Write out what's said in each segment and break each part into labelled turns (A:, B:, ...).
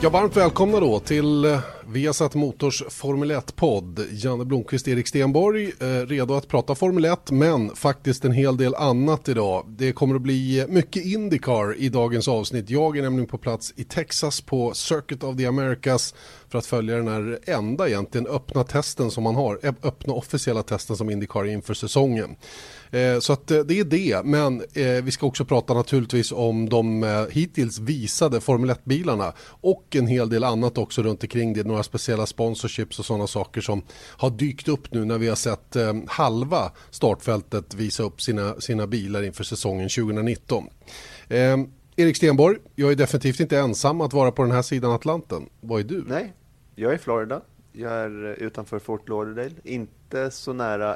A: Ja, varmt välkomna då till Viasat Motors Formel 1-podd. Janne Blomqvist, Erik Stenborg, redo att prata Formel 1, men faktiskt en hel del annat idag. Det kommer att bli mycket IndyCar i dagens avsnitt. Jag är nämligen på plats i Texas på Circuit of the Americas för att följa den här enda egentligen öppna testen som man har, öppna officiella testen som IndyCar inför säsongen. Så att det är det, men vi ska också prata naturligtvis om de hittills visade Formel 1-bilarna och en hel del annat också runt omkring det. Några speciella sponsorships och sådana saker som har dykt upp nu när vi har sett halva startfältet visa upp sina bilar inför säsongen 2019. Erik Stenborg, jag är definitivt inte ensam att vara på den här sidan Atlanten. Vad är du?
B: Nej, jag är i Florida. Jag är utanför Fort Lauderdale. Inte så nära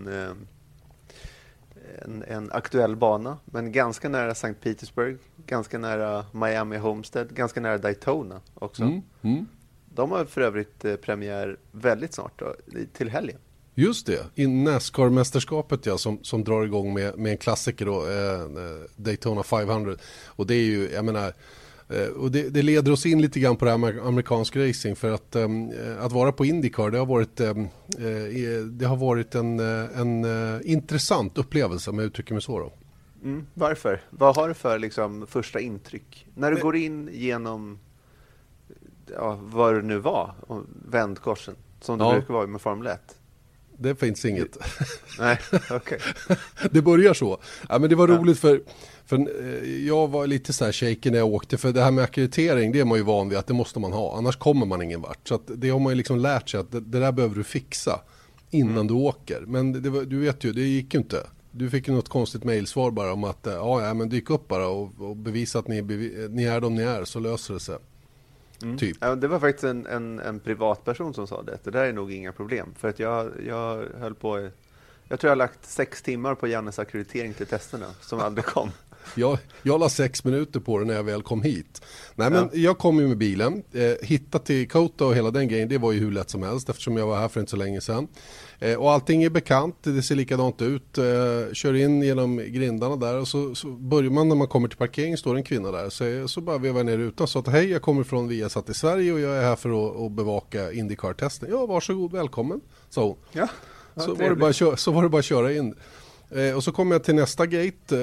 B: en aktuell bana, men ganska nära St. Petersburg, ganska nära Miami Homestead, ganska nära Daytona också. De har för övrigt premiär väldigt snart då, till helgen. Just det, i NASCAR-mästerskapet som drar igång med en klassiker då, Daytona 500. Och det är ju, jag menar, och det leder oss in lite grann på det här med amerikansk racing, för att vara på IndyCar, det har varit en intressant upplevelse, om jag uttrycker mig så då. Varför? Vad har du för liksom första intryck? När du går in genom vad det nu var, vändkorsen, som det brukar vara med Formel 1. Det finns inget. Nej, okej. Det börjar så. Ja, men det var roligt för jag var lite så här shaken när jag åkte, för det här med akkreditering, det är man ju van vid att det måste man ha, annars kommer man ingen vart. Så att det har man ju liksom lärt sig att det där behöver du fixa innan du åker. Men du vet ju, det gick ju inte. Du fick ju något konstigt mejlsvar bara om att men dyk upp bara och bevisa att ni är de ni är, så löser det sig. Typ. Ja, det var faktiskt en privatperson som sa det. Det där är nog inga problem. För att jag höll på, jag tror jag har lagt 6 timmar på Jannes akkreditering till testerna som aldrig kom. Jag la 6 minuter på det när jag väl kom hit. Nej, men jag kom ju med bilen, hitta till Kota och hela den grejen, det var ju hur lätt som helst eftersom jag var här för inte så länge sedan. Och allting är bekant, det ser likadant ut. Kör in genom grindarna där och så börjar man, när man kommer till parkering står en kvinna där. Så bara vevar ner rutan och sa att hej, jag kommer från Viasat i Sverige och jag är här för att bevaka IndyCar-testen. Ja, varsågod, välkommen, sa hon. Ja, så var det bara att köra in. Och så kommer jag till nästa gate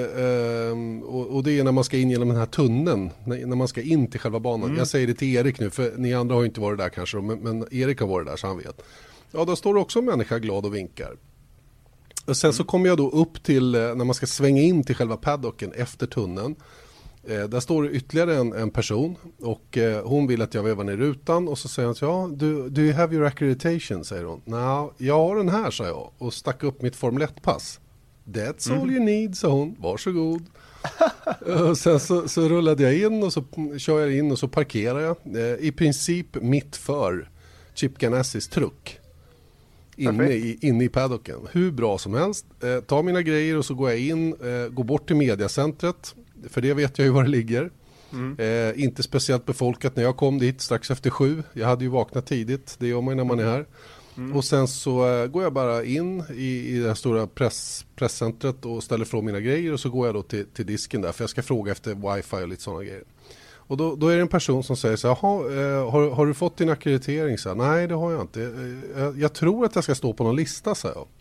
B: och det är när man ska in genom den här tunneln, när man ska in till själva banan. Jag säger det till Erik nu, för ni andra har ju inte varit där kanske, men Erik har varit där så han vet. Ja, då står det också en människa glad och vinkar. Och sen så kommer jag då upp till, när man ska svänga in till själva paddocken efter tunneln. Där står det ytterligare en person och hon vill att jag vevar ner rutan och så säger hon, ja, do you have your accreditation, säger hon. Nej, jag har den här, sa jag, och stack upp mitt Formel 1-pass. That's all you need, sa hon. Varsågod. Och sen så rullade jag in och så kör jag in och så parkerar jag i princip mitt för Chip Ganassis truck inne i paddocken. Hur bra som helst. Tar mina grejer och så går jag in, går bort till mediacentret, för det vet jag ju var det ligger. Inte speciellt befolkat när jag kom dit strax efter 7. Jag hade ju vaknat tidigt, det gör man när man är här. Och sen så går jag bara in i det här stora presscentret och ställer från mina grejer och så går jag då till disken där, för jag ska fråga efter wifi och lite sådana grejer. Och då är det en person som säger så här, har du fått din akkreditering? Så här, nej, det har jag inte. Jag tror att jag ska stå på någon lista, så jag.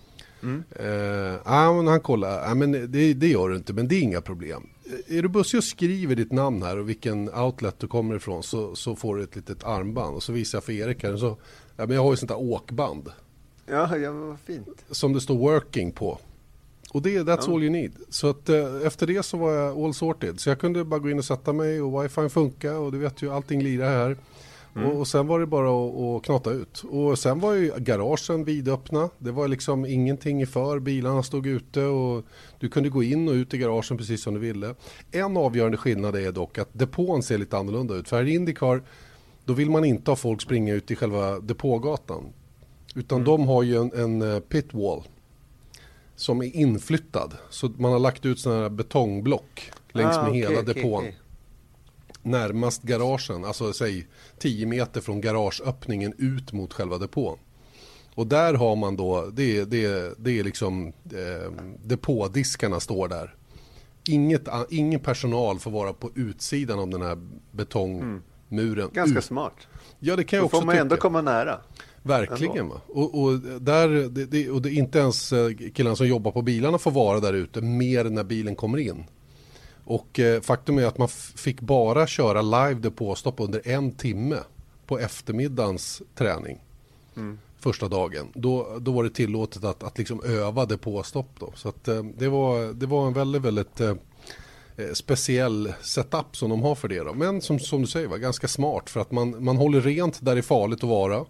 B: Men han kollar, men det gör du inte, men det är inga problem. Är du bussig och skriver ditt namn här och vilken outlet du kommer ifrån, så får du ett litet armband. Och så visar jag för Erik här, så, men jag har ju sånt där åkband. Ja, vad fint. Som det står working på. Och that's all you need. Så att efter det så var jag all sorted. Så jag kunde bara gå in och sätta mig och wifi funkar och du vet ju, allting lirar här. Och sen var det bara att knata ut. Och sen var ju garagen vidöppna. Det var liksom ingenting i för. Bilarna stod ute och du kunde gå in och ut i garagen precis som du ville. En avgörande skillnad är dock att depån ser lite annorlunda ut. För här i IndyCar, då vill man inte ha folk springa ut i själva depågatan. Utan de har ju en pit wall som är inflyttad. Så man har lagt ut sådana här betongblock längs med hela depån. Okay. Närmast garagen, alltså säg 10 meter från garageöppningen ut mot själva depån. Och där har man då, det är liksom depådiskarna står där. Ingen personal får vara på utsidan av den här betongmuren
A: muren.
B: Ganska smart.
A: Ja, det kan jag
B: då
A: också
B: får man ändå komma nära.
A: Verkligen. Va? Och det inte ens killarna som jobbar på bilarna får vara där ute mer när bilen kommer in. Och faktum är att man fick bara köra live depåstopp under 1 timme på eftermiddagens träning. Första dagen. Då var det tillåtet att liksom öva depåstopp då. Så att det var en väldigt, väldigt speciell setup som de har för det då. Men som du säger var ganska smart för att man håller rent där det är farligt att vara.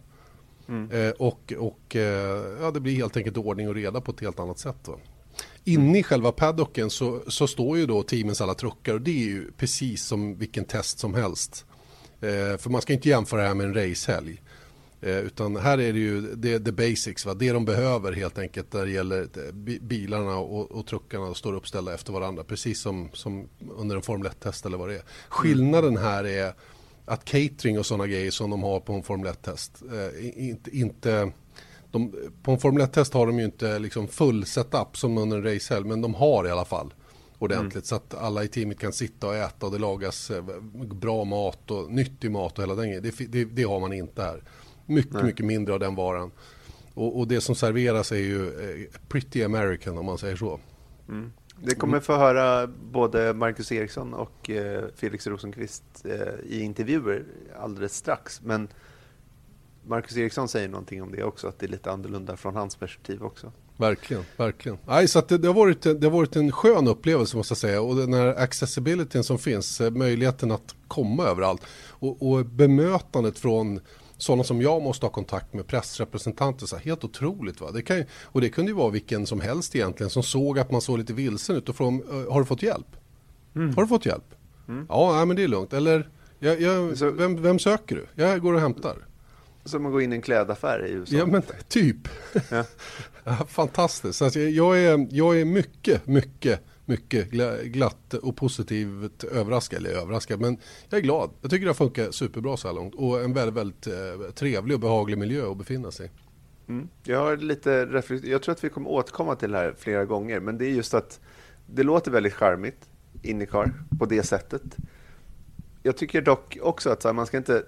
A: Ja, det blir helt enkelt ordning och reda på ett helt annat sätt då. Inne i själva paddocken så står ju då teamens alla truckar och det är ju precis som vilken test som helst. För man ska inte jämföra det här med en racehelg. Utan här är det ju the basics, va? Det de behöver helt enkelt när det gäller bilarna och truckarna står uppställda efter varandra. Precis som under en Formel 1-test eller vad det är. Skillnaden här är att catering och sådana grejer som de har på en Formel 1-test på en Formel 1-test har de ju inte liksom full setup som under en racehelg, men de har i alla fall ordentligt så att alla i teamet kan sitta och äta och det lagas bra mat och nyttig mat och hela den grejen. Det har man inte här. Mycket mindre av den varan. Och det som serveras är ju pretty American om man säger så.
B: Det kommer få höra både Marcus Eriksson och Felix Rosenqvist i intervjuer alldeles strax. Men Marcus Eriksson säger någonting om det också, att det är lite annorlunda från hans perspektiv också. Verkligen.
A: Nej, så att det har varit en skön upplevelse måste jag säga. Och den här accessibilityn som finns, möjligheten att komma överallt. Och bemötandet från sådana som jag måste ha kontakt med, pressrepresentanter, så här, helt otroligt. Va? Det kunde ju vara vilken som helst egentligen som såg att man såg lite vilsen ut och från, har du fått hjälp? Har du fått hjälp? Ja, men det är lugnt. Eller, vem söker du? Jag går och hämtar.
B: Som att gå in i en klädaffär i USA.
A: Ja, men typ. Ja. Ja, fantastiskt. Alltså, jag är mycket glatt och positivt överraskad. Men jag är glad. Jag tycker det har funkat superbra så här långt. Och en väldigt, väldigt trevlig och behaglig miljö att befinna sig.
B: Jag har jag tror att vi kommer återkomma till det här flera gånger. Men det är just att det låter väldigt charmigt, IndyCar, på det sättet. Jag tycker dock också att så här, man ska inte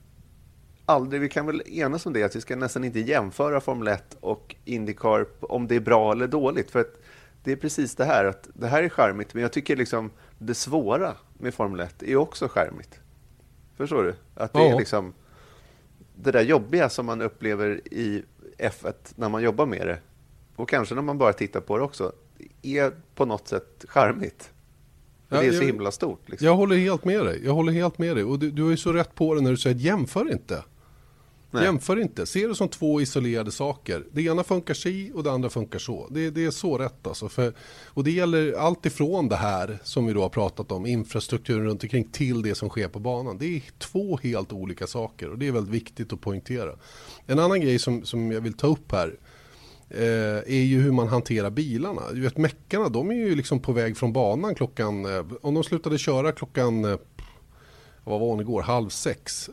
B: vi kan väl enas om det, att vi ska nästan inte jämföra Formel 1 och IndyCar om det är bra eller dåligt. För att det är precis det här, att det här är charmigt, men jag tycker liksom det svåra med Formel 1 är också charmigt. Förstår du? Att det är liksom det där jobbiga som man upplever i F1 när man jobbar med det, och kanske när man bara tittar på det också, är på något sätt charmigt. Det är så himla stort. Liksom.
A: Jag håller helt med dig. Och du har ju så rätt på det när du säger att jämför inte. Nej. Jämför inte. Se det som 2 isolerade saker. Det ena funkar si och det andra funkar så. Det är så rätt alltså. Och det gäller allt ifrån det här som vi då har pratat om, infrastrukturen runt omkring, till det som sker på banan. Det är 2 helt olika saker och det är väldigt viktigt att poängtera. En annan grej som jag vill ta upp här är ju hur man hanterar bilarna. Du vet, meckarna, de är ju liksom på väg från banan klockan, om de slutade köra klockan, vad var det igår, 5:30,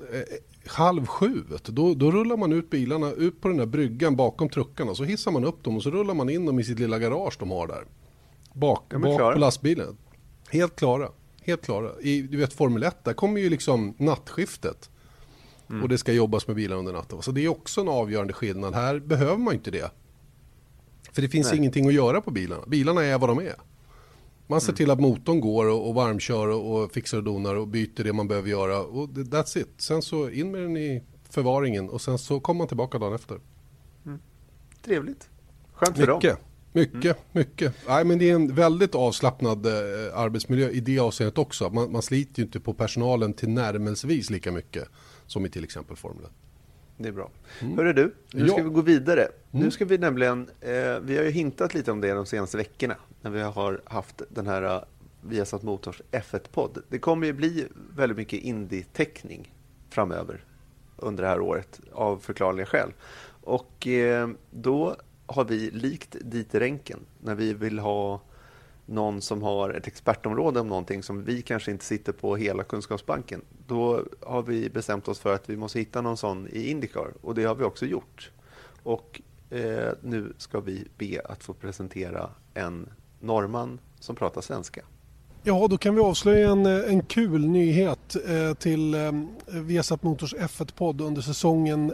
A: 6:30, då rullar man ut bilarna ut på den där bryggan bakom truckarna, så hissar man upp dem och så rullar man in dem i sitt lilla garage de har där bak på lastbilen. Helt klara. Du vet, Formel 1, där kommer ju liksom nattskiftet och det ska jobbas med bilar under natten. Så det är också en avgörande skillnad. Här behöver man inte det. För det finns ingenting att göra på bilarna. Bilarna är vad de är. Man ser till att motorn går och varmkör och fixar och donar och byter det man behöver göra. Och that's it. Sen så in med den i förvaringen och sen så kommer man tillbaka dagen efter.
B: Trevligt. Skönt för dem.
A: Mycket. Nej, men det är en väldigt avslappnad arbetsmiljö i det avseendet också. Man sliter ju inte på personalen till närmelsevis lika mycket som i till exempel Formel 1.
B: Det är bra. Hörru du, nu ska vi gå vidare. Nu ska vi nämligen, vi har ju hintat lite om det de senaste veckorna när vi har haft den här Viasat Motors F1-podd. Det kommer ju bli väldigt mycket indie-täckning framöver under det här året av förklarliga skäl. Och då har vi likt Dieter Renken när vi vill ha någon som har ett expertområde om någonting som vi kanske inte sitter på hela kunskapsbanken. Då har vi bestämt oss för att vi måste hitta någon sån i IndyCar, och det har vi också gjort. Och nu ska vi be att få presentera en norrman som pratar svenska.
C: Ja, då kan vi avslöja en kul nyhet.
A: ut till Viasat Motors F1-podd under säsongen.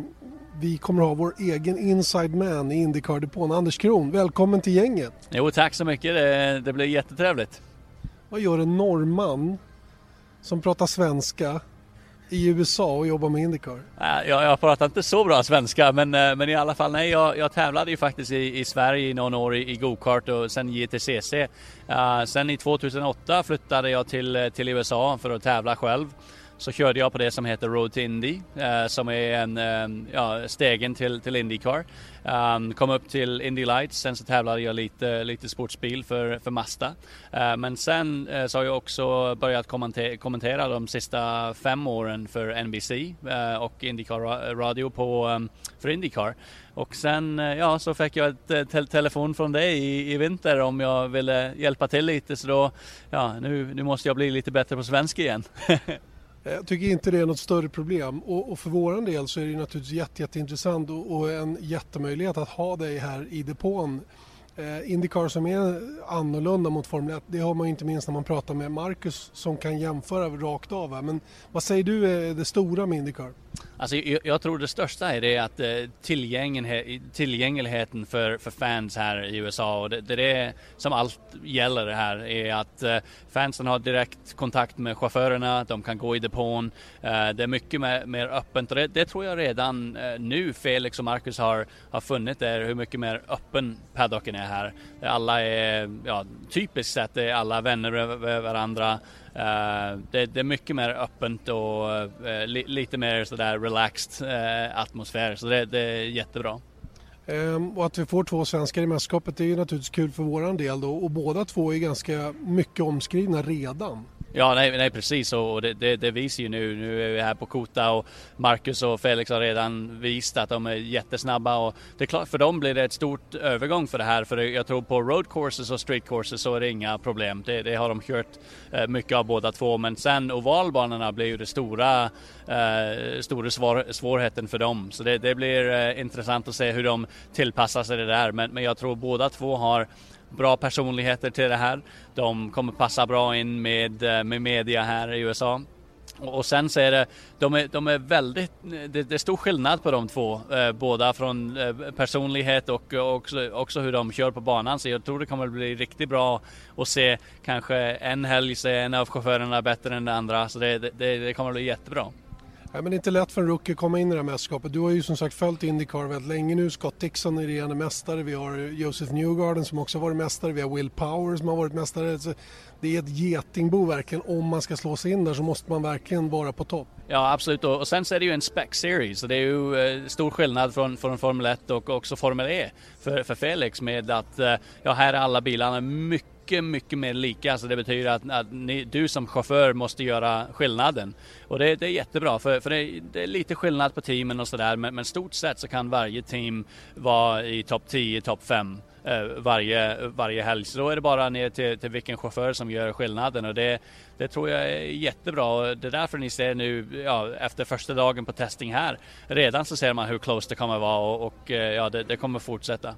A: Vi kommer att ha vår egen inside man i IndyCar-depån, Anders Kron. Välkommen till gänget.
C: Jo, tack så mycket. Det blir jättetrevligt.
A: Vad gör en norrman som pratar svenska i USA och jobbar med IndyCar?
C: Jag pratar inte så bra svenska, men i alla fall, nej, jag tävlade ju faktiskt i Sverige i någon år i go-kart och sen JTCC. Sen i 2008 flyttade jag till USA för att tävla själv. Så körde jag på det som heter Road to Indy, som är stegen till IndyCar. Kom upp till Indy Lights, sen så tävlade jag lite sportsbil för Mazda. Men sen så har jag också börjat kommentera de sista 5 åren för NBC och IndyCar Radio för IndyCar. Och sen så fick jag ett telefon från dig i vinter om jag ville hjälpa till lite, så då, nu måste jag bli lite bättre på svenska igen.
A: Jag tycker inte det är något större problem, och för våran del så är det naturligtvis jätteintressant och en jättemöjlighet att ha dig här i depån. IndyCar som är annorlunda mot Formel 1, det har man ju inte minst när man pratar med Marcus som kan jämföra rakt av här. Men vad säger du är det stora med IndyCar?
C: Alltså, jag tror det största är det att tillgängligheten för fans här i USA, och det är det som allt gäller det här, är att fansen har direkt kontakt med chaufförerna, de kan gå i depån, det är mycket mer öppet, och det tror jag redan nu Felix och Marcus har funnit där, hur mycket mer öppen paddocken är här. Alla är, typiskt sett är alla vänner med varandra. Det är mycket mer öppet och lite mer sådär relaxed atmosfär, så det är jättebra.
A: Och att vi får 2 svenskar i mästerskapet är ju naturligtvis kul för våran del då, och båda 2 är ganska mycket omskrivna redan.
C: Ja, nej precis, och det visar ju nu är vi här på Kota, och Marcus och Felix har redan visat att de är jättesnabba, och det är klart för dem blir det ett stort övergång för det här, för jag tror på road courses och street courses så är det inga problem, det har de kört mycket av båda 2, men sen ovalbanorna blir ju det stora svårigheten för dem, så det blir intressant att se hur de tillpassar sig det där, men jag tror båda 2 har bra personligheter till det här. De kommer passa bra in med media här i USA. Och sen så är det, de är väldigt, det är stor skillnad på de 2, båda från personlighet och också hur de kör på banan, så jag tror det kommer att bli riktigt bra att se kanske en helg så är en av chaufförerna bättre än den andra, så det kommer att bli jättebra.
A: Nej, men det är inte lätt för en rookie att komma in i det här mästerskapet. Du har ju som sagt följt IndyCar väldigt länge nu. Scott Dixon är regerande mästare. Vi har Joseph Newgarden som också varit mästare. Vi har Will Power som har varit mästare. Så det är ett getingbo verkligen. Om man ska slå sig in där så måste man verkligen vara på topp.
C: Ja, absolut. Och sen så är det ju en spec series. Så det är ju stor skillnad från Formel 1 och också Formel E för Felix, med att här är alla bilarna mycket mer lika, så det betyder att du som chaufför måste göra skillnaden, och det är jättebra för det är lite skillnad på teamen och sådär, men stort sett så kan varje team vara i topp 10, topp 5 varje helg, så då är det bara ner till vilken chaufför som gör skillnaden, och det tror jag är jättebra, och det är därför ni ser nu efter första dagen på testing här, redan så ser man hur close det kommer vara, och det kommer fortsätta.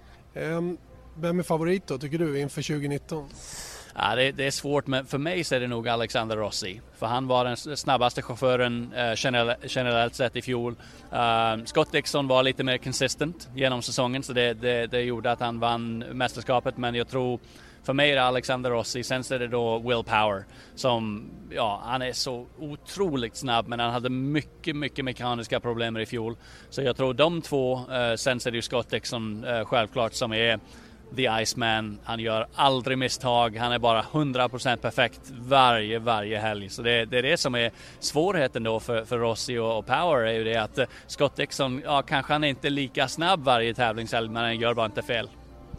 A: Vem är favorit då, tycker du, inför 2019?
C: Ja, det är svårt, men för mig så är det nog Alexander Rossi. För han var den snabbaste chauffören generellt sett i fjol. Scott Dixon var lite mer consistent genom säsongen, så det gjorde att han vann mästerskapet. Men jag tror, för mig är det Alexander Rossi. Sen så är det då Will Power som, han är så otroligt snabb, men han hade mycket mekaniska problem i fjol. Så jag tror de 2, sen så är det ju Scott Dixon självklart som är The Iceman. Han gör aldrig misstag. Han är bara 100% perfekt varje helg. Så det är det som är svårigheten då för Rossi och Power, är ju det att Scott Dixon, kanske han är inte lika snabb varje tävlingshelg, men han gör bara inte fel.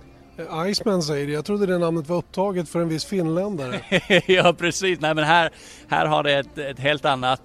A: Iceman säger det. Jag trodde det namnet var upptaget för en viss finländare.
C: Ja, precis. Nej, men här har det ett helt annat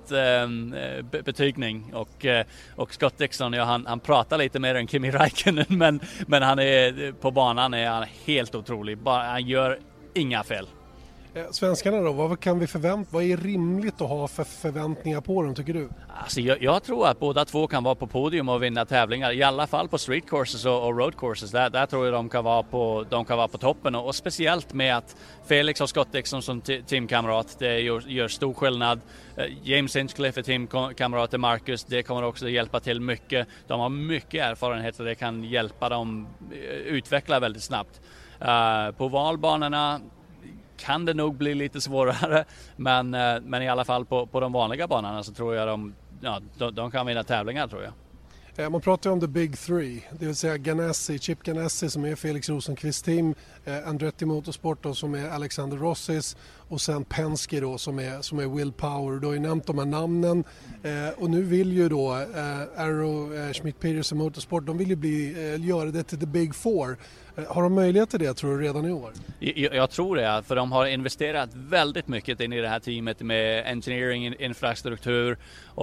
C: betygning, och Scott Dixon, han pratar lite mer än Kimi Räikkönen, men han är på banan är han helt otrolig. Han gör inga fel.
A: Svenskarna då, vad kan vi vad är rimligt att ha för förväntningar på dem tycker du?
C: Alltså jag tror att båda två kan vara på podium och vinna tävlingar, i alla fall på street courses och road courses. Där tror jag de kan vara på toppen, och speciellt med att Felix och Scott Dixon som teamkamrat, det gör stor skillnad. James Hinchcliffe är teamkamrat till Marcus, det kommer också hjälpa till mycket. De har mycket erfarenhet och det kan hjälpa dem utveckla väldigt snabbt. På valbanorna kan det nog bli lite svårare, men i alla fall på de vanliga banorna så tror jag de kan vinna tävlingar, tror jag.
A: Man pratar ju om the big three, det vill säga Chip Ganassi som är Felix Rosenqvist team, Andretti Motorsport då, som är Alexander Rossis, och sen Penske då som är Will Power. Du har ju nämnt de här namnen, och nu vill ju då Arrow, Schmidt-Peterson Motorsport, de vill ju göra det till the big four. Har de möjlighet till det, tror du, redan i år?
C: Jag tror det, för de har investerat väldigt mycket in i det här teamet med engineering, infrastruktur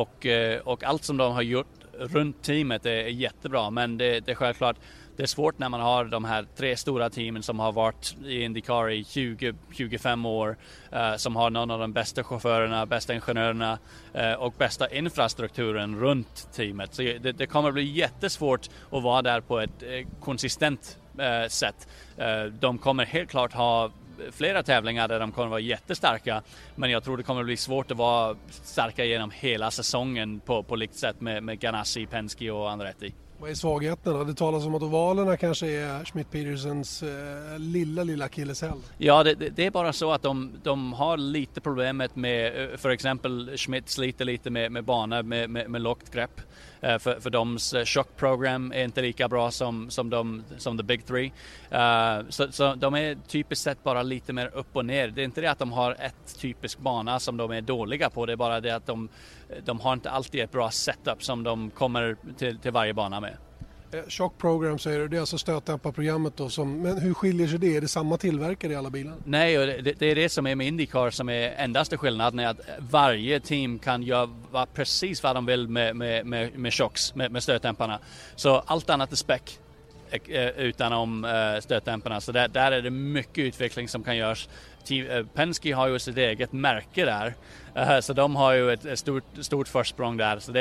C: och allt som de har gjort runt teamet är jättebra, men det är självklart det är svårt när man har de här 3 stora teamen som har varit i IndyCar i 20-25 år, som har någon av de bästa chaufförerna, bästa ingenjörerna och bästa infrastrukturen runt teamet. Så det kommer bli jättesvårt att vara där på ett konsistent sätt. De kommer helt klart ha flera tävlingar där de kommer vara jättestarka, men jag tror det kommer bli svårt att vara starka genom hela säsongen på likt sätt med Ganassi, Penske och Andretti.
A: Vad är svagheterna? Det talas om att ovalerna kanske är Schmidt-Petersons lilla akilleshäl. Ja,
C: det är bara så att de har lite problemet med, för exempel Schmidt sliter lite med banor med lågt grepp. För deras shockprogram är inte lika bra som the big three. Så de är typiskt sett bara lite mer upp och ner. Det är inte det att de har ett typisk bana som de är dåliga på. Det är bara det att de har inte alltid ett bra setup som de kommer till varje bana med.
A: Shock Program säger du, det är alltså stötdämparprogrammet då, men hur skiljer sig det? Är det samma tillverkare i alla bilar?
C: Nej, och det är det som är med IndyCar som är endaste skillnaden, är att varje team kan göra precis vad de vill med shocks, med stötdämparna. Så allt annat är spec utan stötdämparna, så där är det mycket utveckling som kan göras. Penske har ju sitt eget märke där, så de har ju ett stort försprång där, så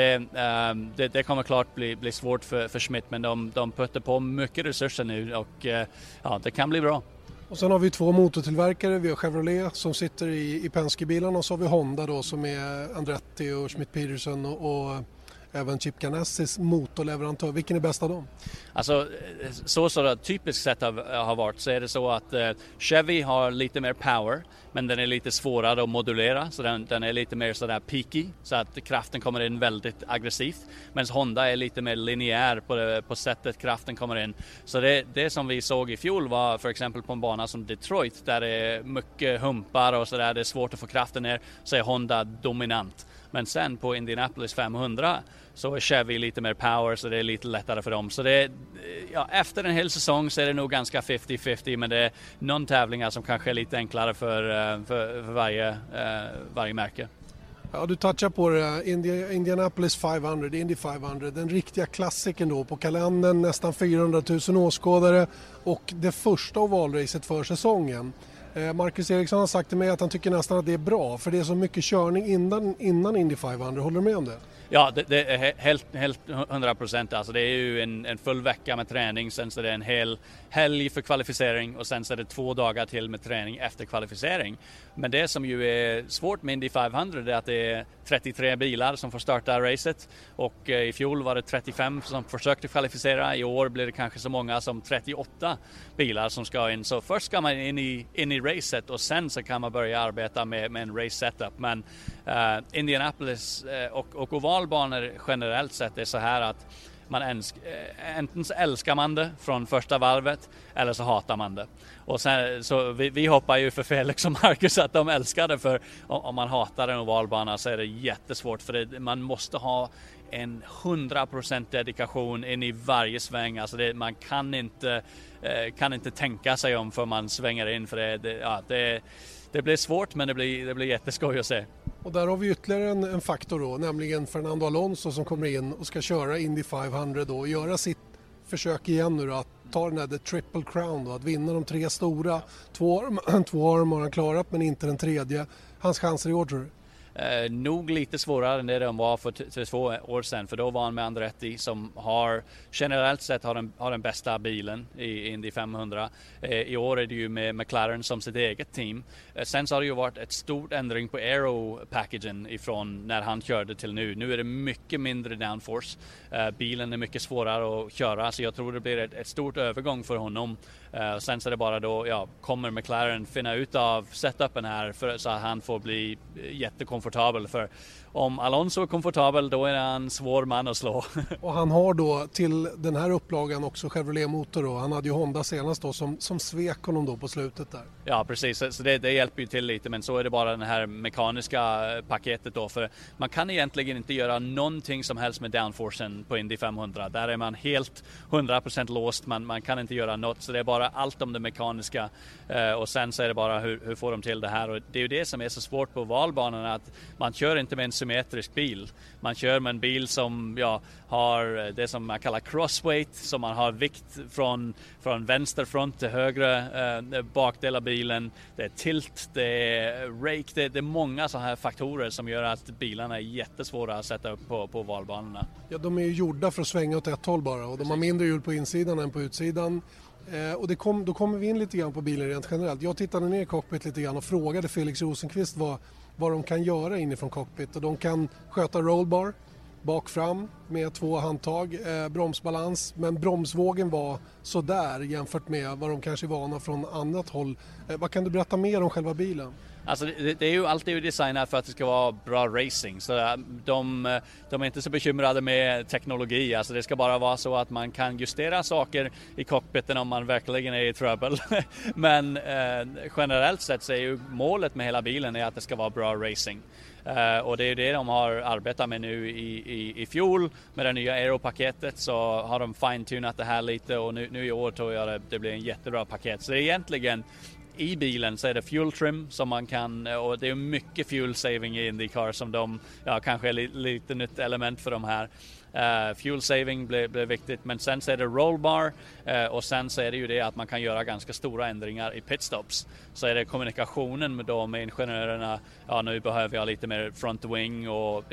C: det kommer klart bli svårt för Schmidt, men de puttar på mycket resurser nu och det kan bli bra.
A: Och sen har vi 2 motortillverkare, vi har Chevrolet som sitter i Penske-bilarna, och så har vi Honda då som är Andretti och Schmidt-Peterson och även Chip Ganassis motorleverantör. Vilken är bäst av dem? Alltså,
C: så det typiskt sett har varit, så är det så att Chevy har lite mer power, men den är lite svårare att modulera, så den är lite mer sådär peaky, så att kraften kommer in väldigt aggressivt, medan Honda är lite mer linjär på sättet kraften kommer in. Så det som vi såg i fjol var för exempel på en bana som Detroit, där det är mycket humpar och sådär, det är svårt att få kraften ner, så är Honda dominant. Men sen på Indianapolis 500 så är Chevy lite mer power, så det är lite lättare för dem. Så efter en hel säsong så är det nog ganska 50-50, men det är någon tävlingar som kanske är lite enklare för varje märke.
A: Ja, du touchar på det. Indianapolis 500, Indy 500, den riktiga klassiken då på kalendern, nästan 400 000 åskådare och det första ovalracet för säsongen. Marcus Eriksson har sagt till mig att han tycker nästan att det är bra, för det är så mycket körning innan Indy 500. Håller du med om det?
C: Ja, det är helt 100%. Alltså det är ju en full vecka med träning, sen så är det en hel helg för kvalificering och sen så är det 2 dagar till med träning efter kvalificering. Men det som ju är svårt med Indy 500 är att det är 33 bilar som får starta racet, och i fjol var det 35 som försökte kvalificera. I år blir det kanske så många som 38 bilar som ska in. Så först ska man in i racet och sen så kan man börja arbeta med en race setup. Men Indianapolis och ovalbanor generellt sett är så här att man enten älskar man det från första varvet eller så hatar man det. Och sen, så vi hoppar ju för Felix och Marcus att de älskar det, för om man hatar en ovalbana så är det jättesvårt, för man måste ha en 100% dedikation in i varje sväng. Alltså man kan inte tänka sig om för man svänger in, för det blir svårt, men det blir jätteskoj att se.
A: Och där har vi ytterligare en faktor då, nämligen Fernando Alonso som kommer in och ska köra Indy 500 då och göra sitt
D: försök igen nu då, att ta den här The Triple Crown då, att vinna de 3 stora. 2 arm har han klarat men inte den tredje. Hans chanser i år tror du?
C: Nog lite svårare än det de var för 2 år sedan, för då var han med Andretti som har generellt sett har den bästa bilen i Indy 500. I år är det ju med McLaren som sitt eget team. Sen så har det ju varit ett stort ändring på aero-packagen ifrån när han körde till nu. Nu är det mycket mindre downforce. Bilen är mycket svårare att köra, så jag tror det blir ett stort övergång för honom. Sen så är det bara då, kommer McLaren finna ut av setupen här så att han får bli jättekomfortabel. För om Alonso är komfortabel, då är han en svår man att slå.
D: Och han har då till den här upplagan också Chevrolet-motor då. Han hade ju Honda senast då som svek honom då på slutet där.
C: Ja, precis. Så det hjälper ju till lite, men så är det bara det här mekaniska paketet då. För man kan egentligen inte göra någonting som helst med downforcen på Indy 500. Där är man helt 100% låst. Man kan inte göra något, så det är bara allt om det mekaniska. Och sen så är det bara hur får de till det här. Och det är ju det som är så svårt på valbanorna, att man kör inte med en symmetrisk bil. Man kör med en bil som har det som man kallar crossweight, som man har vikt från vänster front till högre bakdel av bilen. Det är tilt, det är rake, det är många sådana här faktorer som gör att bilarna är jättesvåra att sätta upp på valbanorna.
D: Ja, de är ju gjorda för att svänga åt ett håll bara, och de har mindre hjul på insidan än på utsidan. Och då kommer vi in lite grann på bilen rent generellt. Jag tittade ner i cockpit lite grann och frågade Felix Rosenqvist vad de kan göra inifrån cockpit. Och de kan sköta rollbar bak fram med 2 handtag, bromsbalans, men bromsvågen var sådär jämfört med vad de kanske är vana från annat håll. Vad kan du berätta mer om själva bilen?
C: Alltså det är ju alltid designat för att det ska vara bra racing, så de är inte så bekymrade med teknologi. Alltså det ska bara vara så att man kan justera saker i cockpiten om man verkligen är i trouble. Men generellt sett så är ju målet med hela bilen är att det ska vara bra racing. Och det är det de har arbetat med nu i fjol med det nya aeropaketet, så har de fine-tunat det här lite, och nu i år tror jag det blir en jättebra paket. Så det är egentligen i bilen så är det fuel trim som man kan, och det är mycket fuel saving i IndyCar som de kanske är lite nytt element för de här. Fuel saving blir viktigt, men sen så är det rollbar, och sen så är det ju det att man kan göra ganska stora ändringar i pitstops. Så är det kommunikationen med ingenjörerna, nu behöver jag lite mer front wing, och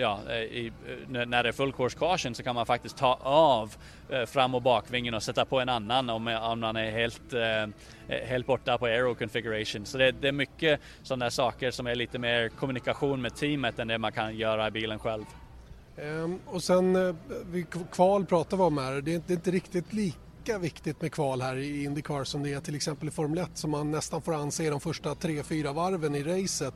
C: när det är full course caution så kan man faktiskt ta av fram- och bakvingen och sätta på en annan om man är helt borta på aero configuration. Så det är mycket sådana saker som är lite mer kommunikation med teamet än det man kan göra i bilen själv.
D: Och sen kval pratar vi om här. Det är inte riktigt lika viktigt med kval här i IndyCar som det är till exempel i Formel 1, som man nästan får anse de första 3-4 varven i racet.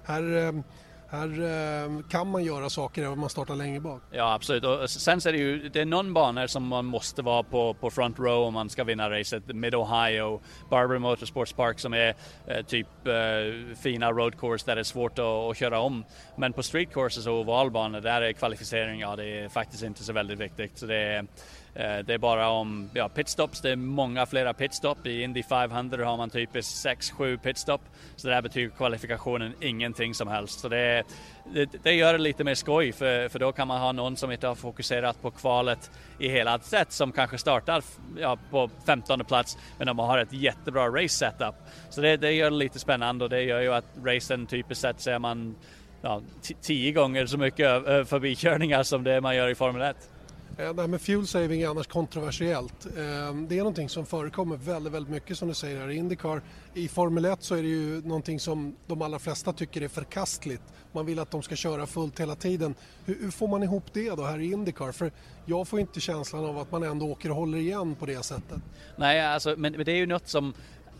D: Här kan man göra saker även om man startar längre bak.
C: Ja, absolut. Och sen så är det är någon banor som man måste vara på front row om man ska vinna racet. Mid-Ohio, Barber Motorsports Park, som är fina road course där det är svårt att köra om. Men på street courses och ovalbanor, där är kvalificering, det är faktiskt inte så väldigt viktigt. Så det är bara om pitstops. Det är många flera pitstop. I Indy 500 har man typiskt 6-7 pitstop. Så där betyder kvalifikationen ingenting som helst. Så det gör det lite mer skoj, för då kan man ha någon som inte har fokuserat på kvalet i hela sätt, som kanske startar på 15:e plats, men de har ett jättebra race setup. Så det gör det lite spännande, och det gör ju att racen typiskt sett ser man 10 gånger så mycket förbikörningar som det man gör i Formel 1.
D: Det här med fuel saving är annars kontroversiellt. Det är någonting som förekommer väldigt, väldigt mycket, som du säger här i IndyCar. I Formel 1 så är det ju någonting som de allra flesta tycker är förkastligt. Man vill att de ska köra fullt hela tiden. Hur får man ihop det då här i IndyCar? För jag får inte känslan av att man ändå åker och håller igen på det sättet.
C: Nej, alltså, men det är ju något som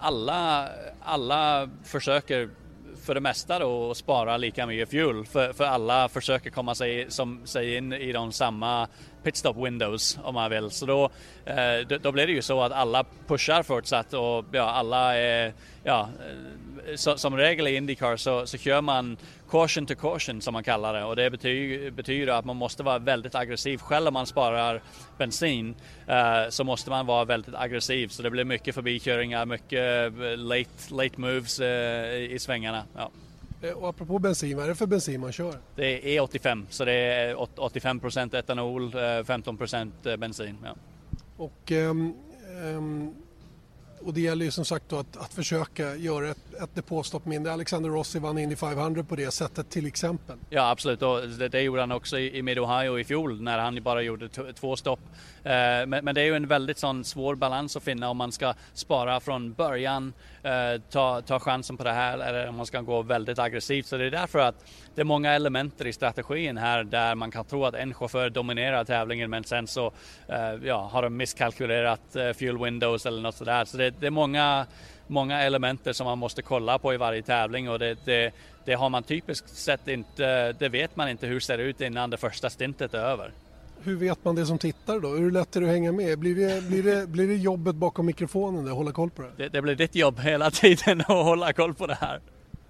C: alla försöker för det mesta då spara lika mycket fuel, för alla försöker komma sig in i de samma pitstop windows om man vill. Så då blir det ju så att alla pushar fortsatt, och alla är som regel i IndyCar så kör man caution to caution som man kallar det, och det betyder att man måste vara väldigt aggressiv. Själv om man sparar bensin så måste man vara väldigt aggressiv, så det blir mycket förbikörningar, mycket late moves i svängarna. Ja.
D: Och apropå bensin, vad är det för man kör?
C: Det är E85, så det är 85% etanol, 15% bensin. Ja.
D: Och det gäller ju som sagt då att försöka göra ett depåstopp mindre. Alexander Rossi vann Indy 500 på det sättet till exempel.
C: Ja, absolut. Och det gjorde han också i Mid-Ohio i fjol när han bara gjorde 2 stopp. Men det är ju en väldigt sån svår balans att finna om man ska spara från början, ta chansen på det här eller om man ska gå väldigt aggressivt. Så det är därför att det är många elementer i strategin här där man kan tro att en chaufför dominerar tävlingen men sen så har de misskalkylerat fuel windows eller något sådär. Så det är många elementer som man måste kolla på i varje tävling och det har man typiskt sett inte, det vet man inte hur det ser ut innan det första stintet är över.
D: Hur vet man det som tittar då? Hur lätt är det att hänga med? Blir det jobbet bakom mikrofonen att hålla koll på det?
C: Det blir ditt jobb hela tiden att hålla koll på det här.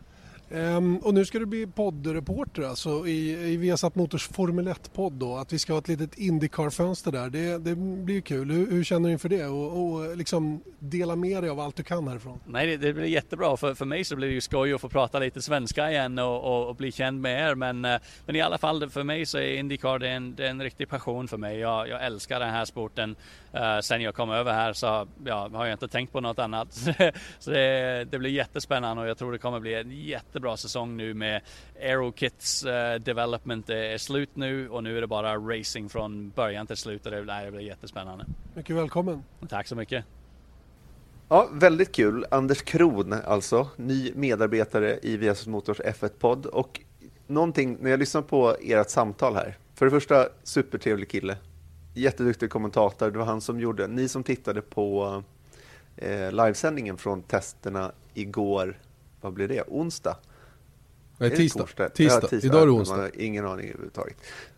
D: Och nu ska du bli poddreporter alltså i Viasat Motors Formel 1-podd då. Att vi ska ha ett litet Indycar-fönster där. Det blir kul. Hur känner du inför det? Och liksom dela med dig av allt du kan härifrån.
C: Nej, det blir jättebra. För mig så blir det ju skoj att få prata lite svenska igen och bli känd med er. Men i alla fall för mig så är Indycar det är en riktig passion för mig. Jag älskar den här sporten. Sen jag kom över här så har jag inte tänkt på något annat. Så det blir jättespännande och jag tror det kommer bli en jättebra säsong nu med AeroKits development är slut nu och nu är det bara racing från början till slut och det blir jättespännande.
D: Mycket välkommen.
C: Tack så mycket.
B: Ja, väldigt kul. Anders Kron alltså, ny medarbetare i Viasat Motors F1-podd och någonting när jag lyssnar på ert samtal här. För det första, supertrevlig kille. Jätteduktig kommentator. Det var han som gjorde, ni som tittade på livesändningen från testerna igår, vad blir det? Onsdag?
A: Nej, tisdag.
B: Tisdag.
A: Idag är det onsdag.
B: Man har ingen aning överhuvudtaget.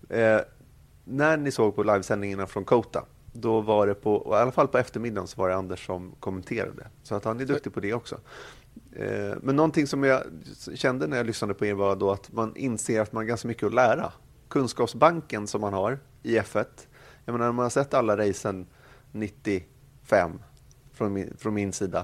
B: När ni såg på livesändningarna från Kota, då var det i alla fall på eftermiddagen så var det Anders som kommenterade. Så att han är duktig på det också. Men någonting som jag kände när jag lyssnade på er var då att man inser att man har ganska mycket att lära. Kunskapsbanken som man har i F1. Jag menar, när man har sett alla racen 95 från min sida,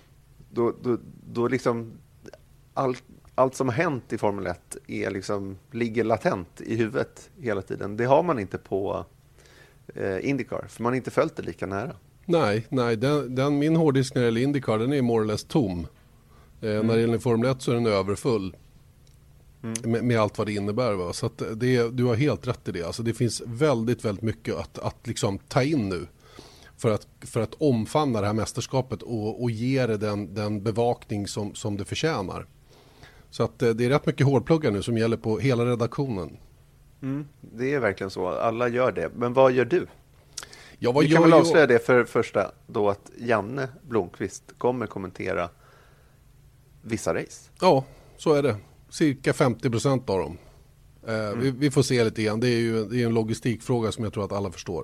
B: då liksom allt som har hänt i Formel 1 är liksom, ligger latent i huvudet hela tiden. Det har man inte på Indycar, för man har inte följt det lika nära.
A: Nej, min hårddisk när det gäller Indycar, den är more or less tom. När det gäller Formel 1 så är den överfull. Med allt vad det innebär. Va? Så att du har helt rätt i det. Alltså det finns väldigt, väldigt mycket att liksom ta in nu för att omfamna det här mästerskapet och ge det den bevakning som det förtjänar. Så att det är rätt mycket hårdpluggar nu som gäller på hela redaktionen.
B: Det är verkligen så. Alla gör det. Men vad gör du?
A: Ja,
B: Vi kan väl avslöja det för första då att Janne Blomqvist kommer kommentera vissa race.
A: Ja, så är det. Cirka 50% av dem. Vi får se lite grann. Det är en logistikfråga som jag tror att alla förstår.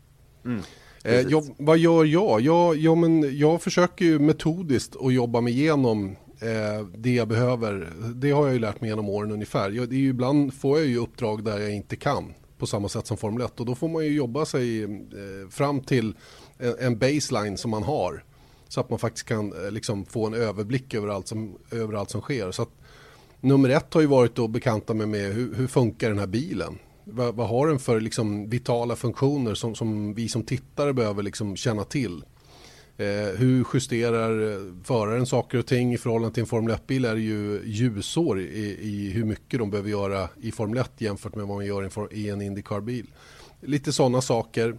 A: Vad gör jag? Men jag försöker ju metodiskt att jobba mig igenom det jag behöver. Det har jag ju lärt mig genom åren ungefär. Ibland får jag ju uppdrag där jag inte kan på samma sätt som Formel 1. Och då får man ju jobba sig fram till en baseline som man har. Så att man faktiskt kan liksom få en överblick över allt som sker. Så att nummer 1 har ju varit att bekanta mig med hur funkar den här bilen. Vad har den för liksom vitala funktioner som vi som tittare behöver liksom känna till. Hur justerar föraren saker och ting i förhållande till en Formel 1-bil är det ju ljusår i hur mycket de behöver göra i Formel 1 jämfört med vad man gör i en Indycar-bil. Lite sådana saker.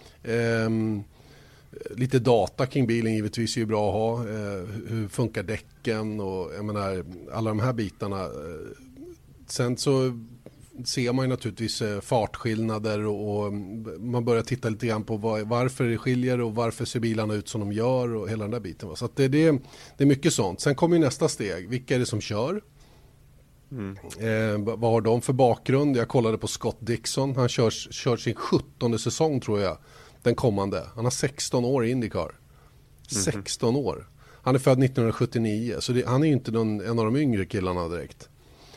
A: Lite data kring bilen givetvis är ju bra att ha. Hur funkar däcken och jag menar, alla de här bitarna. Sen så ser man ju naturligtvis fartskillnader och man börjar titta lite grann på varför det skiljer och varför ser bilarna ut som de gör och hela den där biten. Så att det är mycket sånt. Sen kommer ju nästa steg. Vilka är det som kör? Vad har de för bakgrund? Jag kollade på Scott Dixon. Han kör sin 17:e säsong tror jag. Den kommande. Han har 16 år i Indycar. 16 år. Han är född 1979 så han är ju inte en av de yngre killarna direkt.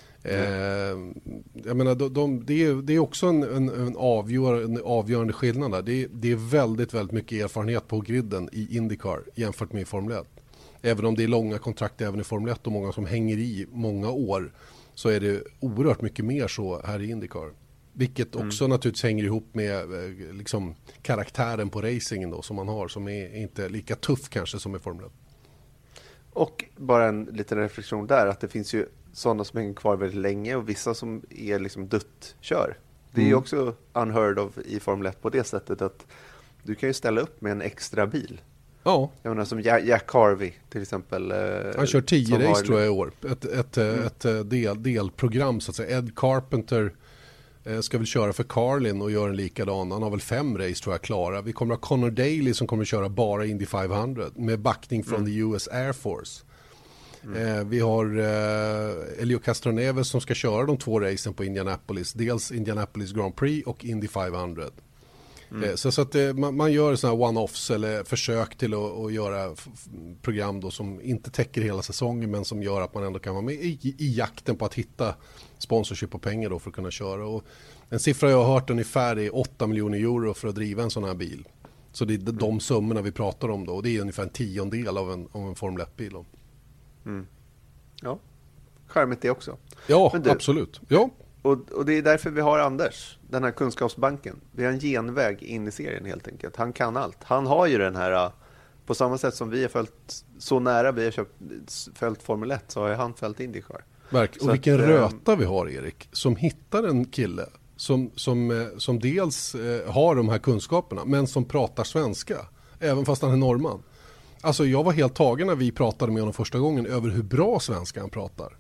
A: Jag menar, det är också en avgörande skillnad där. Det är väldigt, väldigt mycket erfarenhet på griden i Indycar jämfört med i Formel 1. Även om det är långa kontrakt även i Formel 1 och många som hänger i många år så är det oerhört mycket mer så här i Indycar. Vilket också naturligtvis hänger ihop med liksom karaktären på racingen då, som man har, som är inte lika tuff kanske som i Formel 1.
B: Och bara en liten reflektion där, att det finns ju sådana som hänger kvar väldigt länge och vissa som är liksom dött-kör. Det är ju också unheard of i Formel 1 på det sättet att du kan ju ställa upp med en extra bil.
A: Ja.
B: Jag menar som Jack Harvey till exempel.
A: Han kör 10 race tror jag i år. Ett delprogram så att säga. Ed Carpenter ska väl köra för Carlin och gör en likadan. Han har väl 5 race tror jag klara. Vi kommer att ha Connor Daly som kommer att köra bara Indy 500 med backning från the US Air Force. Vi har Elio Castroneves som ska köra de 2 racen på Indianapolis. Dels Indianapolis Grand Prix och Indy 500. Så att man gör såna här one-offs eller försök till att göra program då som inte täcker hela säsongen men som gör att man ändå kan vara med i jakten på att hitta sponsorship och pengar då för att kunna köra. Och en siffra jag har hört ungefär är 8 miljoner euro för att driva en sån här bil. Så det är de summorna vi pratar om då, och det är ungefär en 10-del av en Formel 1-bil då.
B: Ja, charmigt det också.
A: Ja, absolut. Ja.
B: Och det är därför vi har Anders, den här kunskapsbanken. Vi har en genväg in i serien helt enkelt. Han kan allt. Han har ju den här, på samma sätt som vi har följt så nära vi har följt Formel 1 så har han följt IndyCar.
A: Verkligen. Och vilken röta vi har, Erik, som hittar en kille som dels har de här kunskaperna men som pratar svenska, även fast han är norrman. Alltså jag var helt tagen när vi pratade med honom första gången över hur bra svenska han pratar.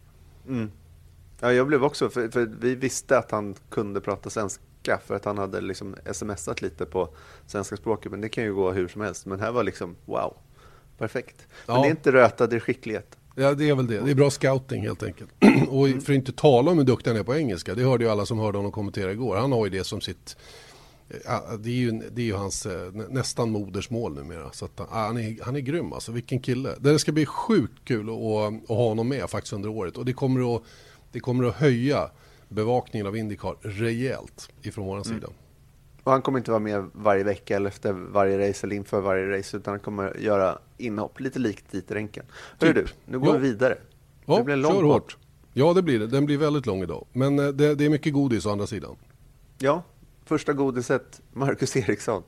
B: Ja, jag blev också, för vi visste att han kunde prata svenska för att han hade liksom smsat lite på svenska språket, men det kan ju gå hur som helst. Men här var liksom, wow, perfekt. Men det är inte röta, det är skicklighet. Ja,
A: det är väl det. Det är bra scouting helt enkelt. Och för att inte tala om hur duktig han är på engelska, det hörde ju alla som hörde honom kommentera igår. Han har ju det som sitt, det är ju hans nästan modersmål numera. Så att, han är grym alltså, vilken kille. Det ska bli sjukt kul att ha honom med faktiskt under året. Och det kommer att höja bevakningen av IndyCar rejält ifrån vår sida.
B: Och han kommer inte vara med varje vecka eller efter varje race eller inför varje race, utan han kommer göra inhopp lite likt Dieter. Hör du, nu går vi vidare.
A: Ja,
B: det blir en lång
A: kör hårt. Ja, det blir det. Den blir väldigt lång idag. Men det är mycket godis å andra sidan.
B: Ja, första godiset, Marcus Ericsson.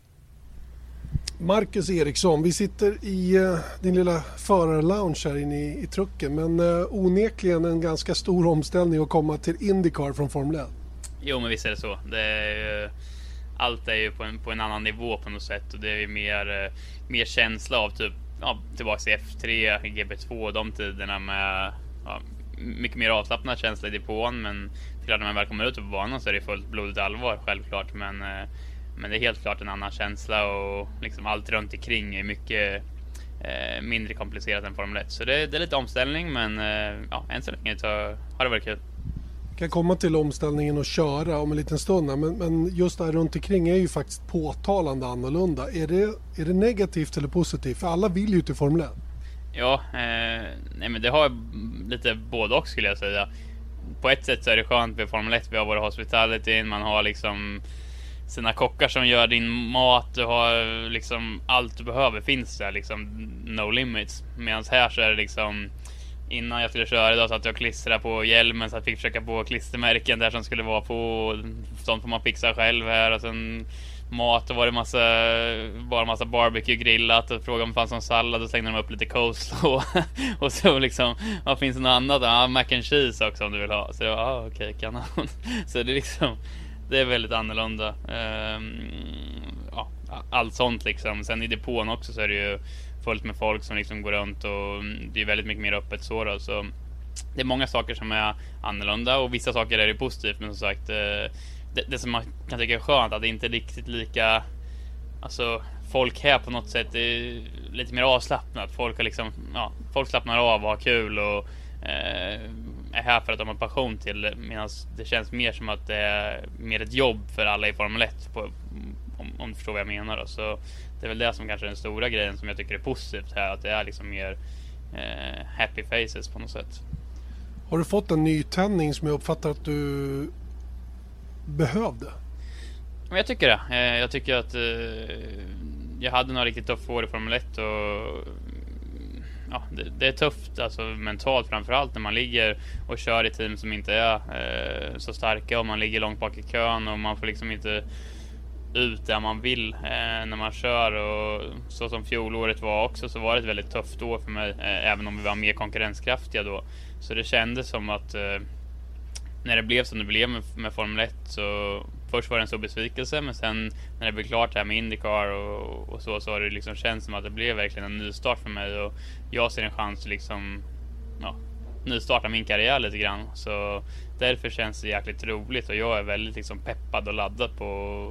D: Marcus Ericsson, vi sitter i din lilla förarlounge här inne i trucken, men onekligen en ganska stor omställning att komma till IndyCar från Formel 1.
E: Jo, men visst är det så. Allt är ju på en annan nivå på något sätt, och det är ju mer känsla av typ tillbaka till F3, GB2, de tiderna med mycket mer avslappnad känsla i depån, men klart när man väl kommer ut på banan så är det fullt blodigt allvar självklart, men det är helt klart en annan känsla, och liksom allt runt omkring är mycket mindre komplicerat än Formel 1. Så det är lite omställning, men än så länge har det varit kul.
D: Kan komma till omställningen och köra om en liten stund, men just där runt omkring är ju faktiskt påtalande annorlunda. Är det negativt eller positivt? För alla vill ju till Formel 1.
E: Ja, nej, men det har lite både och skulle jag säga. På ett sätt så är det skönt med Formel 1. Vi har vår hospitality, man har liksom sina kockar som gör din mat, du har liksom allt du behöver finns där, liksom no limits. Medan här så är det liksom, innan jag skulle köra idag så att jag klistrade på hjälmen så att jag fick försöka på klistermärken där som skulle vara på, sånt får man fixa själv här, och sen mat, och var det massa barbecue grillat, och frågade om det fanns någon sallad, och slängde de upp lite coleslaw och så liksom, finns det något annat? Mac and cheese också om du vill ha. Så okej, kanon. Så det är liksom, det är väldigt annorlunda. Allt sånt liksom. Sen i depån också så är det ju fullt med folk som liksom går runt, och det är väldigt mycket mer öppet så då. Så det är många saker som är annorlunda, och vissa saker är det positivt, men som sagt det som man kan tycka är skönt att det inte är riktigt lika, alltså folk här på något sätt är lite mer avslappnat. Folk har liksom, folk slappnar av och har kul och är här för att de har passion till det, medan det känns mer som att det är mer ett jobb för alla i Formel 1 om du förstår vad jag menar då. Så det är väl det som kanske är den stora grejen som jag tycker är positivt här, att det är liksom mer happy faces på något sätt.
D: Har du fått en ny tändning som jag uppfattar att du behövde?
E: Men jag tycker det. Jag tycker att jag hade några riktigt tuffa år i Formel 1, och det är tufft alltså, mentalt framförallt när man ligger och kör i team som inte är så starka, och man ligger långt bak i kön och man får liksom inte ut där man vill när man kör. Och så som fjolåret var också, så var det ett väldigt tufft år för mig, även om vi var mer konkurrenskraftiga då. Så det kändes som att när det blev som det blev med Formel 1, så först var det en stor besvikelse, men sen när det blev klart här med IndyCar och så har det liksom känts som att det blev verkligen en nystart för mig, och jag ser en chans att liksom nystarta min karriär lite grann. Så därför känns det jäkligt roligt, och jag är väldigt liksom peppad och laddad på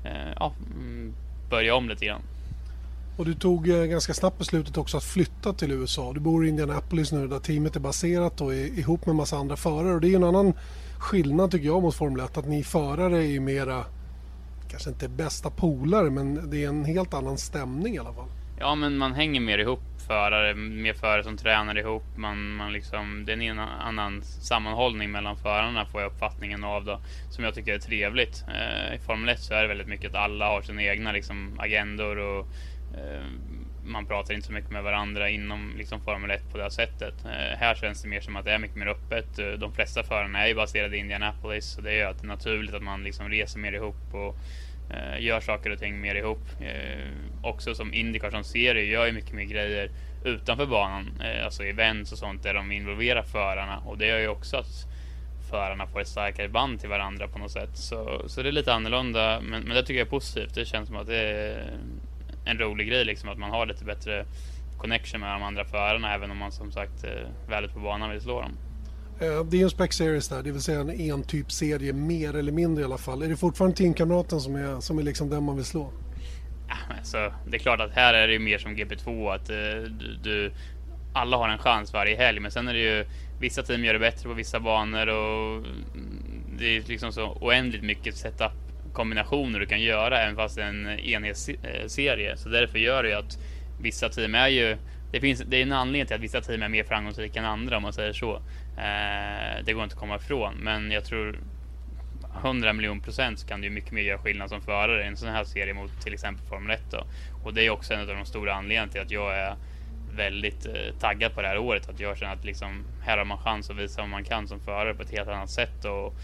E: börja om lite grann.
D: Och du tog ganska snabbt beslutet också att flytta till USA. Du bor i Indianapolis nu, där teamet är baserat och är ihop med en massa andra förare. Och det är ju en annan skillnad tycker jag mot Formel 1, att ni förare är ju mera, kanske inte bästa polare, men det är en helt annan stämning i alla fall.
E: Ja, men man hänger mer ihop, med förare som tränar ihop. Man liksom, det är en annan sammanhållning mellan förarna, får jag uppfattningen av då, som jag tycker är trevligt. I Formel 1 så är det väldigt mycket att alla har sina egna liksom agendor, och man pratar inte så mycket med varandra inom liksom Formel 1 på det här sättet. Här känns det mer som att det är mycket mer öppet. De flesta förarna är ju baserade i Indianapolis, så det gör att det är naturligt att man liksom reser mer ihop och gör saker och ting mer ihop. Också som IndyCar som serie gör ju mycket mer grejer utanför banan, alltså events och sånt där de involverar förarna, och det gör ju också att förarna får ett starkare band till varandra på något sätt. Så det är lite annorlunda, men det tycker jag är positivt. Det känns som att det är en rolig grej liksom, att man har lite bättre connection med de andra förarna, även om man som sagt väl på banan vill slå dem.
D: Det är en spec series där, det vill säga en typ serie mer eller mindre i alla fall. Är det fortfarande teamkamraten som är liksom den man vill slå?
E: Ja, alltså, det är klart att här är det mer som GP2, att alla har en chans varje helg, men sen är det ju vissa team gör det bättre på vissa banor, och det är liksom så oändligt mycket setup-kombinationer du kan göra även fast det är en enhetsserie. Så därför gör det ju att vissa team är ju, det är en anledning till att vissa team är mer framgångsrika än andra, om man säger så. Det går inte att komma ifrån, men jag tror 100 miljoner% så kan det ju mycket mer göra skillnad som förare i en sån här serie mot till exempel Formel 1 då. Och det är också en av de stora anledningarna till att jag är väldigt taggad på det här året, att jag känner att liksom, här har man chans att visa vad man kan som förare på ett helt annat sätt, och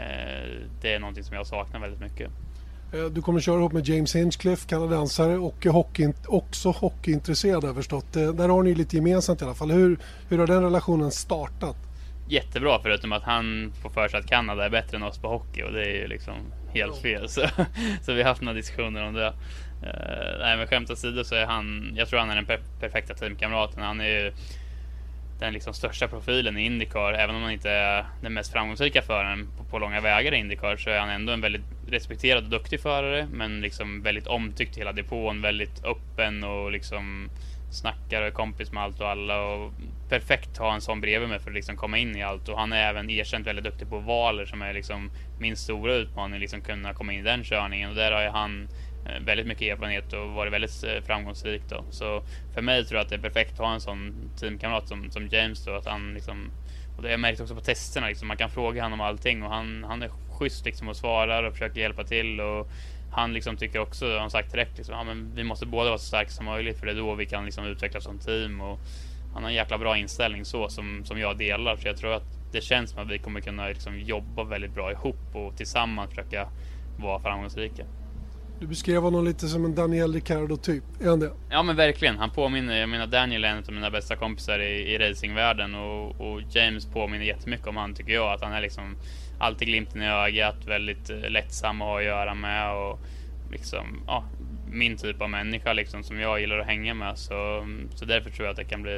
E: det är någonting som jag saknar väldigt mycket.
D: Du kommer köra ihop med James Hinchcliffe, kanadensare, och också hockeyintresserad har jag förstått. Där har ni lite gemensamt i alla fall. Hur har den relationen startat?
E: Jättebra, förutom att han får för sig att Kanada är bättre än oss på hockey, och det är ju liksom helt fel. Så vi har haft några diskussioner om det. Nej, men skämt åsido så är jag tror han är den perfekta teamkamraten. Han är ju den liksom största profilen i IndyCar, även om han inte är den mest framgångsrika föraren på långa vägar i IndyCar, så är han ändå en väldigt respekterad och duktig förare, men liksom väldigt omtyckt i hela depån, väldigt öppen och liksom snackar och är kompis med allt och alla, och perfekt att ha en sån bredvid mig för att liksom komma in i allt. Och han är även erkänt väldigt duktig på valer, som är liksom min stora utmaning, liksom kunna komma in i den körningen, och där har ju han väldigt mycket erfarenhet och varit väldigt framgångsrik då. Så för mig tror jag att det är perfekt att ha en sån teamkamrat som James då, att han liksom, och det har jag märkt också på testerna liksom, man kan fråga honom om allting, och han är schysst liksom och svarar och försöker hjälpa till, och han liksom tycker också, han sagt direkt liksom, ja, men vi måste båda vara så starka som möjligt, för det är då vi kan liksom utvecklas som team, och han har en jäkla bra inställning så som jag delar, så jag tror att det känns som att vi kommer kunna liksom jobba väldigt bra ihop och tillsammans försöka vara framgångsrika.
D: Du beskrev honom lite som en Daniel Ricciardo typ, är han det?
E: Ja, men verkligen, han påminner, jag menar Daniel är en av mina bästa kompisar i racingvärlden, och James påminner jättemycket om han, tycker jag, att han är liksom alltid glimten i ögat, väldigt lättsam att ha att göra med, och liksom, ja, min typ av människa liksom, som jag gillar att hänga med, så därför tror jag att det kan bli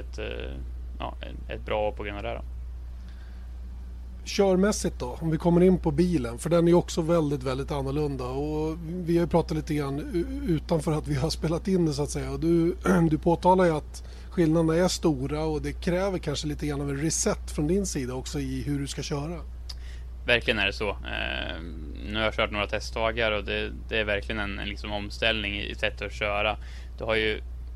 E: ett bra år på grund av det då.
D: Körmässigt då, om vi kommer in på bilen, för den är också väldigt, väldigt annorlunda, och vi har ju pratat lite grann utanför att vi har spelat in det så att säga, och du påtalar ju att skillnaderna är stora, och det kräver kanske lite grann av en reset från din sida också i hur du ska köra.
E: Verkligen är det så. Nu har jag kört några testdagar, och det är verkligen en liksom omställning i sättet att köra. Du har ju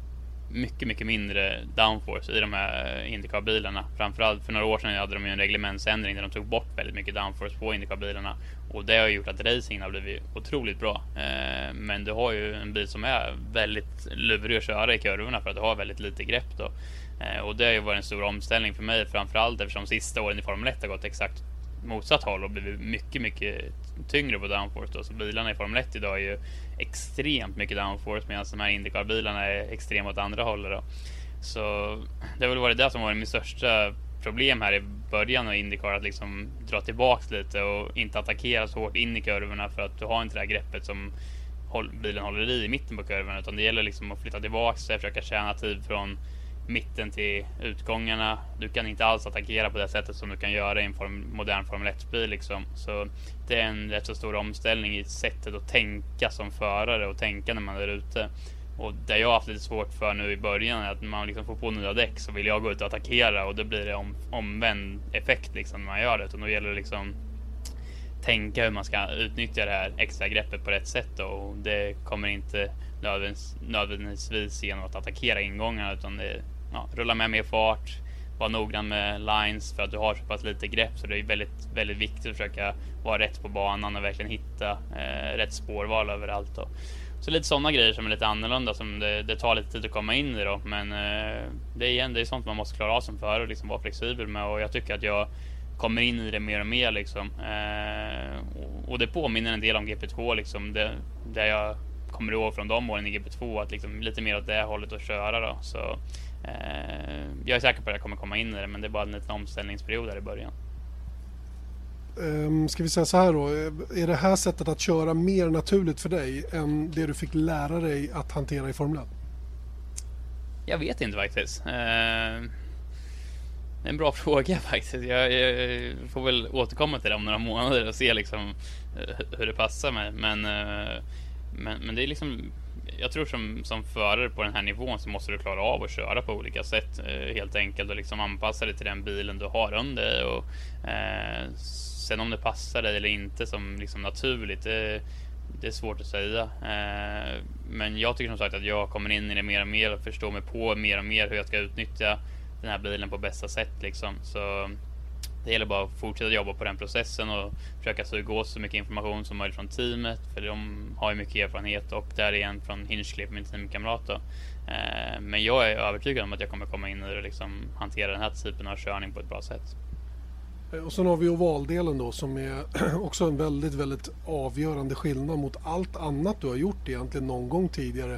E: mycket mindre downforce i de här Indycar-bilarna. Framförallt för några år sedan hade de ju en reglementsändring där de tog bort väldigt mycket downforce på Indycar-bilarna, och det har gjort att racingen har blivit otroligt bra. Men du har ju en bil som är väldigt lurig att köra i kurvorna för att du har väldigt lite grepp då. Och det har ju varit en stor omställning för mig, framförallt eftersom sista åren i Formel 1 har gått exakt motsatt håll och blivit mycket tyngre på downforce då. Så bilarna i Formel 1 idag är ju extremt mycket downforce, medan de här Indycar-bilarna är extremt åt andra hållet då. Så det har väl varit det som var min största problem här i början av Indycar, att liksom dra tillbaks lite och inte attackera så hårt in i kurvorna, för att du har inte det här greppet som bilen håller i mitten på kurvorna, utan det gäller liksom att flytta tillbaks och försöka tjäna tid från mitten till utgångarna. Du kan inte alls attackera på det sättet som du kan göra i en modern Formel 1-bil liksom. Så det är en rätt så stor omställning i sättet att tänka som förare och tänka när man är ute. Och det jag har haft lite svårt för nu i början är att när man liksom får på nya däck så vill jag gå ut och attackera, och då blir det omvänd effekt liksom när man gör det. Och då gäller det liksom tänka hur man ska utnyttja det här extra greppet på rätt sätt då. Och det kommer inte nödvändigtvis genom att attackera ingångarna, utan det rulla med mer fart, vara noggrann med lines, för att du har så pass lite grepp, så det är väldigt, väldigt viktigt att försöka vara rätt på banan och verkligen hitta rätt spårval överallt då. Så lite sådana grejer som är lite annorlunda, som det tar lite tid att komma in i då, men det är sånt man måste klara av som förare och liksom vara flexibel med, och jag tycker att jag kommer in i det mer och mer liksom. Och det påminner en del om GP2 liksom, där jag kommer ihåg från de åren i GP2, att liksom lite mer åt det hållet att köra då. Så jag är säker på att jag kommer komma in i det, men det är bara en liten omställningsperiod där i början.
D: Ska vi säga så här då, är det här sättet att köra mer naturligt för dig än det du fick lära dig att hantera i Formel 1?
E: Jag vet inte faktiskt. Det är en bra fråga faktiskt. Jag får väl återkomma till det om några månader och se liksom hur det passar mig. Men det är liksom, jag tror som förare på den här nivån så måste du klara av att köra på olika sätt helt enkelt, och liksom anpassa dig till den bilen du har under dig, och sen om det passar dig eller inte som liksom naturligt, det är svårt att säga. Men jag tycker som sagt att jag kommer in i det mer och mer och förstår mig på mer och mer hur jag ska utnyttja den här bilen på bästa sätt liksom. Så det gäller bara att fortsätta jobba på den processen och försöka suga åt så mycket information som möjligt från teamet, för de har ju mycket erfarenhet, och där igen från Hinchcliffe, min teamkamrat då. Men jag är övertygad om att jag kommer komma in i och liksom hantera den här typen av körning på ett bra sätt.
D: Och sen har vi ovaldelen då, som är också en väldigt, väldigt avgörande skillnad mot allt annat du har gjort egentligen någon gång tidigare.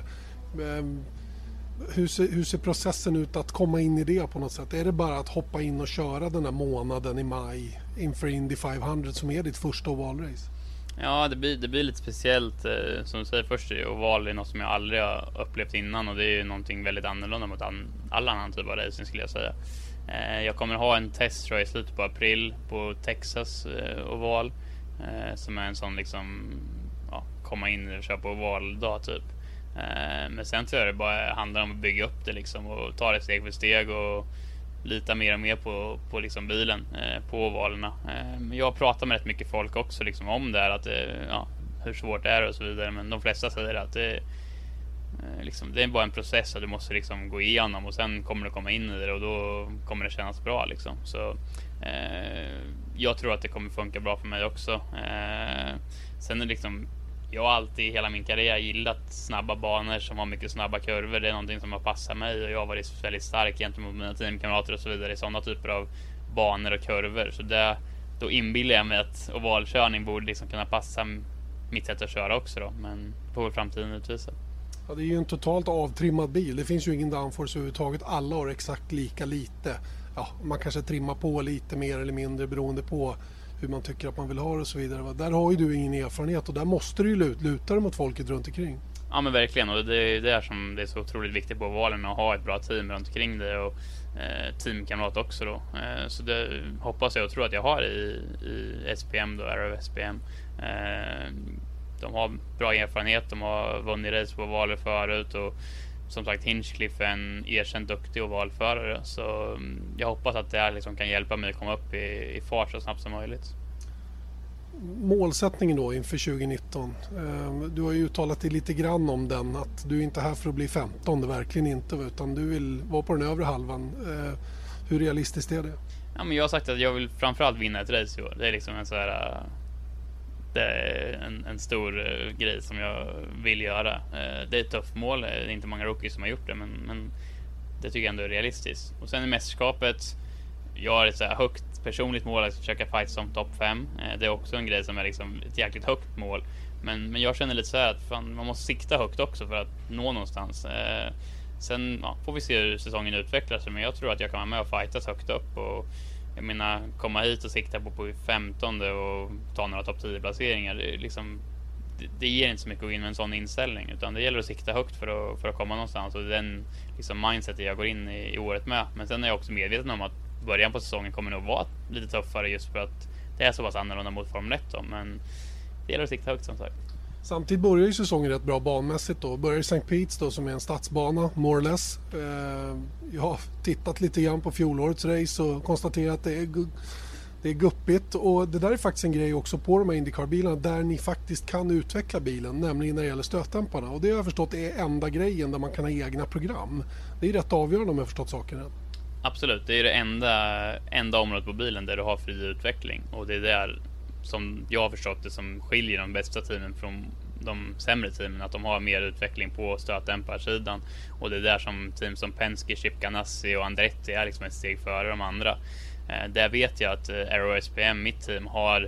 D: Hur ser processen ut att komma in i det på något sätt? Är det bara att hoppa in och köra den här månaden i maj inför Indy 500 som är ditt första ovalrace?
E: Ja, det blir lite speciellt. Som du säger, först är oval är något som jag aldrig har upplevt innan, och det är ju någonting väldigt annorlunda mot all annan typ av racing skulle jag säga. Jag kommer ha en test tror jag i slutet på april på Texas oval, som är en sån liksom komma in och köra på ovaldag typ. Men sen tror jag det bara handlar om att bygga upp det liksom, och ta det steg för steg och lita mer och mer på liksom bilen på ovalerna. Jag pratar med rätt mycket folk också liksom om det här, att hur svårt det är och så vidare, men de flesta säger att det är bara en process och du måste liksom gå igenom, och sen kommer du komma in i det och då kommer det kännas bra liksom. Så jag tror att det kommer funka bra för mig också. Sen är det liksom, jag har alltid i hela min karriär gillat snabba banor som har mycket snabba kurvor. Det är någonting som har passat mig, och jag har varit väldigt stark gentemot mina teamkamrater och så vidare i sådana typer av banor och kurvor. Så då inbillar jag mig att ovalkörning borde liksom kunna passa mitt sätt att köra också då. Men får väl framtiden utvisa.
D: Ja, det är ju en totalt avtrimmad bil. Det finns ju ingen downforce överhuvudtaget. Alla har exakt lika lite. Ja, man kanske trimmar på lite mer eller mindre beroende på hur man tycker att man vill ha det och så vidare. Där har ju du ingen erfarenhet, och där måste du ju luta dig mot folket runt omkring. Ja,
E: men verkligen, och det är där som det är så otroligt viktigt på valen, att ha ett bra team runt omkring det, och teamkamrat också då. Så det hoppas jag och tror att jag har i SPM då, Arrow SPM. De har bra erfarenhet, de har vunnit race på valer förut, och som sagt Hinchcliffe är en erkänt duktig ovalförare, så jag hoppas att det här liksom kan hjälpa mig att komma upp i fart så snabbt som möjligt.
D: målsättningen då inför 2019. Du har ju uttalat dig lite grann om den, att du är inte här för att bli 15, verkligen inte, utan du vill vara på den övre halvan. Hur realistiskt är det?
E: Ja, men jag har sagt att jag vill framförallt vinna ett race i år. Det är liksom en så här... Det är en stor grej som jag vill göra. Det är ett tufft mål. Det är inte många rookies som har gjort det, men det tycker jag ändå är realistiskt. Och sen i mästerskapet, jag har ett så här högt personligt mål att försöka fight som topp 5. Det är också en grej som är liksom ett jäkligt högt mål. Men jag känner lite så här att man måste sikta högt också för att nå någonstans. Sen får vi se hur säsongen utvecklar sig, men jag tror att jag kan vara med och fightas högt upp. Och jag menar, komma hit och sikta på 15:e och ta några topp 10 placeringar, det ger inte så mycket att gå in med en sån inställning, utan det gäller att sikta högt för att komma någonstans, och det är den liksom mindsetet jag går in i året med. Men sen är jag också medveten om att början på säsongen kommer nog vara lite tuffare, just för att det är så pass annorlunda mot Formel 1 då, men det gäller att sikta högt som sagt.
D: Samtidigt börjar ju säsongen rätt bra banmässigt då. Börjar i St. Pete's då, som är en stadsbana, more or less. Jag har tittat lite grann på fjolårets race och konstaterat att det är guppigt. Och det där är faktiskt en grej också på de här IndyCar-bilarna där ni faktiskt kan utveckla bilen, nämligen när det gäller stötdämparna. Och det har jag förstått är enda grejen där man kan ha egna program. Det är rätt avgörande om jag har förstått saken rätt.
E: Absolut, det är det enda området på bilen där du har fri utveckling, och det är där som jag har förstått det som skiljer de bästa teamen från de sämre teamen, att de har mer utveckling på stötdämparsidan, och det är där som team som Penske, Chip Ganassi och Andretti är liksom ett steg före de andra. Där vet jag att Aero SPM, mitt team, har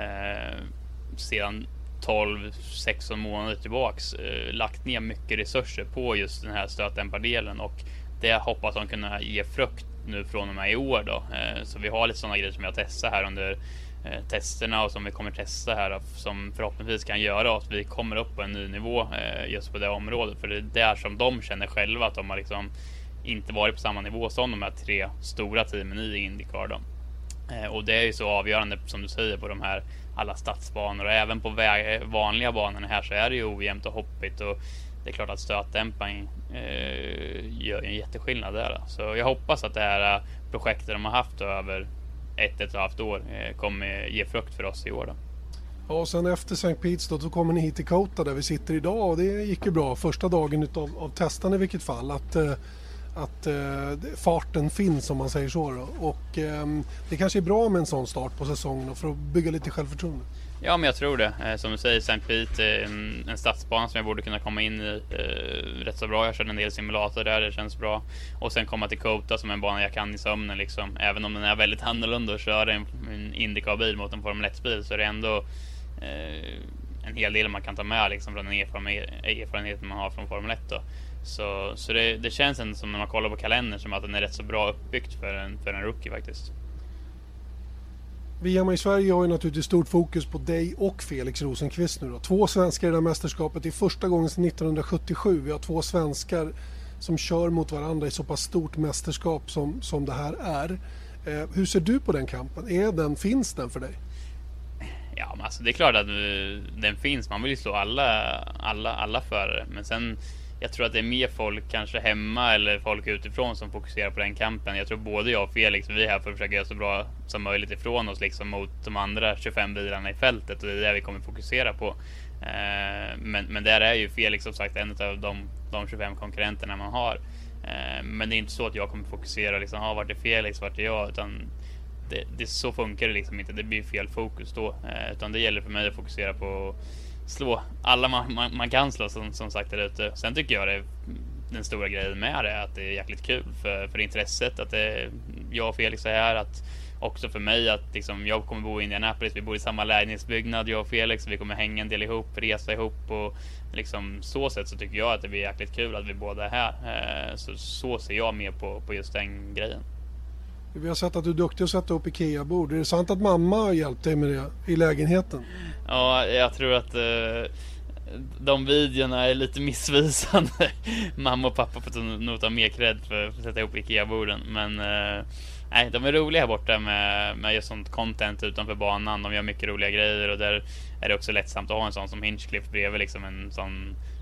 E: sedan 12-16 månader tillbaks lagt ner mycket resurser på just den här stötdämpardelen, och det hoppas de kunna ge frukt nu från och med i år då. Så vi har lite sådana grejer som jag testar här under testerna, och som vi kommer testa här, som förhoppningsvis kan göra att vi kommer upp på en ny nivå just på det området, för det är där som de känner själva att de har liksom inte varit på samma nivå som de här 3 stora teamen i IndyCar då. Och det är ju så avgörande, som du säger, på de här alla stadsbanor, och även på vanliga banorna här så är det ju ojämnt och hoppigt, och det är klart att stötdämparen gör en jätteskillnad där då. Så jag hoppas att det här projektet de har haft över 1,5 år kommer ge frukt för oss i år då.
D: Ja, och sen efter St. Pete's då kommer ni hit till Kota där vi sitter idag, och det gick ju bra första dagen av testan i vilket fall, att farten finns, om man säger så då. Och det kanske är bra med en sån start på säsongen och för att bygga lite självförtroende.
E: Ja, men jag tror det. Som du säger, St. Pete är en stadsbana som jag borde kunna komma in i rätt så bra. Jag körde en del simulator där, det känns bra. Och sen komma till Kota som en bana jag kan i sömnen liksom. Även om den är väldigt annorlunda att köra en IndyCar-bil mot en Formel 1-bil, så är det ändå en hel del man kan ta med liksom, från den erfarenheten man har från Formel 1 då. Så det känns ändå som, när man kollar på kalendern, som att den är rätt så bra uppbyggt för en rookie faktiskt.
D: Vi hemma i Sverige har ju naturligtvis stort fokus på dig och Felix Rosenqvist nu då. 2 svenskar i det här mästerskapet. Det är första gången sedan 1977 vi har 2 svenskar som kör mot varandra i så pass stort mästerskap som det här är. Hur ser du på den kampen? Finns den för dig?
E: Ja, men alltså, det är klart att den finns. Man vill ju slå alla förare. Men sen, jag tror att det är mer folk kanske hemma eller folk utifrån som fokuserar på den kampen. Jag tror både jag och Felix, vi är här för att försöka göra så bra som möjligt ifrån oss liksom, mot de andra 25 bilarna i fältet. Och det är det vi kommer fokusera på. Men där är ju Felix som sagt en av de 25 konkurrenterna man har. Men det är inte så att jag kommer fokusera liksom, vart är Felix, vart är jag, utan det så funkar det liksom inte. Det blir fel fokus då, utan det gäller för mig att fokusera på slå alla man kan slå, som sagt där ute. Sen tycker jag det, den stora grejen med det är att det är jäkligt kul för intresset, att jag och Felix är här, att också för mig att liksom, jag kommer bo i Indianapolis, vi bor i samma lägenhetsbyggnad jag och Felix, vi kommer hänga en del ihop, resa ihop, och liksom så sätt så tycker jag att det blir jäkligt kul att vi båda är här. Så ser jag mer på just den grejen.
D: Vi har sett att du är duktig att sätta upp IKEA-bord. Är det sant att mamma har hjälpt dig med det i lägenheten?
E: Ja, jag tror att de videorna är lite missvisande. Mamma och pappa får nog ta mer cred för att sätta ihop IKEA-borden. Men nej, de är roliga här borta med just sånt content utanför banan. De gör mycket roliga grejer, och där är det också lättsamt att ha en sån som Hinchcliffe bredvid, liksom en sån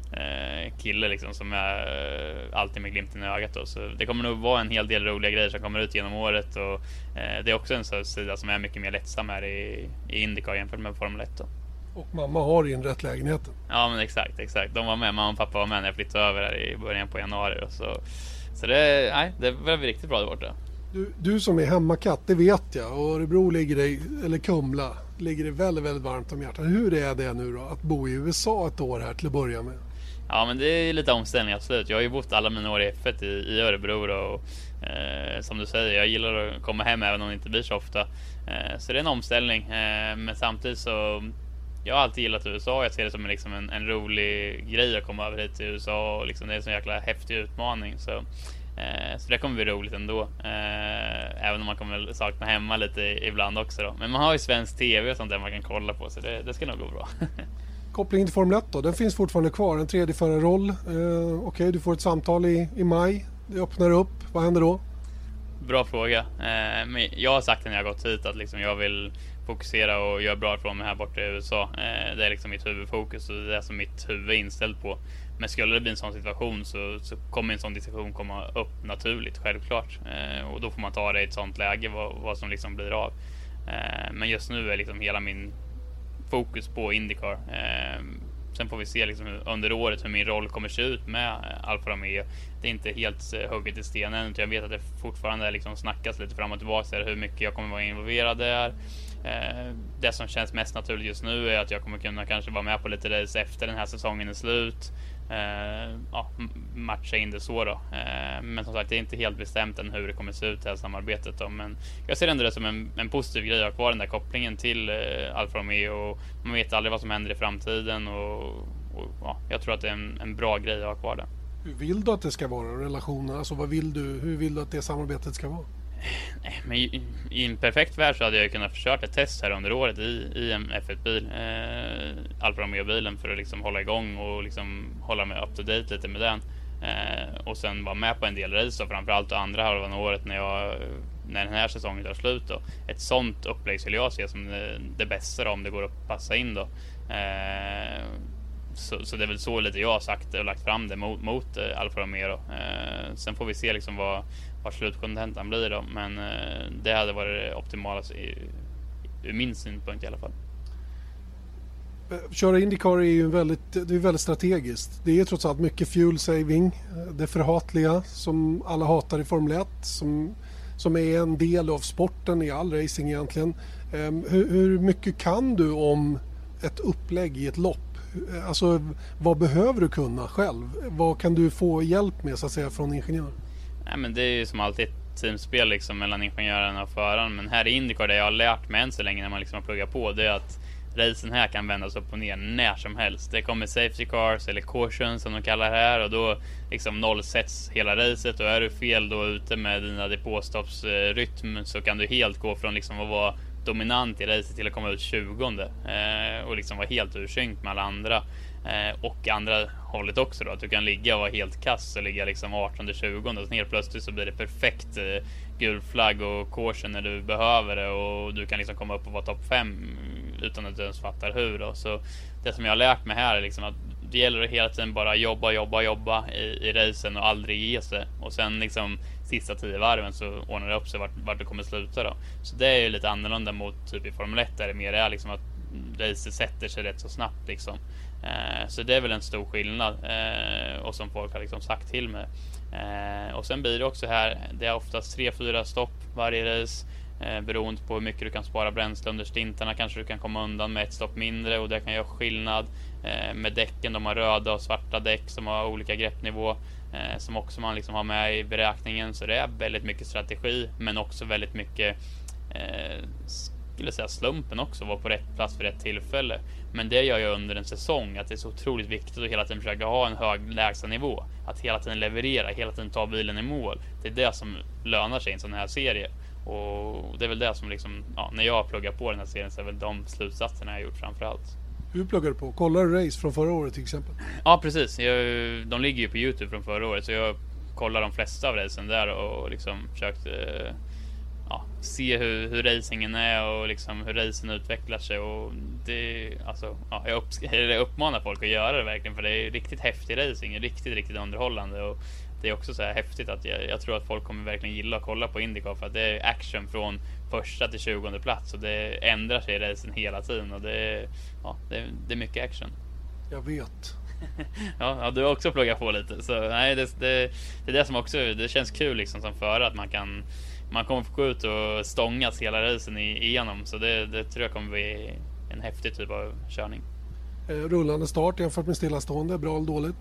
E: kille liksom, som är alltid med glimten i ögat då. Så det kommer nog vara en hel del roliga grejer som kommer ut genom året, och det är också en sån sida som är mycket mer lättsam här i IndyCar jämfört med Formel 1 då.
D: Och mamma har inrett lägenheten.
E: Ja, men exakt. De var med, mamma och pappa var med när jag flyttade över här i början på januari då. Så det var riktigt bra där borta.
D: Du som är hemmakatt, det vet jag, och Örebro ligger dig, eller Kumla ligger det väldigt, väldigt varmt om hjärtat. Hur är det nu då att bo i USA ett år här till att börja med?
E: Ja, men det är lite omställning, absolut. Jag har ju bott alla mina år i F1 i Örebro då, och som du säger, jag gillar att komma hem även om det inte blir så ofta. Så det är en omställning, men samtidigt så jag har alltid gillat USA. Jag ser det som liksom en rolig grej att komma över hit till USA, och liksom det är en sån jäkla häftig utmaning. Så det kommer bli roligt ändå, även om man kommer väl sakna hemma lite ibland också då. Men man har ju svensk tv och sånt där man kan kolla på, så det ska nog gå bra.
D: Kopplingen till Formel 1 då, den finns fortfarande kvar, en tredje förarroll. Okej, du får ett samtal i maj, det öppnar upp, vad händer då?
E: Bra fråga. Men jag har sagt när jag har gått hit att liksom jag vill fokusera och göra bra ifrån mig här borta i USA. Det är liksom mitt huvudfokus, och det är som mitt huvud är inställt på. Men skulle det bli en sån situation så kommer en sån diskussion komma upp naturligt, självklart. Och då får man ta det i ett sånt läge vad som liksom blir av. Men just nu är liksom hela min fokus på IndyCar. Sen får vi se liksom under året hur min roll kommer se ut med Alfa Romeo. Det är inte helt hugget i stenen, utan jag vet att det fortfarande liksom snackas lite fram och tillbaka hur mycket jag kommer vara involverad där. Det som känns mest naturligt just nu är att jag kommer kunna kanske vara med på lite race efter den här säsongen är slut. Matcha in det så då. Men som sagt, det är inte helt bestämt än hur det kommer se ut det här samarbetet då. Men jag ser ändå det som en positiv grej att ha kvar den där kopplingen till Alfa Romeo, och man vet aldrig vad som händer i framtiden, och jag tror att det är en bra grej att ha kvar det.
D: Hur vill du att det ska vara, relationen? Alltså hur vill du att det samarbetet ska vara?
E: Men i en perfekt värld så hade jag kunnat försöka ett test här under året i en F1-bil, Alfa Romeo-bilen, för att liksom hålla igång och liksom hålla mig up to date lite med den, och sen vara med på en del race, framförallt andra halvan av året när den här säsongen tar slut då. Ett sånt upplägg skulle jag se som det bästa då, om det går att passa in då. Så det är väl så lite jag har sagt och lagt fram det mot Alfa Romeo då. Sen får vi se liksom vad slutkontentan blir då, men det hade varit det optimala ur min synpunkt i alla fall.
D: Köra IndyCar är ju väldigt strategiskt. Det är trots allt mycket fuel saving, det förhatliga som alla hatar i Formel 1, som är en del av sporten i all racing egentligen. Hur mycket kan du om ett upplägg i ett lopp? Alltså, vad behöver du kunna själv? Vad kan du få hjälp med så att säga från ingenjör?
E: Nej, men det är ju som alltid ett teamspel liksom mellan ingenjören och föraren. Men här i IndyCar, det jag har lärt mig än så länge när man liksom har pluggat på, det är att racen här kan vändas upp och ner när som helst. Det kommer safety cars eller caution som de kallar det här, och då liksom nollsätts hela racet, och är du fel då ute med dina depåstoppsrytm så kan du helt gå från liksom att vara dominant i racet till att komma ut 20:e och liksom vara helt ursynkt med alla andra. Och andra hållet också då, att du kan ligga och vara helt kass och ligga liksom 18-20, och så helt plötsligt så blir det perfekt gul flagg och caution när du behöver det, och du kan liksom komma upp och vara topp 5 utan att du ens fattar hur då. Så det som jag har lärt mig här är liksom att det gäller att hela tiden bara jobba i racen och aldrig ge sig, och sen liksom sista 10 varven så ordnar det upp sig vart det kommer sluta då. Så det är ju lite annorlunda mot typ i Formel 1, där det mer är liksom att racet sätter sig rätt så snabbt liksom. Så det är väl en stor skillnad, och som folk har liksom sagt till mig. Och sen blir det också här, det är oftast 3-4 stopp varje race, beroende på hur mycket du kan spara bränsle under stintarna. Kanske du kan komma undan med ett stopp mindre, och det kan göra skillnad. Med däcken, de har röda och svarta däck som har olika greppnivå, som också man liksom har med i beräkningen. Så det är väldigt mycket strategi, men också väldigt mycket skulle säga slumpen också, vara på rätt plats för rätt tillfälle. Men det gör jag under en säsong, att det är så otroligt viktigt att hela tiden försöka ha en hög lägsta nivå, att hela tiden leverera, hela tiden ta bilen i mål. Det är det som lönar sig i en sån här serie, och det är väl det som liksom, när jag pluggar på den här serien, så är väl de slutsatserna jag har gjort framförallt.
D: Hur pluggar du på? Kollar du race från förra året till exempel?
E: Ja, precis. De ligger ju på YouTube från förra året, så jag kollar de flesta av racen där och liksom försökt se hur racingen är och liksom hur racen utvecklar sig. Och det, alltså, jag uppmanar folk att göra det verkligen, för det är riktigt häftig racing, riktigt underhållande. Och det är också så här häftigt att jag tror att folk kommer verkligen gilla att kolla på IndyCar, för att det är action från första till 20:e plats, och det ändrar sig i racen hela tiden, och det är mycket action.
D: Jag vet.
E: Ja, du har också pluggat på lite, så nej, det är det som också, det känns kul liksom som förare, att man kommer få gå ut och stångas hela racen igenom, så det tror jag kommer bli en häftig typ av körning.
D: Rullande start jämfört med stillastående, bra eller dåligt?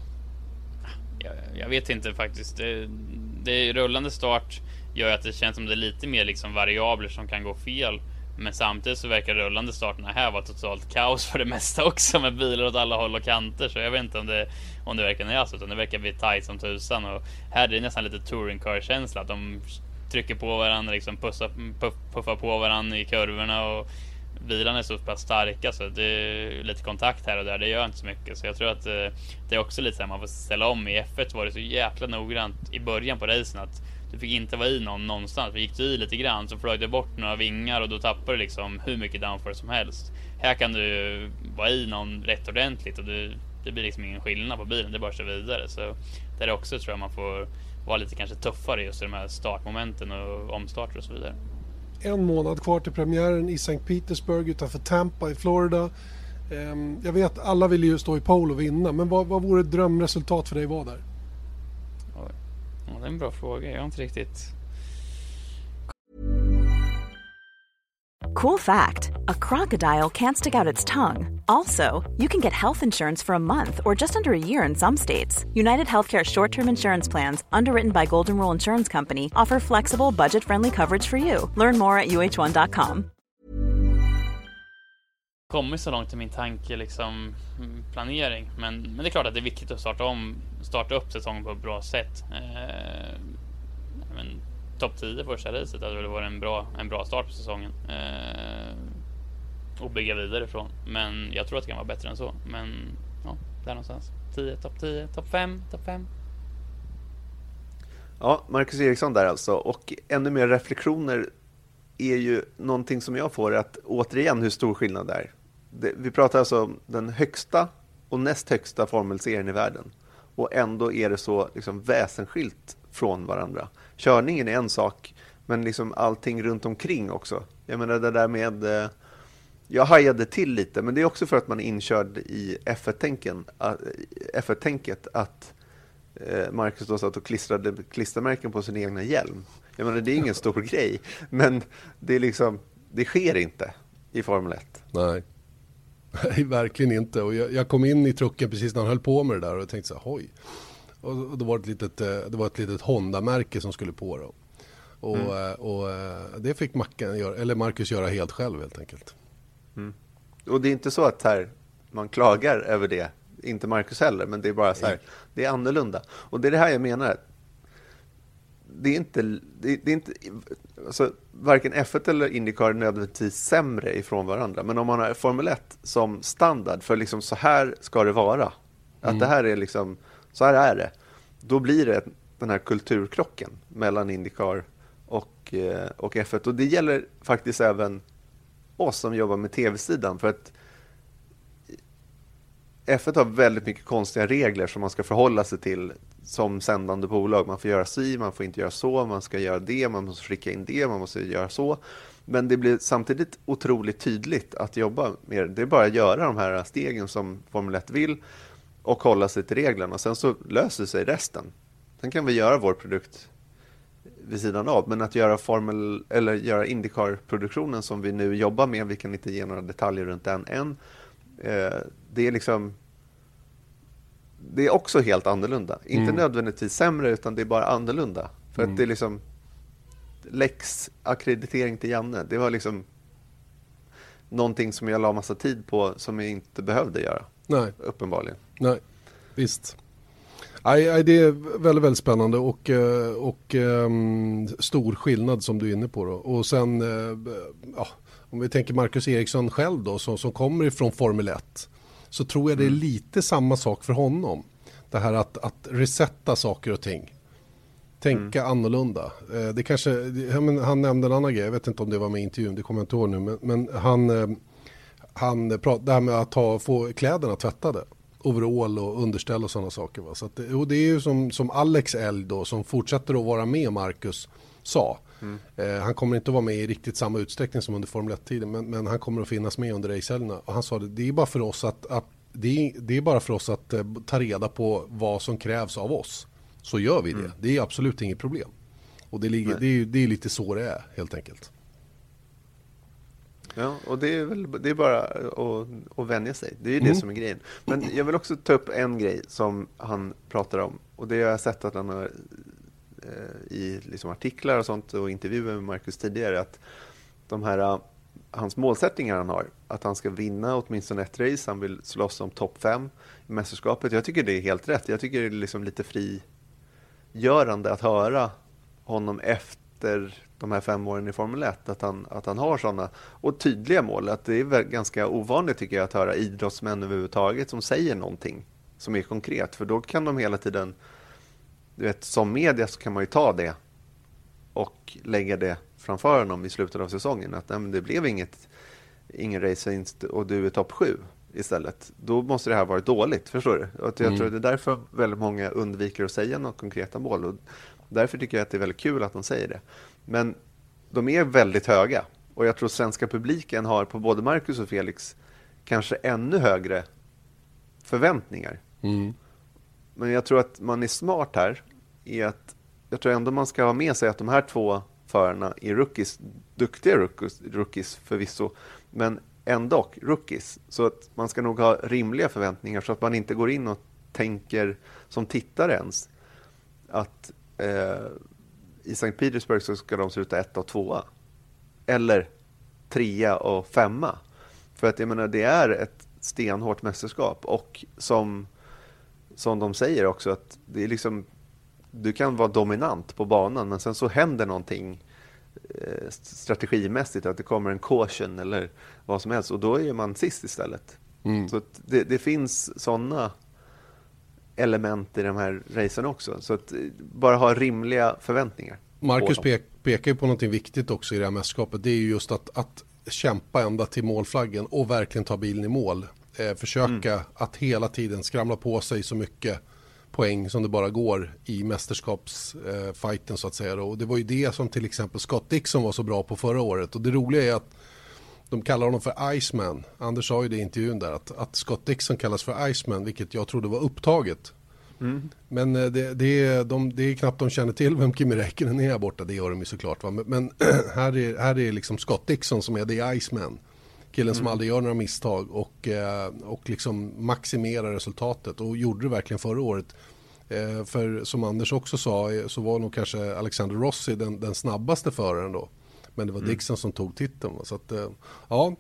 E: Jag vet inte faktiskt. Det rullande start gör att det känns som det är lite mer liksom variabler som kan gå fel. Men samtidigt så verkar rullande starterna här vara totalt kaos för det mesta också, med bilar åt alla håll och kanter. Så jag vet inte om det verkligen är så, utan det verkar bli tight som tusan. Och här är det nästan lite touring car-känsla, att de trycker på varandra, liksom puffar på varandra i kurvorna, och bilarna är så pass starka så det är lite kontakt här och där, det gör inte så mycket. Så jag tror att det är också lite så här, man får ställa om. I F1 var det så jäkla noggrant i början på racen att du fick inte vara i någonstans. För gick du i lite grann så flög du bort några vingar och då tappar du liksom hur mycket downforce som helst. Här kan du vara i någon rätt ordentligt och det blir liksom ingen skillnad på bilen, det bara kör vidare. Så där är också, tror jag, man får vara lite kanske tuffare just i de här startmomenten och omstarter och så vidare.
D: En månad kvar till premiären i St. Petersburg utanför Tampa i Florida. Jag vet, alla vill ju stå i pole och vinna, men vad vore ett drömresultat för dig var där?
E: Ja, det är en bra fråga, jag har inte riktigt...
F: Cool fact, a crocodile can't stick out its tongue. Also, you can get health insurance for a month or just under a year in some states. United Healthcare short-term insurance plans, underwritten by Golden Rule Insurance Company, offer flexible, budget-friendly coverage for you. Learn more at uh1.com.
E: Kommit så långt i min tanke liksom planering, men det är klart att det är viktigt att starta upp säsongen på ett bra sätt. Men topp 10 första racet hade väl varit en bra start på säsongen, och bygga vidare ifrån. Men jag tror att det kan vara bättre än så. Men ja, där någonstans 10, topp 5.
B: Ja, Marcus Ericsson där alltså. Och ännu mer reflektioner är ju någonting som jag får, att återigen hur stor skillnad det är. Vi pratar alltså om den högsta och näst högsta formelserien i världen. Och ändå är det så liksom väsensskilt från varandra. Körningen är en sak, men liksom allting runt omkring också. Jag menar det där med... Jag hajade till lite, men det är också för att man är inkörd i F1-tänket att Marcus då satt och klistrade klistermärken på sin egna hjälm. Jag menar, det är ingen stor grej, men det är liksom, det sker inte i Formel 1.
A: Nej, verkligen inte. Och jag kom in i trucken precis när han höll på med det där och tänkte så här, hoj. Och det var ett litet Honda-märke som skulle på då. Och det fick Marcus göra helt själv helt enkelt. Mm.
B: Och det är inte så att här, man klagar över det, inte Marcus heller, men det är bara så här, det är annorlunda. Och det är det här jag menar. Det är inte alltså, varken F1 eller IndyCar är nödvändigtvis sämre ifrån varandra, men om man har Formel 1 som standard för liksom så här ska det vara, att det här är liksom, så här är det, då blir det den här kulturkrocken mellan IndyCar och F1. Och det gäller faktiskt även oss som jobbar med tv-sidan, för att F1 har väldigt mycket konstiga regler som man ska förhålla sig till som sändande bolag. Man får göra si, man får inte göra så, man ska göra det, man måste skicka in det, man måste göra så. Men det blir samtidigt otroligt tydligt att jobba med. Det är bara att göra de här stegen som Formel 1 vill och hålla sig till reglerna. Sen så löser sig resten. Sen kan vi göra vår produkt vid sidan av, men att göra IndyCar-produktionen som vi nu jobbar med, vi kan inte ge några detaljer runt den än. Det är liksom, det är också helt annorlunda. Inte nödvändigtvis sämre, utan det är bara annorlunda. För att det är liksom Lex akkreditering till Janne. Det var liksom någonting som jag la massa tid på som jag inte behövde göra.
A: Nej.
B: Uppenbarligen.
A: Nej, visst. Det är väldigt, väldigt spännande och stor skillnad som du är inne på då. Och sen om vi tänker Marcus Ericsson själv då, som kommer ifrån Formel 1, så tror jag det är lite samma sak för honom. Det här att resetta saker och ting tänka annorlunda. Det kanske, han nämnde en annan grej, jag vet inte om det var med i intervjun, det kommer jag inte ihåg nu, men han pratade det här med att få kläderna tvättade, overall och underställ och sådana saker. Va? Så att, och det är ju som Alex Elg då, som fortsätter att vara med, Marcus sa. Han kommer inte att vara med i riktigt samma utsträckning som under Formel 1-tiden, men han kommer att finnas med under racehelgerna. Och han sa det är bara för oss det är bara för oss att ta reda på vad som krävs av oss. Så gör vi det. Det är absolut inget problem. Och det är lite så det är, helt enkelt.
B: Ja, och det är bara att vänja sig. Det är ju det som är grejen. Men jag vill också ta upp en grej som han pratar om. Och det har jag sett att han har i liksom artiklar och sånt och intervjuer med Marcus tidigare, att de här hans målsättningar han har, att han ska vinna åtminstone ett race, han vill slåss om topp 5 i mästerskapet. Jag tycker det är helt rätt. Jag tycker det är liksom lite frigörande att höra honom efter de här 5 åren i Formel 1, att han har sådana och tydliga mål. Att det är ganska ovanligt, tycker jag, att höra idrottsmän överhuvudtaget som säger någonting som är konkret, för då kan de hela tiden, du vet, som media så kan man ju ta det och lägga det framför honom i slutet av säsongen, att det blev ingen racevinst och du är topp 7 istället. Då måste det här vara dåligt, förstår du? Och jag tror det är därför väldigt många undviker att säga något konkreta mål, och därför tycker jag att det är väldigt kul att de säger det. Men de är väldigt höga, och jag tror svenska publiken har på både Marcus och Felix kanske ännu högre förväntningar. Men jag tror att man är smart här i att jag tror ändå man ska ha med sig att de här 2 förarna är rookies, duktiga rookies förvisso, men ändå rookies. Så att man ska nog ha rimliga förväntningar, så att man inte går in och tänker som tittare ens att i St. Petersburg så ska de sluta 1 och 2 eller 3 och 5. För att jag menar, det är ett stenhårt mästerskap, och som de säger också, att det är liksom, du kan vara dominant på banan, men sen så händer någonting strategimässigt, att det kommer en caution eller vad som helst, och då är man sist istället. Så att det finns sådana element i de här racen också, så att bara ha rimliga förväntningar.
A: Marcus pekar ju på någonting viktigt också i det här mästerskapet. Det är ju just att kämpa ända till målflaggen och verkligen ta bilen i mål. Försöka att hela tiden skramla på sig så mycket poäng som det bara går i mästerskapsfighten så att säga. Och det var ju det som till exempel Scott Dixon var så bra på förra året. Och det roliga är att de kallar honom för Iceman. Anders sa ju det i intervjun där, att Scott Dixon kallas för Iceman, vilket jag trodde var upptaget. Men det är knappt de känner till vem Kimi Räikkönen är här borta, det gör de ju såklart. Va? Men här är liksom Scott Dixon som är the Iceman. Killen som aldrig gör några misstag och liksom maximerar resultatet, och gjorde det verkligen förra året. För som Anders också sa, så var nog kanske Alexander Rossi den snabbaste föraren då. Men det var Dixon som tog titeln. Så att, ja,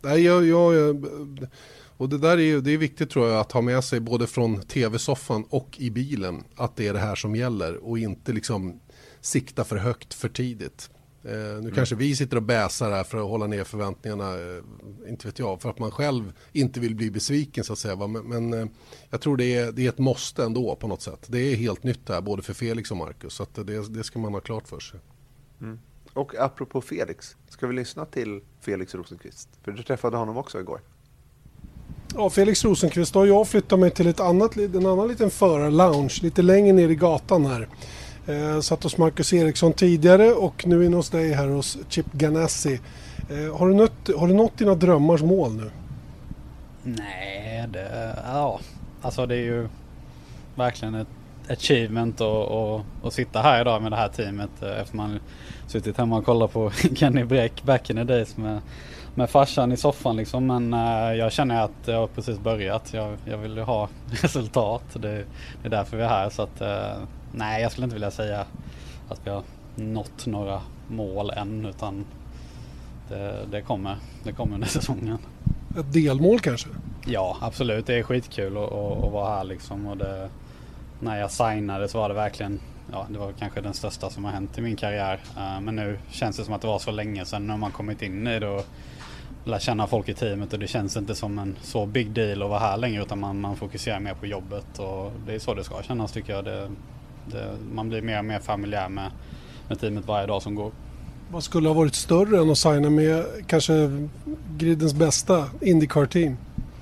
A: och det är viktigt, tror jag, att ha med sig både från tv-soffan och i bilen, att det är det här som gäller, och inte liksom sikta för högt för tidigt. Nu kanske vi sitter och bäsar här för att hålla ner förväntningarna, inte vet jag, för att man själv inte vill bli besviken så att säga. Men jag tror det är ett måste ändå på något sätt. Det är helt nytt här, både för Felix och Marcus, så att det ska man ha klart för sig.
B: Och apropå Felix, ska vi lyssna till Felix Rosenqvist? För du träffade honom också igår.
D: Ja, Felix Rosenqvist, och jag flyttar mig till en annan liten förarlounge lite längre ner i gatan här. Satt hos Marcus Eriksson tidigare, och nu är hos dig här hos Chip Ganassi. Har du nått dina drömmars mål nu?
C: Nej, alltså det är ju verkligen ett achievement att sitta här idag med det här teamet, efter man suttit hemma och kollat på Kenny Bräck back in the days med farsan i soffan liksom. Men jag känner att jag har precis börjat. Jag vill ha resultat. Det är därför vi är här. Så att, nej, jag skulle inte vilja säga att vi har nått några mål än, utan det kommer under säsongen.
D: Ett delmål kanske?
C: Ja, absolut. Det är skitkul att vara här liksom. Och när jag signade så var det verkligen, det var kanske den största som har hänt i min karriär. Men nu känns det som att det var så länge sedan när man kommit in i det och lär känna folk i teamet, och det känns inte som en så big deal att vara här längre, utan man fokuserar mer på jobbet, och det är så det ska kännas, tycker jag.
G: Man blir mer och mer familjär med teamet varje dag som går.
D: Vad skulle ha varit större än att signa med kanske gridens bästa IndyCar-team?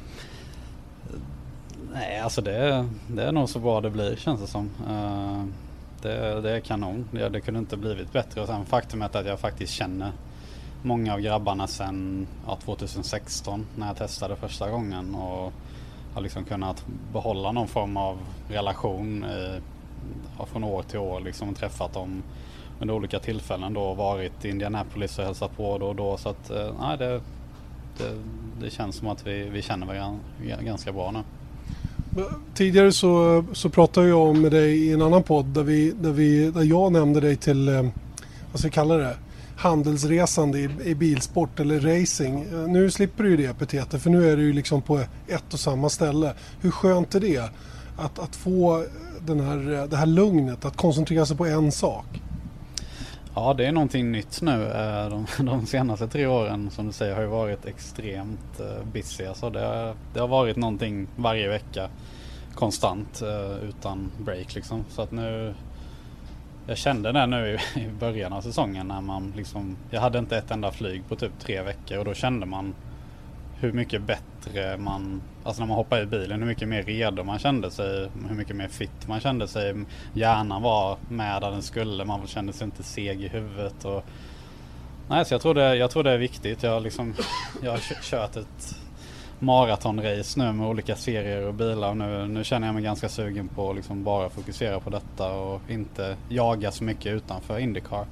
G: Nej, alltså det är nog så bra det blir, känns det som. Det är kanon. Det kunde inte blivit bättre. Och sen faktumet att jag faktiskt känner många av grabbarna sedan 2016 när jag testade första gången och har liksom kunnat behålla någon form av relation från år till år. Liksom träffat dem under olika tillfällen då, varit i Indianapolis och hälsat på då och då. Så att nej, det känns som att vi känner varandra ganska bra nu.
D: Tidigare så pratade jag om med dig i en annan podd där jag nämnde dig till, vad ska vi kalla det, handelsresande i bilsport eller racing. Nu slipper du ju det epitetet, för nu är du ju liksom på ett och samma ställe. Hur skönt är det att få det här lugnet, att koncentrera sig på en sak?
G: Ja, det är någonting nytt nu. De senaste 3 åren, som du säger, har ju varit extremt busy. Alltså det har varit någonting varje vecka konstant utan break liksom. Så att nu, jag kände det nu i början av säsongen när man liksom, jag hade inte ett enda flyg på typ 3 veckor och då kände man hur mycket bättre alltså när man hoppade i bilen, hur mycket mer redo man kände sig, hur mycket mer fit man kände sig, hjärnan var med där den skulle, man kände sig inte seg i huvudet och nej, så jag tror det är viktigt. Jag har kört ett maratonrace nu med olika serier och bilar och nu känner jag mig ganska sugen på att liksom bara fokusera på detta och inte jaga så mycket utanför IndyCar.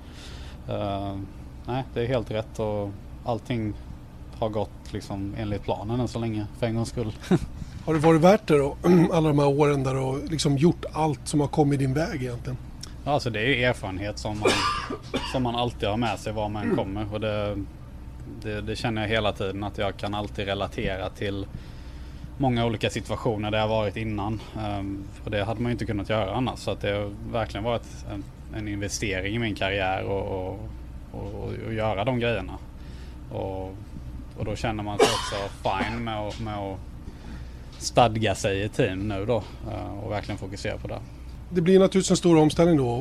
G: Nej, det är helt rätt och allting har gått liksom enligt planen än så länge, för en gångs skull.
D: Har det varit värt det då, alla de här åren där och liksom gjort allt som har kommit din väg egentligen?
G: Ja, alltså det är erfarenhet som man alltid har med sig var man kommer och det känner jag hela tiden att jag kan alltid relatera till många olika situationer där jag varit innan och det hade man ju inte kunnat göra annars, så att det har verkligen varit en investering i min karriär och göra de grejerna och då känner man sig också fine med att stadga sig i team nu då och verkligen fokusera på det. Det
D: blir naturligtvis en stor omställning då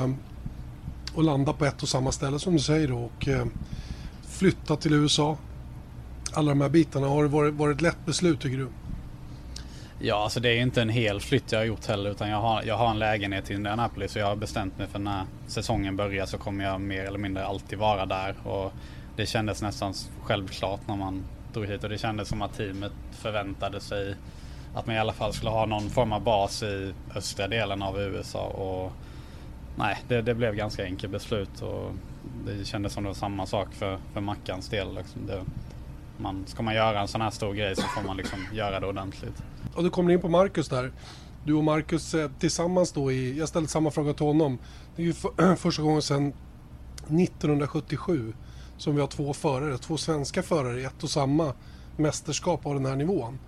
D: och landa på ett och samma ställe som du säger då och flytta till USA. Alla de här bitarna, har det varit ett lätt beslut tycker du?
G: Ja, alltså det är inte en hel flytt jag har gjort heller, utan jag har en lägenhet i Indianapolis och jag har bestämt mig för när säsongen börjar så kommer jag mer eller mindre alltid vara där och det kändes nästan självklart när man drog hit och det kändes som att teamet förväntade sig att man i alla fall skulle ha någon form av bas i östra delen av USA och nej, det blev ganska enkelt beslut och det kändes som det var samma sak för Mackans del. Liksom. Ska man göra en sån här stor grej så får man liksom göra det ordentligt.
D: Och du kommer in på Marcus där. Du och Marcus tillsammans då jag ställde samma fråga till honom. Det är ju första gången sedan 1977 som vi har två svenska förare i ett och samma mästerskap av den här nivån.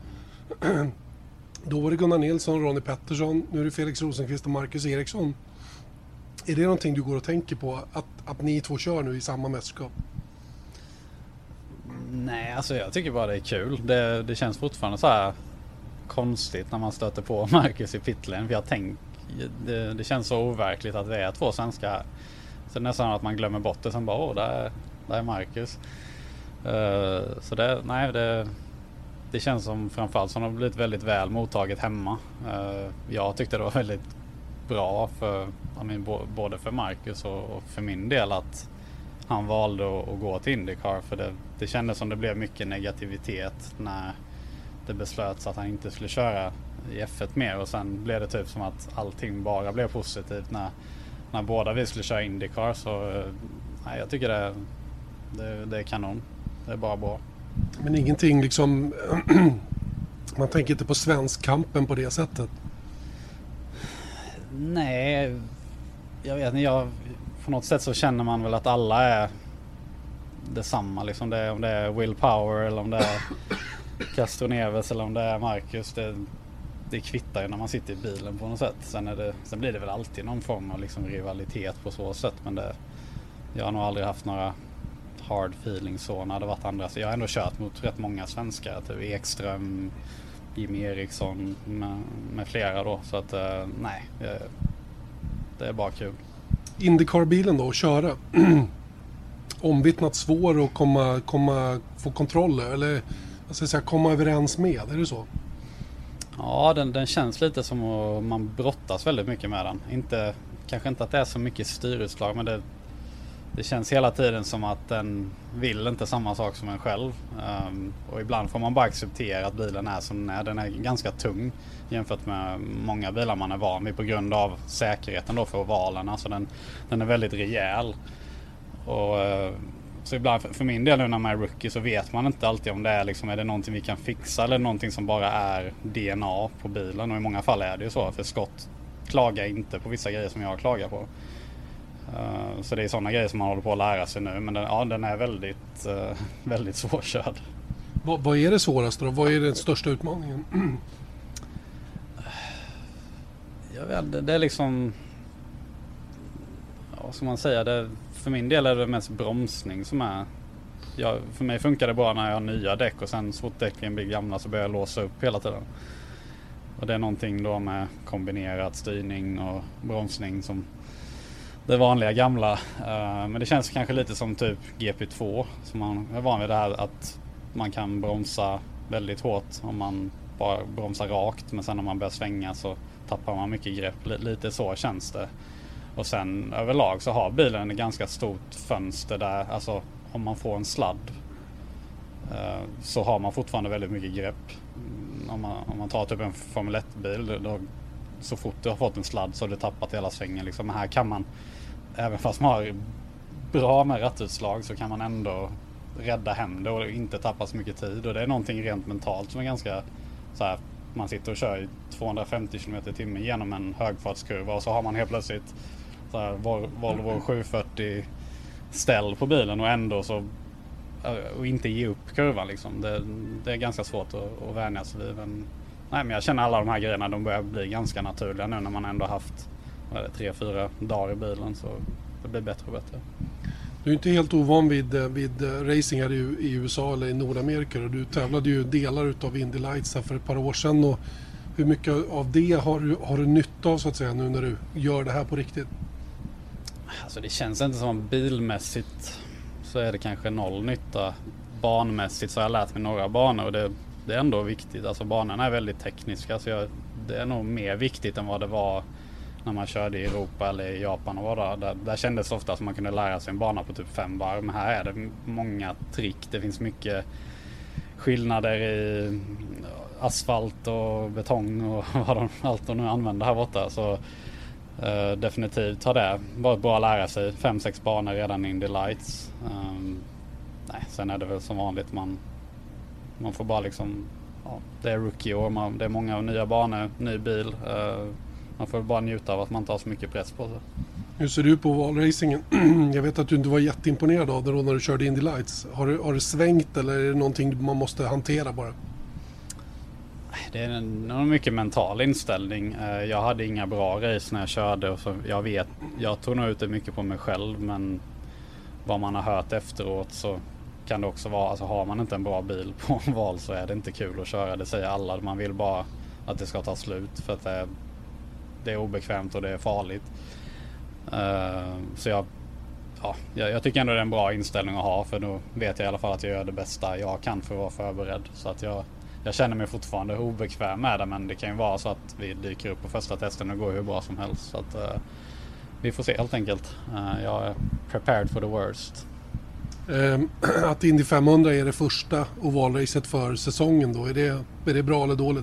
D: Då var det Gunnar Nilsson, Ronnie Pettersson, nu är det Felix Rosenqvist och Marcus Eriksson. Är det någonting du går och tänker på att ni två kör nu i samma mästerskap?
G: Nej, alltså jag tycker bara det är kul. Det känns fortfarande så här konstigt när man stöter på Marcus i pitlane. För det känns så overkligt att vi är 2 svenskar här. Så det är nästan att man glömmer bort det. Sen bara, där är Marcus. Så det känns som framförallt som det har blivit väldigt väl mottaget hemma. Jag tyckte det var väldigt bra både för Marcus och för min del att han valde att gå till IndyCar, för det kändes som det blev mycket negativitet när det beslöts att han inte skulle köra i F1 mer och sen blev det typ som att allting bara blev positivt när båda vi skulle köra IndyCar, så jag tycker det är kanon. Det är bara bra.
D: Men ingenting liksom man tänker inte på svenskkampen på det sättet?
G: Nej, jag vet inte. På något sätt så känner man väl att alla är detsamma. Liksom om det är Will Power eller om det är Castro Neves eller om det är Marcus. Det kvittar ju när man sitter i bilen på något sätt. Sen blir det väl alltid någon form av liksom rivalitet på så sätt. Men jag har nog aldrig haft några hard feelings så när det varit andra. Så jag har ändå kört mot rätt många svenskar. Typ Ekström, Jimmy Eriksson med flera då. Så att nej, det är bara kul.
D: Indycar-bilen då, att köra. Omvittnat svår att få kontroll eller komma överens med, är det så?
G: Ja, den känns lite som att man brottas väldigt mycket med den. Kanske inte att det är så mycket styrutslag, men det känns hela tiden som att den vill inte samma sak som en själv. Och ibland får man bara acceptera att bilen är som den är. Den är ganska tung jämfört med många bilar man är van vid på grund av säkerheten då för ovalerna. Så den är väldigt rejäl. Och så ibland för min del nu när man är rookie så vet man inte alltid om det är liksom, är det någonting vi kan fixa eller någonting som bara är DNA på bilen. Och i många fall är det ju så, för Scott klagar inte på vissa grejer som jag klagar på. Så det är sådana grejer som man håller på att lära sig nu. Men den är väldigt, väldigt svårkörd.
D: Vad är det svåraste då? Vad är den största utmaningen?
G: Jag vet, det är liksom... Ja, som man säger, för min del är det mest bromsning som är... för mig funkar det bra när jag har nya däck och sen så fort däcken blir gamla så börjar jag låsa upp hela tiden. Och det är någonting då med kombinerat styrning och bromsning som det vanliga gamla. Men det känns kanske lite som typ GP2 som man är van vid det här att man kan bromsa väldigt hårt om man bara bromsar rakt, men sen när man börjar svänga så tappar man mycket grepp. Lite så känns det. Och sen överlag så har bilen ett ganska stort fönster där, alltså om man får en sladd så har man fortfarande väldigt mycket grepp. Om man tar typ en Formel 1-bil då, så fort du har fått en sladd så har du tappat hela svängen liksom. Men här kan man, även fast man har bra med rattutslag, så kan man ändå rädda hem det och inte tappa så mycket tid. Och det är någonting rent mentalt som är ganska så här, man sitter och kör i 250 km/h genom en högfartskurva och så har man helt plötsligt så här, Volvo 740 ställ på bilen och ändå så och inte ge upp kurvan liksom. Det är ganska svårt att vänja sig vid. Men jag känner alla de här grejerna, de börjar bli ganska naturliga nu när man ändå haft 3-4 dagar i bilen, så det blir bättre och bättre.
D: Du är inte helt ovan vid racing här i USA eller i Nordamerika. Du tävlade ju delar utav Indy Lights här för ett par år sedan. Och hur mycket av det har du nytta av så att säga nu när du gör det här på riktigt?
G: Alltså det känns inte som bilmässigt så är det kanske noll nytta. Banmässigt så har jag lärt mig några banor och det är ändå viktigt. Alltså banorna är väldigt tekniska, så det är nog mer viktigt än vad det var när man körde i Europa eller i Japan och var där kändes det ofta som man kunde lära sig en bana på typ 5 varv. Men här är det många trick. Det finns mycket skillnader i asfalt och betong och allt de nu använder här borta. Så definitivt har det varit bra att lära sig 5-6 banor redan in the lights. Sen är det väl som vanligt man får bara liksom, det är rookie-år, det är många nya banor, ny bil. Man får bara njuta av att man inte har så mycket press på sig.
D: Hur ser du på ovalracingen? Jag vet att du inte var jätteimponerad av det då när du körde Indy Lights. Har det svängt eller är det någonting man måste hantera bara?
G: Det är en mycket mental inställning. Jag hade inga bra race när jag körde och så jag tog nog ut det mycket på mig själv, men vad man har hört efteråt så kan det också vara, alltså har man inte en bra bil på en val så är det inte kul att köra. Det säger alla, man vill bara att det ska ta slut för att det är obekvämt och det är farligt. Så jag tycker ändå det är en bra inställning att ha, för då vet jag i alla fall att jag gör det bästa jag kan för att vara förberedd. Så att jag känner mig fortfarande obekväm med det, men det kan ju vara så att vi dyker upp på första testen och går hur bra som helst. Så att vi får se helt enkelt. Jag är prepared for the worst.
D: Att Indy 500 är det första ovalracet för säsongen då, är det bra eller dåligt?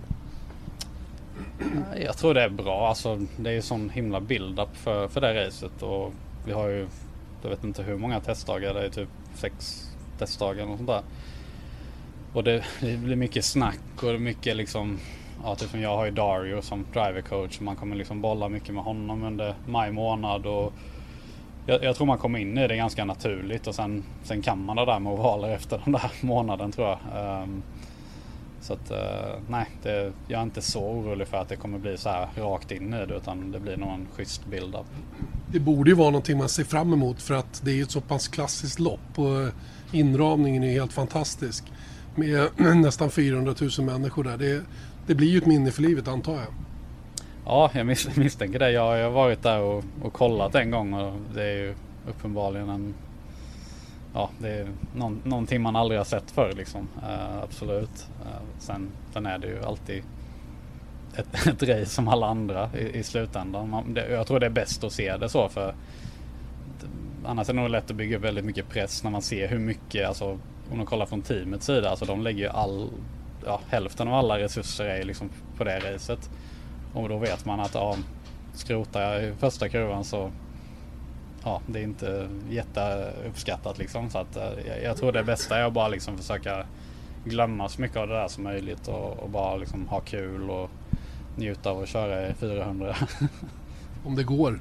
G: Jag tror det är bra. Alltså, det är ju sån himla build-up för det racet, och vi har ju, jag vet inte hur många testdagar, det är typ 6 testdagar och sånt där. Och det blir mycket snack och mycket liksom, typ som jag har ju Dario som driver coach, och man kommer liksom bolla mycket med honom under maj månad, och jag tror man kommer in i det ganska naturligt, och sen kan man det där med ovaler efter den där månaden tror jag. Så att nej, jag är inte så orolig för att det kommer bli så här rakt in i det, utan det blir nog en schysst build-up.
D: Det borde ju vara någonting man ser fram emot, för att det är ett så pass klassiskt lopp och inramningen är helt fantastisk. Med nästan 400 000 människor där. Det blir ju ett minne för livet, antar jag.
G: Ja, jag misstänker det. Jag har varit där och kollat en gång och det är ju uppenbarligen det är någonting man aldrig har sett förr liksom. Absolut. Sen är det ju alltid ett race som alla andra i slutändan. Jag tror det är bäst att se det så, för annars är det nog lätt att bygga upp väldigt mycket press när man ser hur mycket, alltså om man kollar från teamets sida, alltså de lägger ju hälften av alla resurser är liksom på det racet. Och då vet man att skrotar jag i första kurvan så det är inte jätteuppskattat liksom. Så att jag tror det bästa är att bara liksom försöka glömma så mycket av det där som möjligt och bara liksom ha kul och njuta av att köra i 400.
D: Om det går.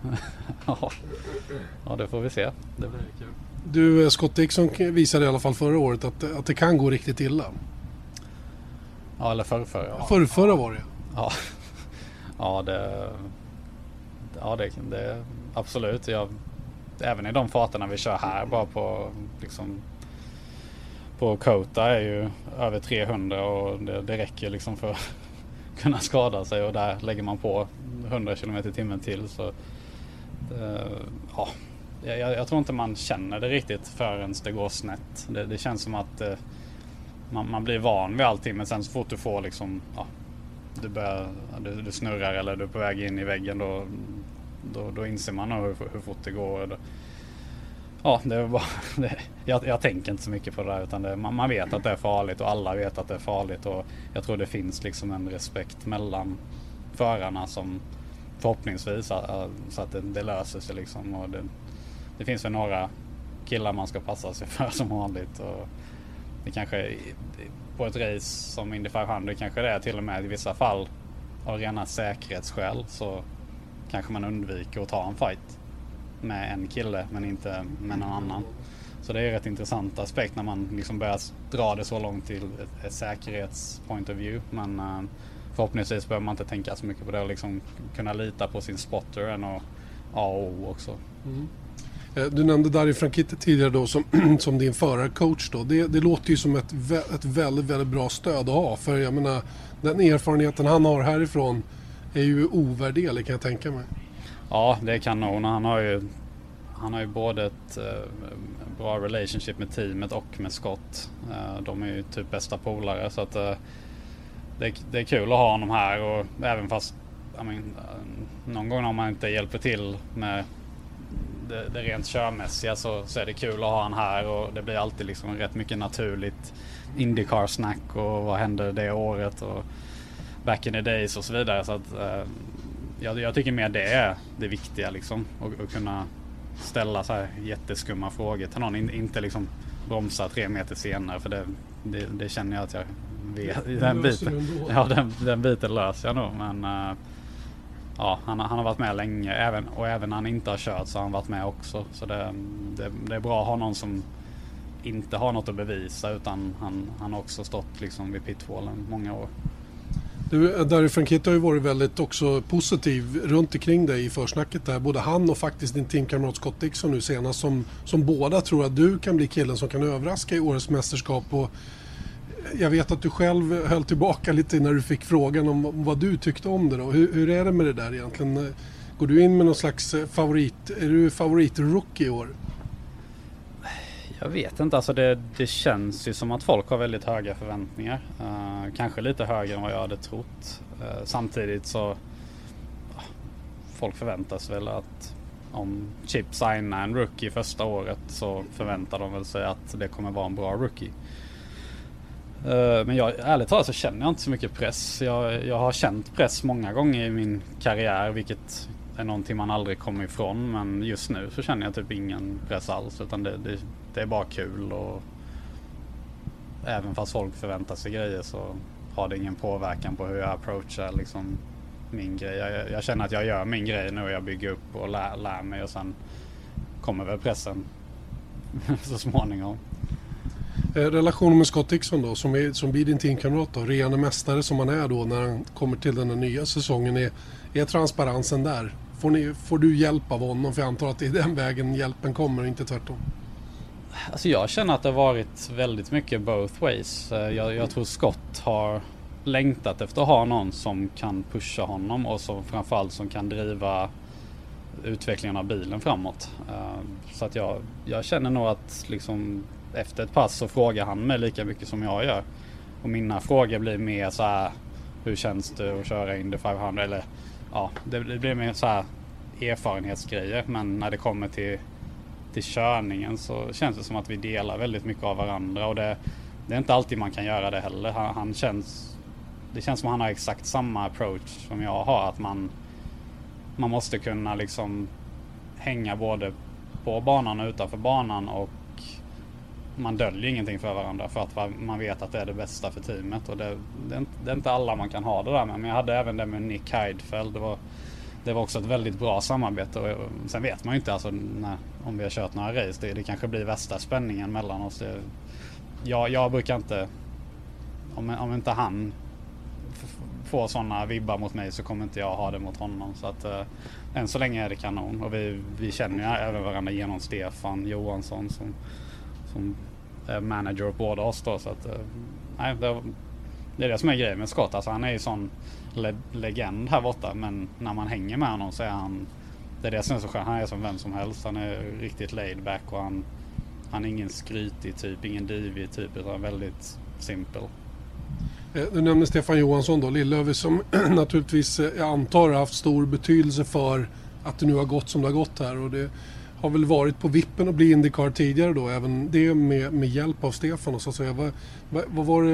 G: Ja, det får vi se. Det blir kul.
D: Du, Scott Dixon visade i alla fall förra året att det kan gå riktigt illa.
G: Ja, eller förrförra.
D: Förrförra var det.
G: Ja, det absolut. Även i de farterna vi kör här bara på liksom på Kota är ju över 300 och det räcker liksom för att kunna skada sig, och där lägger man på 100 km/h till, så jag tror inte man känner det riktigt förrän det går snett. Det känns som att man blir van vid allting, men sen så fort du får liksom du snurrar eller du är på väg in i väggen, då inser man hur fort det går. Det är bara, jag tänker inte så mycket på det där, utan man vet att det är farligt och alla vet att det är farligt, och jag tror det finns liksom en respekt mellan förarna som förhoppningsvis så att det löser sig liksom. Och det finns väl några killar man ska passa sig för som vanligt, och det kanske på ett race som Indy 500 kanske det är till och med i vissa fall av rena säkerhetsskäl, så kanske man undviker att ta en fight med en kille men inte med någon annan. Så det är rätt intressant aspekt när man liksom börjar dra det så långt till ett säkerhetspoint of view, men förhoppningsvis behöver man inte tänka så mycket på det och liksom kunna lita på sin spotter än A och O också.
D: Du nämnde Dario Franchitti tidigare då som din förarcoach då. Det låter ju som ett väldigt, väldigt bra stöd att ha, för jag menar, den erfarenheten han har härifrån är ju ovärderlig, kan jag tänka mig.
G: Ja, det är kanon. Han har ju både ett bra relationship med teamet och med Scott. De är ju typ bästa polare, så att det är kul att ha honom här, och även fast någon gång om man inte hjälper till med det rent körmässiga så är det kul att ha han här, och det blir alltid liksom rätt mycket naturligt IndyCar-snack och vad hände det året och back in the days och så vidare, så att jag tycker mer det är det viktiga liksom, och kunna ställa så här jätteskumma frågor till någon, inte liksom bromsa 3 meter senare, för det känner jag att jag vet. Den biten löser jag nog, men han har varit med länge, även när han inte har kört så har han varit med också, så det är bra att ha någon som inte har något att bevisa, utan han har också stått liksom vid pitfallen många år.
D: Du, Dario Franchitti har ju varit väldigt också positiv runt omkring dig i försnacket där. Både han och faktiskt din teamkamrat Scott Dixon nu senast, som båda tror att du kan bli killen som kan överraska i årets mästerskap. Och jag vet att du själv höll tillbaka lite när du fick frågan om vad du tyckte om det då. Hur är det med det där egentligen? Går du in med någon slags favorit? Är du favorit-rookie i år?
G: Jag vet inte, alltså det känns ju som att folk har väldigt höga förväntningar. Kanske lite högre än vad jag hade trott. Samtidigt så folk förväntas väl att om Chip signar en rookie första året så förväntar de väl sig att det kommer vara en bra rookie. Men ärligt talat så känner jag inte så mycket press. Jag har känt press många gånger i min karriär, vilket är någonting man aldrig kommer ifrån, men just nu så känner jag typ ingen press alls, utan det är bara kul, och även fast folk förväntar sig grejer så har det ingen påverkan på hur jag approachar liksom min grej. Jag känner att jag gör min grej nu och jag bygger upp och lär mig, och sen kommer väl pressen så småningom.
D: Relationen med Scott Dixon då, som blir din teamkamrat då, regerande mästare som han är då när han kommer till den nya säsongen, är transparensen där? Får du hjälp av honom? För jag antar att det är den vägen hjälpen kommer, inte tvärtom.
G: Alltså jag känner att det har varit väldigt mycket both ways. Jag tror Scott har längtat efter att ha någon som kan pusha honom och som framförallt som kan driva utvecklingen av bilen framåt. Så att jag känner nog att liksom, efter ett pass så frågar han mig lika mycket som jag gör. Och mina frågor blir mer så här: hur känns det att köra Indy 500? Eller ja, det blir mer så här erfarenhetsgrejer. Men när det kommer till körningen så känns det som att vi delar väldigt mycket av varandra. Och det är inte alltid man kan göra det heller. Det känns som att han har exakt samma approach som jag har. Att man måste kunna liksom hänga både på banan och utanför banan. Och man döljer ingenting för varandra för att man vet att det är det bästa för teamet. Och det är inte alla man kan ha det där med. Men jag hade även det med Nick Heidfeld. Det var också ett väldigt bra samarbete. Och sen vet man ju inte alltså, om vi har kört några race. Det kanske blir värsta spänningen mellan oss. Jag brukar inte... Om inte han får sådana vibbar mot mig så kommer inte jag ha det mot honom. Så att än så länge är det kanon. Och vi känner ju även varandra genom Stefan Johansson som är manager på båda oss då. Så att nej, det är det som är grejen med Scott. Alltså han är ju sån legend här borta, men när man hänger med honom så är han, det är det som är så skönt. Han är som vem som helst. Han är riktigt laid back och han är ingen skrytig typ, ingen divig typ, utan väldigt simpel.
D: Du nämnde Stefan Johansson då, Lillövis, som naturligtvis jag antar har haft stor betydelse för att det nu har gått som det har gått här, och det har väl varit på vippen att bli IndyCar tidigare då, även det med hjälp av Stefan och så att säga. Vad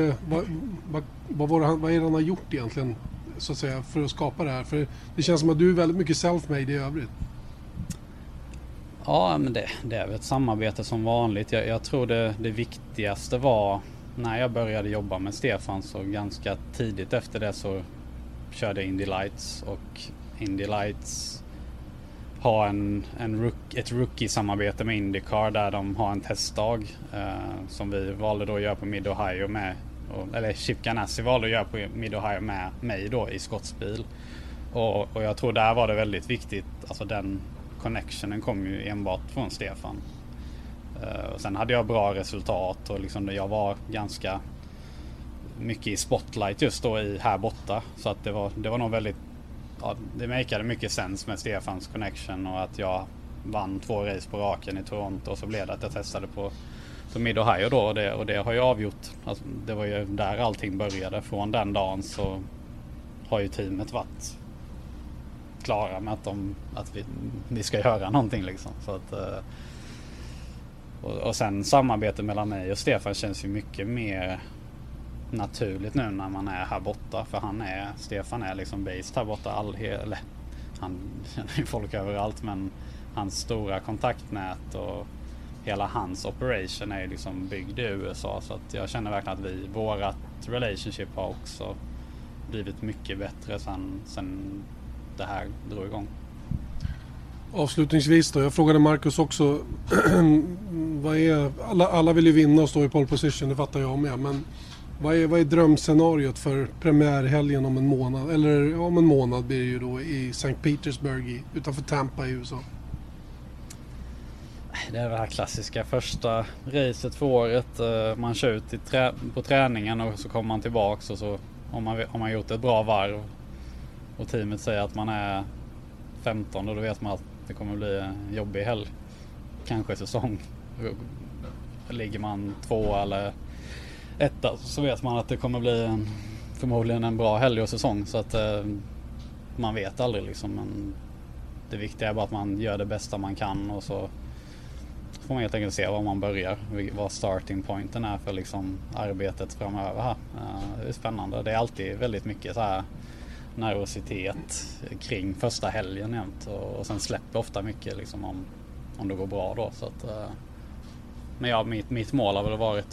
D: är det han har gjort egentligen så att säga för att skapa det här? För det känns som att du är väldigt mycket self-made i övrigt.
G: Ja, men det är väl ett samarbete som vanligt. Jag tror det viktigaste var när jag började jobba med Stefan, så ganska tidigt efter det så körde Indy Lights, och Indy Lights har ett rookie-samarbete med IndyCar där de har en testdag som vi valde då att göra på Mid-Ohio med, eller Chip Ganassi valde att göra på Mid-Ohio med mig då i Scotts bil. Och jag tror där var det väldigt viktigt, alltså den connectionen kom ju enbart från Stefan. Och sen hade jag bra resultat och liksom jag var ganska mycket i spotlight just då här borta, så att det var nog väldigt, ja, det makade mycket sens med Stefans connection, och att jag vann 2 race på raken i Toronto, och så blev det att jag testade på Mid-Ohio då, och det har ju avgjort, alltså, det var ju där allting började. Från den dagen så har ju teamet varit klara med att vi ska göra någonting liksom. Så att, och sen samarbetet mellan mig och Stefan känns ju mycket mer naturligt nu när man är här borta, för Stefan är liksom based här borta, han känner ju folk överallt, men hans stora kontaktnät och hela hans operation är liksom byggd i USA, så att jag känner verkligen att vårat relationship har också blivit mycket bättre sen det här drog igång.
D: Avslutningsvis då, jag frågade Marcus också alla vill ju vinna och stå i pole position, det fattar jag med, men vad är drömscenariot för premiärhelgen om en månad, eller om en månad blir det ju då i St. Petersburg utanför Tampa i USA?
G: Det är det här klassiska första racet för året, man kör ut på träningen och så kommer man tillbaks, och så om man gjort ett bra varv och teamet säger att man är 15, och då vet man att det kommer bli en jobbig helg, kanske säsong. Ligger man 2 eller 1 så vet man att det kommer bli förmodligen en bra helg och säsong, så att man vet aldrig liksom, men det viktiga är bara att man gör det bästa man kan, och så får man helt enkelt se var man börjar, vad starting pointen är för liksom arbetet framöver här. Det är spännande, det är alltid väldigt mycket så här nervositet kring första helgen jämt, och sen släpper ofta mycket liksom om det går bra då, så att men ja, mitt mål har väl varit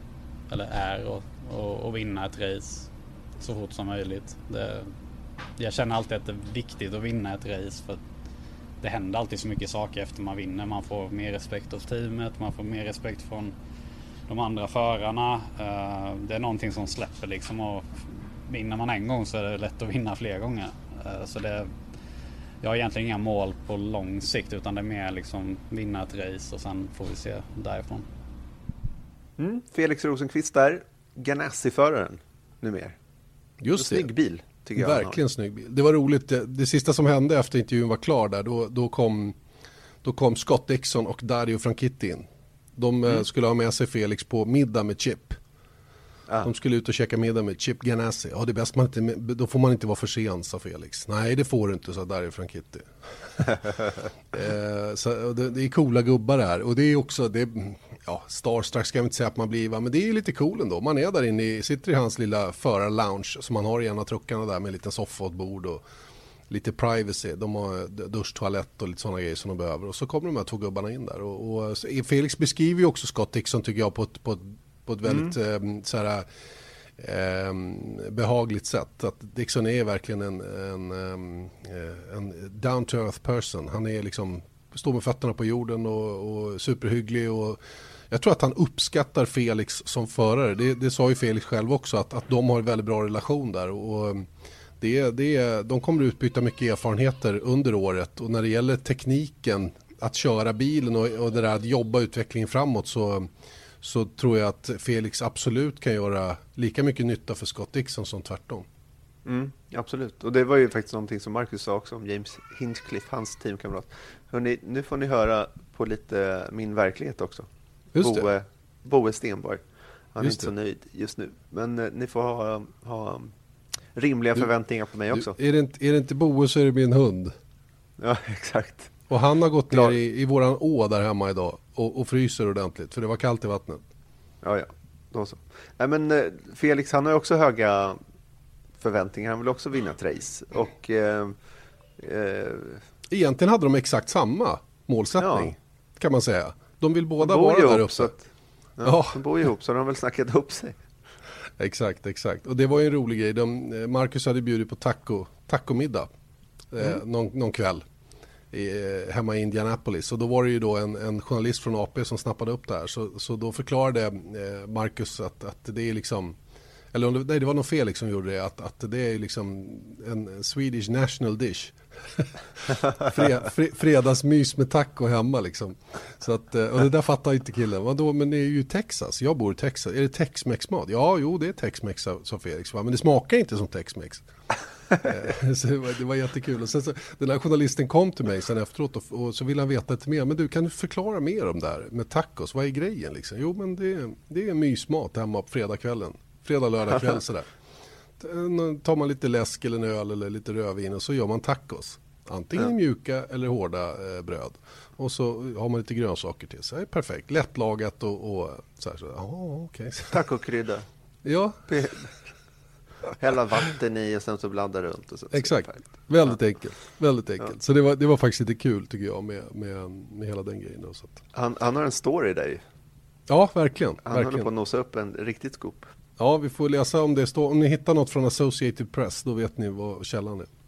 G: att vinna ett race så fort som möjligt. Jag känner alltid att det är viktigt att vinna ett race, för det händer alltid så mycket saker efter man vinner. Man får mer respekt av teamet, man får mer respekt från de andra förarna. Det är någonting som släpper liksom, och vinner man en gång så är det lätt att vinna fler gånger. Så jag har egentligen inga mål på lång sikt, utan det är mer liksom vinna ett race och sen får vi se därifrån.
B: Felix Rosenqvist där, Ganassi-föraren numera.
A: Just
B: snygg bil, tycker jag.
A: Verkligen snygg bil. Det var roligt, det sista som hände efter intervjun var klar där, då kom Scott Dixon och Dario Franchitti in. De skulle ha med sig Felix på middag med Chip. De skulle ut och käka middag med Chip Ganassi. Ja, det är bäst man inte, då får man inte vara för sen, sa Felix. Nej, det får du inte, sa Dario Franchitti. Så det är coola gubbar här. Och det är också, starstruck ska jag inte säga att man blir, men det är ju lite cool ändå. Man är där inne, sitter i hans lilla förarlounge som man har i en av truckarna där med en liten soffa och ett bord och lite privacy. De har duschtoalett och lite sådana grejer som de behöver. Och så kommer de här två gubbarna in där. Och Felix beskriver ju också Scott Dixon, tycker jag, på ett väldigt behagligt sätt. Att Dixon är verkligen en down to earth person. Han är liksom, står med fötterna på jorden och superhygglig, och jag tror att han uppskattar Felix som förare. Det sa ju Felix själv också, att de har en väldigt bra relation där, och de kommer utbyta mycket erfarenheter under året, och när det gäller tekniken att köra bilen och det där att jobba utvecklingen framåt, så tror jag att Felix absolut kan göra lika mycket nytta för Scott Dixon som tvärtom.
B: Absolut, och det var ju faktiskt någonting som Marcus sa också om James Hinchcliffe, hans teamkamrat. Hörrni, nu får ni höra på lite min verklighet också. Boe Stenborg. Han är inte så nöjd just nu, men ni får ha rimliga förväntningar på mig också.
A: Är det inte Boe så är det min hund.
B: Ja, exakt.
A: Och han har gått ner i våran å där hemma idag och fryser ordentligt, för det var kallt i vattnet.
B: Ja, då så. Nej, men Felix, han har ju också höga förväntningar. Han vill också vinna ett race. Och
A: egentligen hade de exakt samma målsättning, kan man säga. De vill båda vara där uppe.
B: De bor ihop, så de har väl snackat upp sig.
A: Exakt. Och det var ju en rolig grej. Marcus hade bjudit på tacomiddag någon kväll hemma i Indianapolis, och då var det ju då en journalist från AP som snappade upp det här, så då förklarade Marcus att det är liksom, eller nej, det var nog Felix som gjorde det, att det är liksom en Swedish national dish. Fredagsmys med taco hemma liksom. Så att, och det där fattar inte killen. Vadå, men det är ju Texas, jag bor i Texas. Är det Tex-Mex-mat? Ja, jo, det är Tex-Mex, sa Felix, men det smakar inte som Tex-Mex. Så det var jättekul. Och sen så, den här journalisten kom till mig sen efteråt och så ville han veta lite mer. Men du, kan du förklara mer om det här med tacos? Vad är grejen liksom? Jo, men det är mysmat hemma på fredagskvällen. Fredag, kväll sådär. Tar man lite läsk eller en öl eller lite rödvin och så gör man tacos. Antingen mjuka eller hårda bröd. Och så har man lite grönsaker till. Så det är perfekt. Lättlagat och så här. Okej.
B: Tacokrydda.
A: Ja.
B: Hälla vatten i och sen så blanda runt. Och så.
A: Exakt. Väldigt enkelt. Ja. Så det var faktiskt lite kul, tycker jag, med hela den grejen. Så att...
B: han har en story där.
A: Ja, verkligen.
B: Han håller på att nosa upp en riktigt skop.
A: Ja, vi får läsa om det står. Om ni hittar något från Associated Press, då vet ni vad källan är.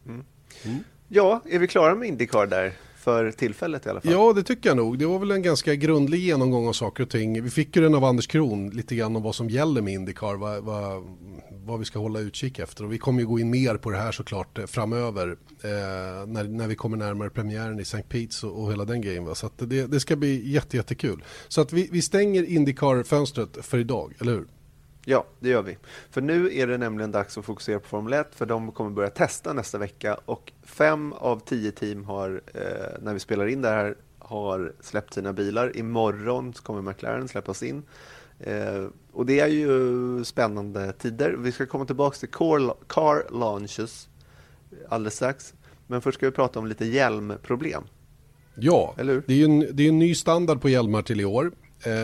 B: Ja, är vi klara med IndyCar där för tillfället i alla fall?
A: Ja, det tycker jag nog. Det var väl en ganska grundlig genomgång av saker och ting. Vi fick ju den av Anders Kron lite grann om vad som gäller med IndyCar, vad vi ska hålla utkik efter. Och vi kommer ju gå in mer på det här såklart framöver när vi kommer närmare premiären i St. Pete's och hela den grejen. Va? Så att det ska bli jättekul. Så att vi stänger IndyCar-fönstret för idag, eller hur?
B: Ja, det gör vi. För nu är det nämligen dags att fokusera på Formel 1, för de kommer börja testa nästa vecka, och 5 av 10 team har, när vi spelar in det här, har släppt sina bilar. Imorgon kommer McLaren släppas in. Och det är ju spännande tider. Vi ska komma tillbaka till car launches alldeles strax. Men först ska vi prata om lite hjälmproblem.
A: Ja, det är en ny standard på hjälmar till i år.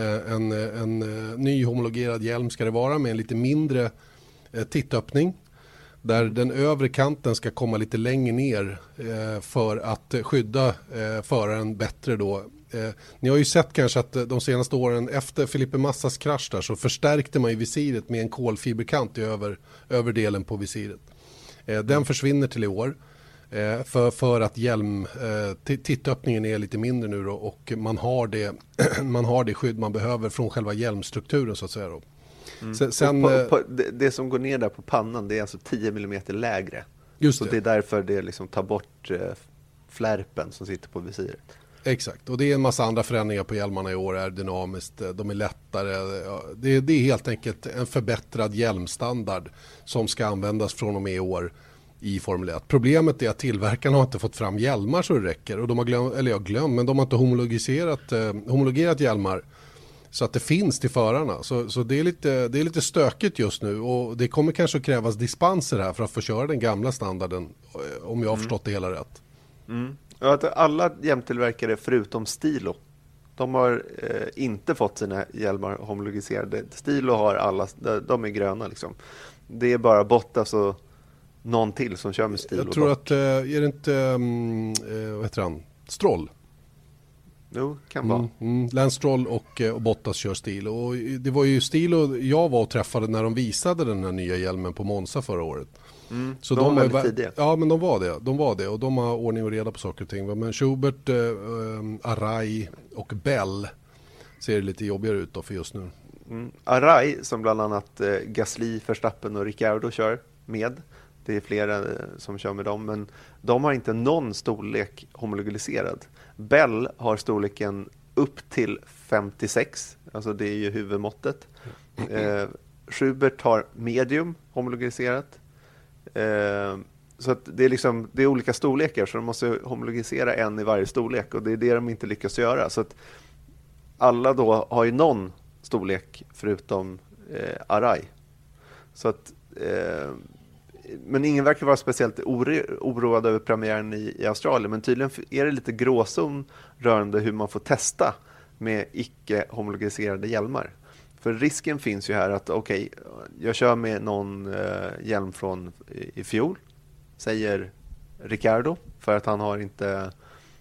A: En ny homologerad hjälm ska det vara, med en lite mindre tittöppning, där den övre kanten ska komma lite längre ner för att skydda föraren bättre då. Ni har ju sett kanske att de senaste åren efter Felipe Massas krasch där, så förstärkte man ju visiret med en kolfiberkant i överdelen på visiret. Den försvinner till i år. För att tittöppningen är lite mindre nu då, och man har det skydd man behöver från själva hjälmstrukturen, så att säga då. Sen,
B: det som går ner där på pannan, det är alltså 10 mm lägre.
A: Just
B: så det är därför det liksom tar bort flärpen som sitter på visiret.
A: Exakt, och det är en massa andra förändringar på hjälmarna i år. Är dynamiskt, de är lättare. Det är helt enkelt en förbättrad hjälmstandard som ska användas från och med i år i Formel 1. Problemet är att tillverkarna har inte fått fram hjälmar så det räcker. Och de har men de har inte homologerat hjälmar så att det finns till förarna. Så det är lite stökigt just nu, och det kommer kanske att krävas dispenser här för att få köra den gamla standarden, om jag har förstått det hela rätt.
B: Att alla hjälmtillverkare förutom Stilo, de har inte fått sina hjälmar homologiserade. Stilo har alla, de är gröna liksom. Det är bara Bottas och någon till som kör med Stilo.
A: Jag tror att, är det inte, vad heter han? Stroll?
B: Jo, kan vara.
A: Lance Stroll och Bottas kör Stilo. Och det var ju Stilo jag var och träffade när de visade den här nya hjälmen på Monza förra året.
B: Så de var väldigt tidiga.
A: Ja, men de var det. Och de har ordning och reda på saker och ting. Men Schubert, Arai och Bell ser lite jobbigare ut då för just nu.
B: Arai, som bland annat Gasly, Verstappen och Ricciardo kör med. Det är flera som kör med dem, men de har inte någon storlek homologiserad. Bell har storleken upp till 56, alltså det är ju huvudmåttet. Schubert har medium homologiserat. Så att det är olika storlekar, så de måste homologisera en i varje storlek, och det är det de inte lyckas göra. Så att alla då har ju någon storlek förutom Arai. Så att men ingen verkar vara speciellt oroad över premiären i Australien, men tydligen är det lite gråzon rörande hur man får testa med icke-homologiserade hjälmar. För risken finns ju här att jag kör med någon hjälm från i fjol, säger Ricciardo, för att han har inte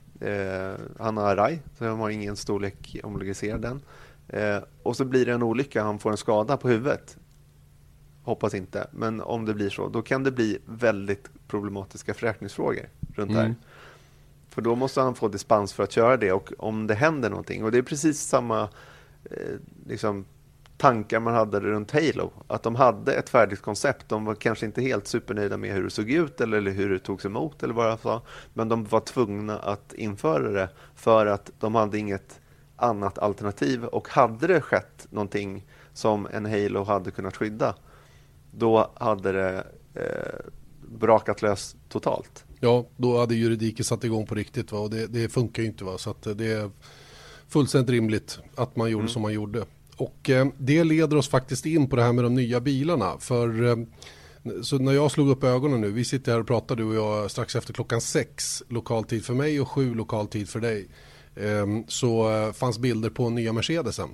B: han har Arai, så han har ingen storlek homologiserad den. Och så blir det en olycka, han får en skada på huvudet. Hoppas inte, men om det blir så, då kan det bli väldigt problematiska förräkningsfrågor runt här. För då måste han få dispens för att köra det, och om det händer någonting, och det är precis samma tankar man hade runt Halo, att de hade ett färdigt koncept, de var kanske inte helt supernöjda med hur det såg ut eller hur det togs emot eller vad det var, men de var tvungna att införa det för att de hade inget annat alternativ, och hade det skett någonting som en Halo hade kunnat skydda, då hade det brakat lös totalt.
A: Ja, då hade juridiken satt igång på riktigt, va? Och det funkar ju inte, va? Så att det är fullständigt rimligt att man gjorde som man gjorde. Och det leder oss faktiskt in på det här med de nya bilarna. För så när jag slog upp ögonen nu, vi sitter här och pratar du och jag strax efter 6:00 lokaltid för mig och 7 lokaltid för dig, så fanns bilder på nya Mercedesen.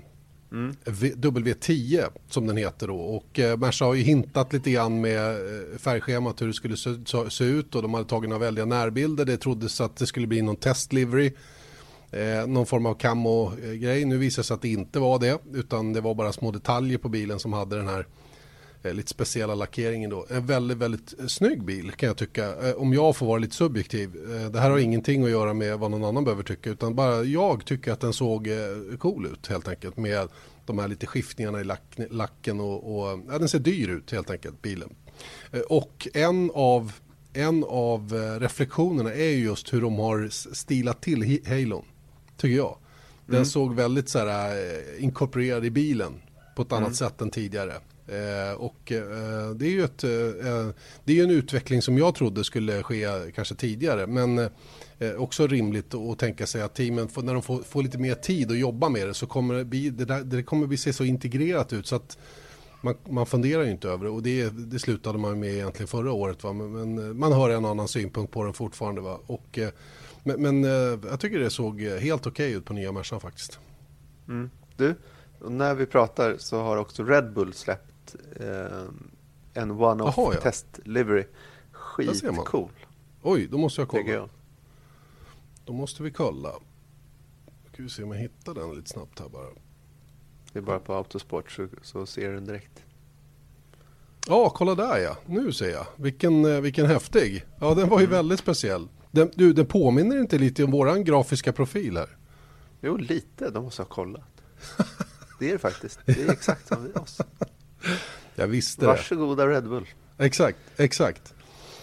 A: W10 som den heter då, och Merca har ju hintat lite grann med färgschemat hur det skulle se ut, och de hade tagit några väldiga närbilder. Det troddes att det skulle bli någon testlivery, någon form av camo-grej. Nu visar det sig att det inte var det, utan det var bara små detaljer på bilen som hade den här lite speciella lackeringen då. En väldigt, väldigt snygg bil kan jag tycka, om jag får vara lite subjektiv. Det här har ingenting att göra med vad någon annan behöver tycka, utan bara jag tycker att den såg cool ut helt enkelt, med de här lite skiftningarna i lacken och den ser dyr ut helt enkelt, bilen. Och en av reflektionerna är just hur de har stilat till Halon, tycker jag. Den såg väldigt så här inkorporerad i bilen på ett annat sätt än tidigare. Det är ju en utveckling som jag trodde skulle ske kanske tidigare, men också rimligt att tänka sig att teamen när de får lite mer tid att jobba med det, så kommer det kommer se så integrerat ut så att man funderar ju inte över det, och det slutade man med egentligen förra året, va? Men man har en annan synpunkt på den fortfarande, va? Och men jag tycker det såg helt okej ut på nya Merca faktiskt.
B: Du, och när vi pratar så har också Red Bull släppt en one-off test livery. Skitcool.
A: Oj, då måste jag kolla. Då måste vi kolla. Ska vi se om jag hittar den lite snabbt här bara.
B: Det är bara på Autosport så ser den direkt.
A: Ja, kolla där ja. Nu ser jag. Vilken häftig. Ja, den var ju väldigt speciell. Den påminner inte lite om våran grafiska profil här?
B: Jo, lite. De måste ha kollat. Det är det faktiskt. Det är exakt som vi oss.
A: Jag visste
B: Varsågoda Red Bull.
A: Exakt.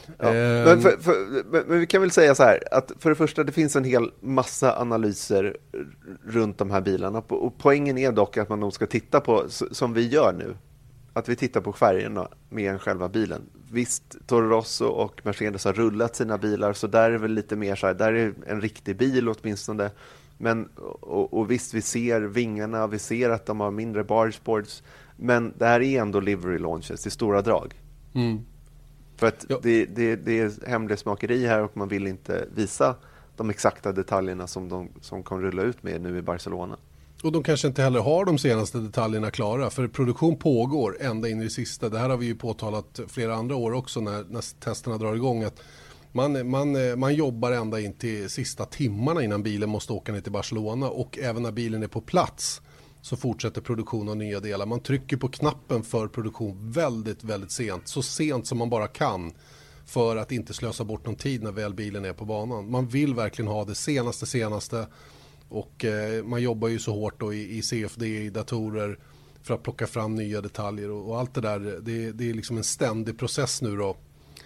B: Ja. Men vi kan väl säga så här, att för det första, det finns en hel massa analyser runt de här bilarna. Och poängen är dock att man nog ska titta på, som vi gör nu, att vi tittar på färgerna mer än själva bilen. Visst, Toro Rosso och Mercedes har rullat sina bilar, så där är väl lite mer så här, där är en riktig bil åtminstone. Men, och visst, vi ser vingarna, vi ser att de har mindre bargeboards, men det här är ändå livery launches i stora drag. För att det är hemlighetsmakeri här, och man vill inte visa de exakta detaljerna som kan rulla ut med nu i Barcelona.
A: Och de kanske inte heller har de senaste detaljerna klara, för produktion pågår ända in i det sista. Det här har vi ju påtalat flera andra år också när testerna drar igång, att man jobbar ända in till sista timmarna innan bilen måste åka ner till Barcelona, och även när bilen är på plats så fortsätter produktion av nya delar. Man trycker på knappen för produktion väldigt, väldigt sent. Så sent som man bara kan, för att inte slösa bort någon tid när väl bilen är på banan. Man vill verkligen ha det senaste. Och man jobbar ju så hårt då i CFD, i datorer, för att plocka fram nya detaljer. Och allt det där, det är liksom en ständig process nu då.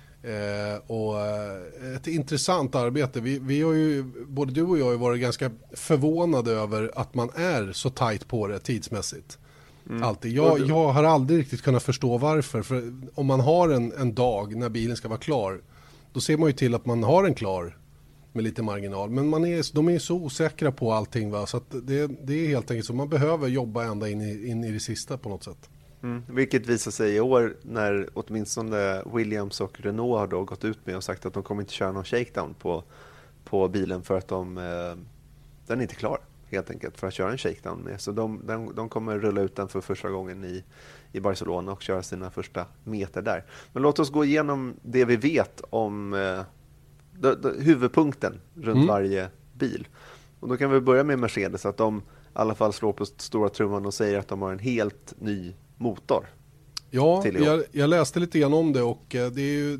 A: Och ett intressant arbete. Vi har ju, både du och jag har varit ganska förvånade över att man är så tajt på det tidsmässigt. Alltid. Jag har aldrig riktigt kunnat förstå varför. För om man har en dag när bilen ska vara klar, då ser man ju till att man har en klar med lite marginal. Men de är så osäkra på allting, va? Så att det är helt enkelt så man behöver jobba ända in i det sista på något sätt.
B: Vilket visar sig i år när åtminstone Williams och Renault har då gått ut med och sagt att de kommer inte köra någon shakedown på bilen, för att den är inte klar helt enkelt för att köra en shakedown med. Så de kommer rulla ut den för första gången i Barcelona och köra sina första meter där. Men låt oss gå igenom det vi vet om huvudpunkten runt varje bil. Och då kan vi börja med Mercedes, att de i alla fall slår på stora trumman och säger att de har en helt ny motor.
A: Ja, jag läste lite grann om det, och det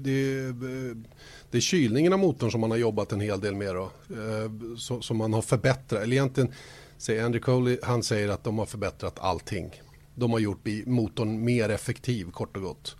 A: är kylningen av motorn som man har jobbat en hel del med då, som man har förbättrat. Eller egentligen säger Andy Coley, han säger att de har förbättrat allting. De har gjort motorn mer effektiv, kort och gott.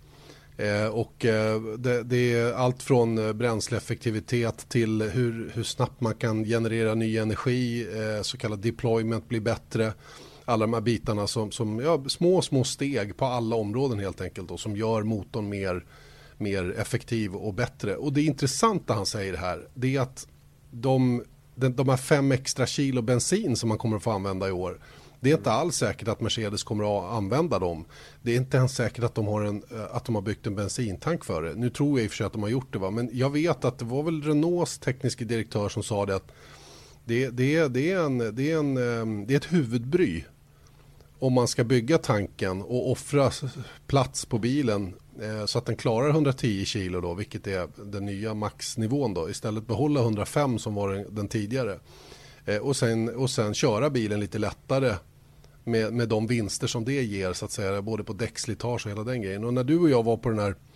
A: Det är allt från bränsleeffektivitet till hur snabbt man kan generera ny energi, så kallad deployment blir bättre. Alla de här bitarna som små steg på alla områden helt enkelt då, som gör motorn mer effektiv och bättre. Och det intressanta han säger här, det är att de här 5 extra kilo bensin som man kommer att få använda i år, det är inte alls säkert att Mercedes kommer att använda dem. Det är inte ens säkert att de har byggt en bensintank för det. Nu tror jag i och för sig att de har gjort det, va? Men jag vet att det var väl Renaults tekniska direktör som sa det, att det är ett huvudbry om man ska bygga tanken och offra plats på bilen så att den klarar 110 kilo då, vilket är den nya maxnivån då, istället behålla 105 som var den tidigare, och sen köra bilen lite lättare med de vinster som det ger, så att säga, både på däckslitage och hela den grejen. Och när du och jag var på den här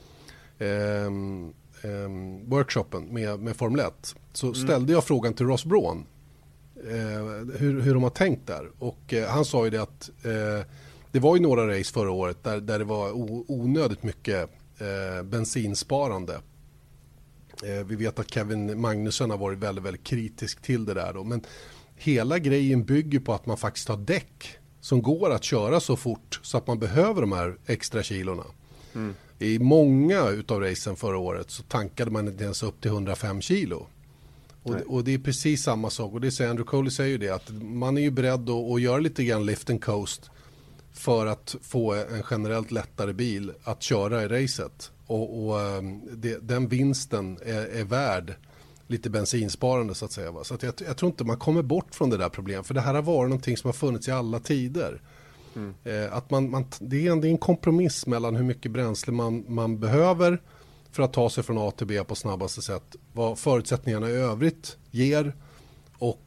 A: workshopen med Formel 1, så ställde jag frågan till Ross Brawn hur de har tänkt där, och han sa ju det att det var ju några race förra året där det var onödigt mycket bensinsparande. Vi vet att Kevin Magnussen har varit väldigt, väldigt kritisk till det där då, men hela grejen bygger på att man faktiskt har däck som går att köra så fort så att man behöver de här extra kilorna. I många utav racen förra året så tankade man inte ens upp till 105 kilo. Och det är precis samma sak, och det säger Andrew Coley, säger ju det, att man är ju beredd att göra lite grann lift and coast för att få en generellt lättare bil att köra i racet, och den vinsten är värd lite bensinsparande, så att säga, va? Så att jag tror inte man kommer bort från det där problemet, för det här har varit någonting som har funnits i alla tider. Att det är en kompromiss mellan hur mycket bränsle man behöver för att ta sig från A till B på snabbaste sätt, vad förutsättningarna i övrigt ger, och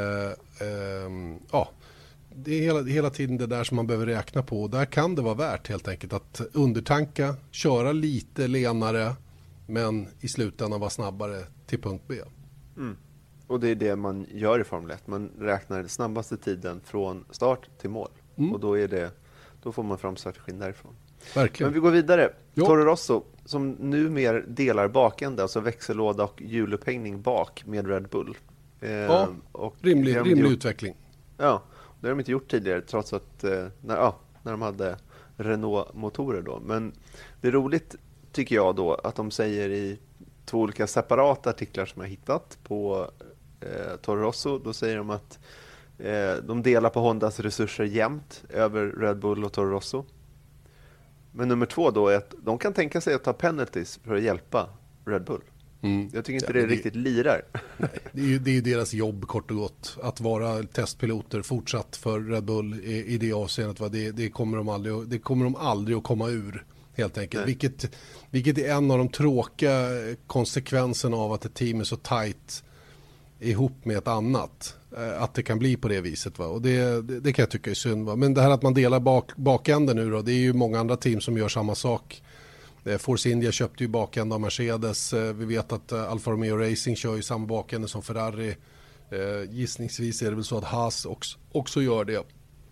A: det är hela tiden det där som man behöver räkna på, och där kan det vara värt helt enkelt att undertanka, köra lite lenare, men i slutändan vara snabbare till punkt B.
B: Och det är det man gör i Formel 1, man räknar den snabbaste tiden från start till mål, och då får man fram strategin därifrån.
A: Verkligen.
B: Men vi går vidare.
A: Jo.
B: Toro Rosso som numera delar bakände, alltså växellåda och hjulupphängning bak med Red Bull.
A: Ja,
B: och
A: rimlig utveckling.
B: Ja, det har de inte gjort tidigare trots att när de hade Renault-motorer då. Men det är roligt tycker jag då att de säger i 2 olika separata artiklar som jag hittat på Toro Rosso, då säger de att de delar på Hondas resurser jämnt över Red Bull och Toro Rosso. Men nummer 2 då är att de kan tänka sig att ta penalties för att hjälpa Red Bull. Jag tycker inte det riktigt lirar.
A: Nej, det är ju deras jobb kort och gott. Att vara testpiloter fortsatt för Red Bull i det avseendet. Det kommer de aldrig att komma ur helt enkelt. Vilket är en av de tråkiga konsekvenserna av att ett team är så tajt ihop med ett annat. Att det kan bli på det viset. Va? Och det kan jag tycka är synd. Va? Men det här att man delar bakänden nu då, det är ju många andra team som gör samma sak. Force India köpte ju bakända av Mercedes. Vi vet att Alfa Romeo Racing kör ju samma bakände som Ferrari. Gissningsvis är det väl så att Haas också gör det.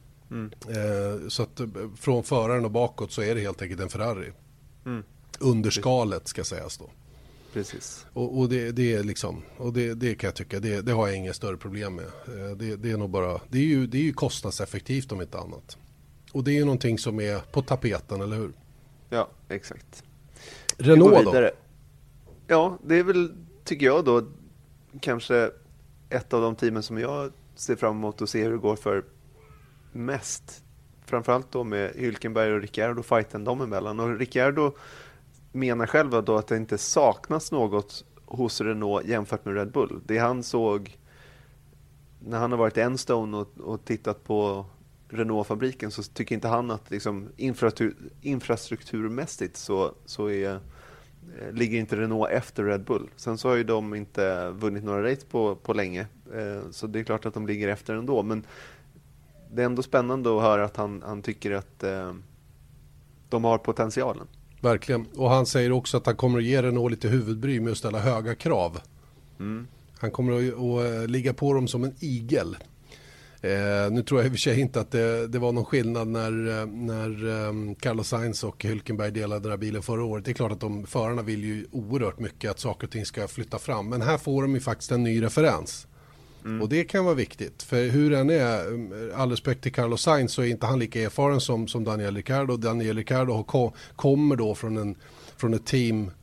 A: Så att från föraren och bakåt så är det helt enkelt en Ferrari. Underskalet ska sägas då.
B: Precis.
A: Och det är liksom, och det kan jag tycka, det har jag inga större problem med. Det är nog bara, det är ju kostnadseffektivt om inte annat. Och det är ju någonting som är på tapeten, eller hur?
B: Ja, exakt.
A: Renault då?
B: Ja, det är väl, tycker jag då, kanske ett av de teamen som jag ser fram emot att se hur det går för mest. Framförallt då med Hülkenberg och Ricciardo, fighten dem emellan. Och Ricciardo menar själv då att det inte saknas något hos Renault jämfört med Red Bull. Det han såg när han har varit i Enstone och tittat på Renault-fabriken, så tycker inte han att liksom infrastrukturmässigt så ligger inte Renault efter Red Bull. Sen så har ju de inte vunnit några race på länge, så det är klart att de ligger efter ändå. Men det är ändå spännande att höra att han tycker att de har potentialen.
A: Verkligen. Och han säger också att han kommer att ge Renault lite huvudbry med att ställa höga krav. Han kommer att ligga på dem som en igel. Nu tror jag i och för sig inte att det var någon skillnad när Carlos Sainz och Hülkenberg delade den här bilen förra året. Det är klart att förarna vill ju oerhört mycket att saker och ting ska flytta fram. Men här får de ju faktiskt en ny referens. Och det kan vara viktigt. För hur den är, all respekt till Carlos Sainz, så är inte han lika erfaren som Daniel Ricciardo. Daniel Ricciardo kommer då från ett team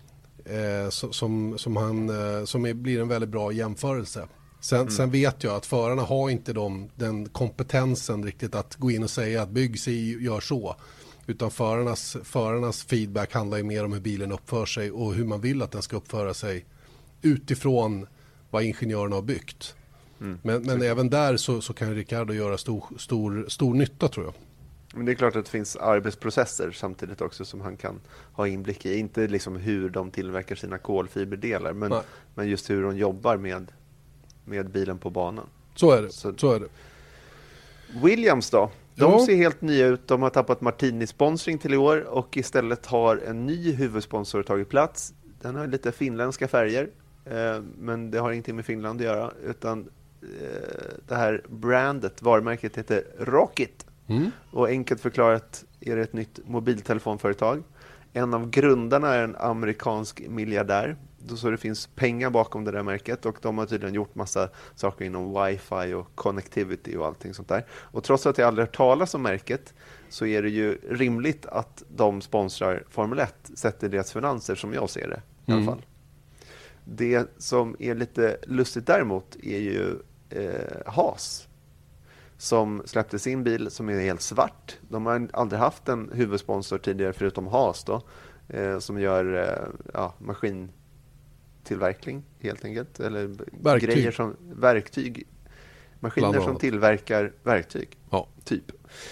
A: som blir en väldigt bra jämförelse. Sen vet jag att förarna har inte den kompetensen riktigt att gå in och säga att bygg sig gör så. Utan förarnas feedback handlar ju mer om hur bilen uppför sig och hur man vill att den ska uppföra sig utifrån vad ingenjörerna har byggt. Men även där så kan Ricciardo göra stor nytta, tror jag.
B: Men det är klart att det finns arbetsprocesser samtidigt också som han kan ha inblick i. Inte liksom hur de tillverkar sina kolfiberdelar, men just hur de jobbar med bilen på banan.
A: Så är det.
B: Williams då? De ser helt nya ut. De har tappat Martini-sponsring till i år och istället har en ny huvudsponsor tagit plats. Den har lite finländska färger, men det har ingenting med Finland att göra, utan det här brandet, varumärket heter Rocket. Och enkelt förklarat är det ett nytt mobiltelefonföretag. En av grundarna är en amerikansk miljardär, så det finns pengar bakom det där märket, och de har tydligen gjort massa saker inom wifi och connectivity och allting sånt där. Och trots att jag aldrig hört talas om märket, så är det ju rimligt att de sponsrar Formel 1, sätter deras finanser som jag ser det i alla fall. Det som är lite lustigt däremot är ju Haas, som släppte sin bil som är helt svart. De har aldrig haft en huvudsponsor tidigare förutom Haas då, som gör maskintillverkning helt enkelt, eller grejer som verktyg, maskiner som tillverkar verktyg, typ.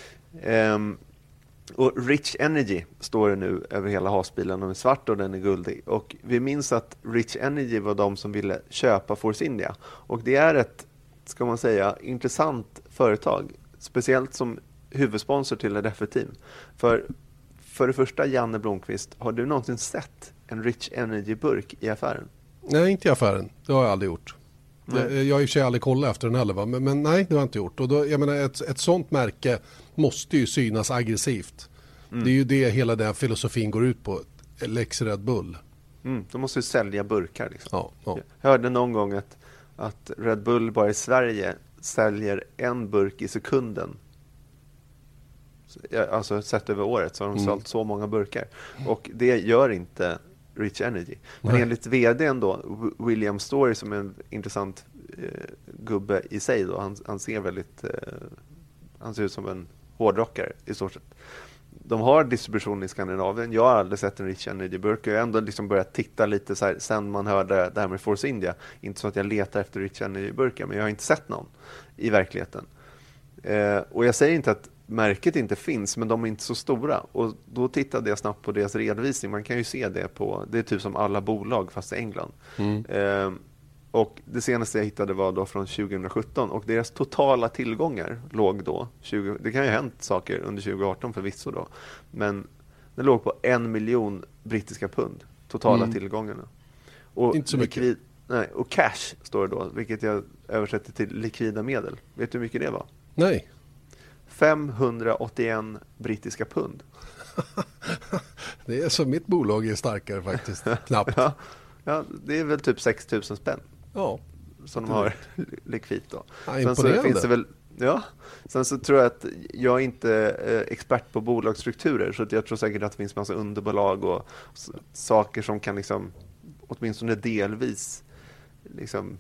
B: Och Rich Energy står det nu över hela Haas-bilen. Den är svart och den är guldig. Och vi minns att Rich Energy var de som ville köpa Force India. Och det är ett, ska man säga, intressant företag. Speciellt som huvudsponsor till ett F1-team. För det första, Janne Blomqvist, har du någonsin sett en Rich Energy-burk i affären?
A: Nej, inte i affären. Det har jag aldrig gjort. Jag har i och för sig aldrig kollat efter den heller, va? Men nej, det har jag inte gjort. Och då, jag menar, ett sånt märke måste ju synas aggressivt. Det är ju det hela den filosofin går ut på. Lex Red Bull.
B: De måste ju sälja burkar liksom.
A: Ja.
B: Jag hörde någon gång att Red Bull bara i Sverige säljer en burk i sekunden. Alltså sett över året så har de sålt så många burkar. Och det gör inte Rich Energy. Men enligt vdn då, William Story, som är en intressant gubbe i sig då, han ser väldigt han ser ut som en hårdrockare i stort sett. De har distribution i Skandinavien. Jag har aldrig sett en Rich Energy-burk. Jag har ändå liksom börjat titta lite så här, sen man hörde det här med Force India. Inte så att jag letar efter Rich Energy-burkar, men jag har inte sett någon i verkligheten. Och jag säger inte att märket inte finns, men de är inte så stora. Och då tittade jag snabbt på deras redovisning. Man kan ju se det det är typ som alla bolag fast i England. Och det senaste jag hittade var då från 2017, och deras totala tillgångar låg då, det kan ju ha hänt saker under 2018 förvisso då, men det låg på 1 miljon brittiska pund, totala tillgångarna. Och
A: inte så mycket.
B: Och cash står det då, vilket jag översätter till likvida medel. Vet du hur mycket det var?
A: Nej.
B: 581 brittiska pund.
A: Det är så mitt bolag är starkare faktiskt, knappt.
B: Ja, det är väl typ 6 000 spänn.
A: Ja.
B: Som de har likvitt då.
A: Ja,
B: sen så finns det väl, sen så tror jag att jag är inte expert på bolagsstrukturer, så att jag tror säkert att det finns massa underbolag och saker som kan liksom åtminstone delvis liksom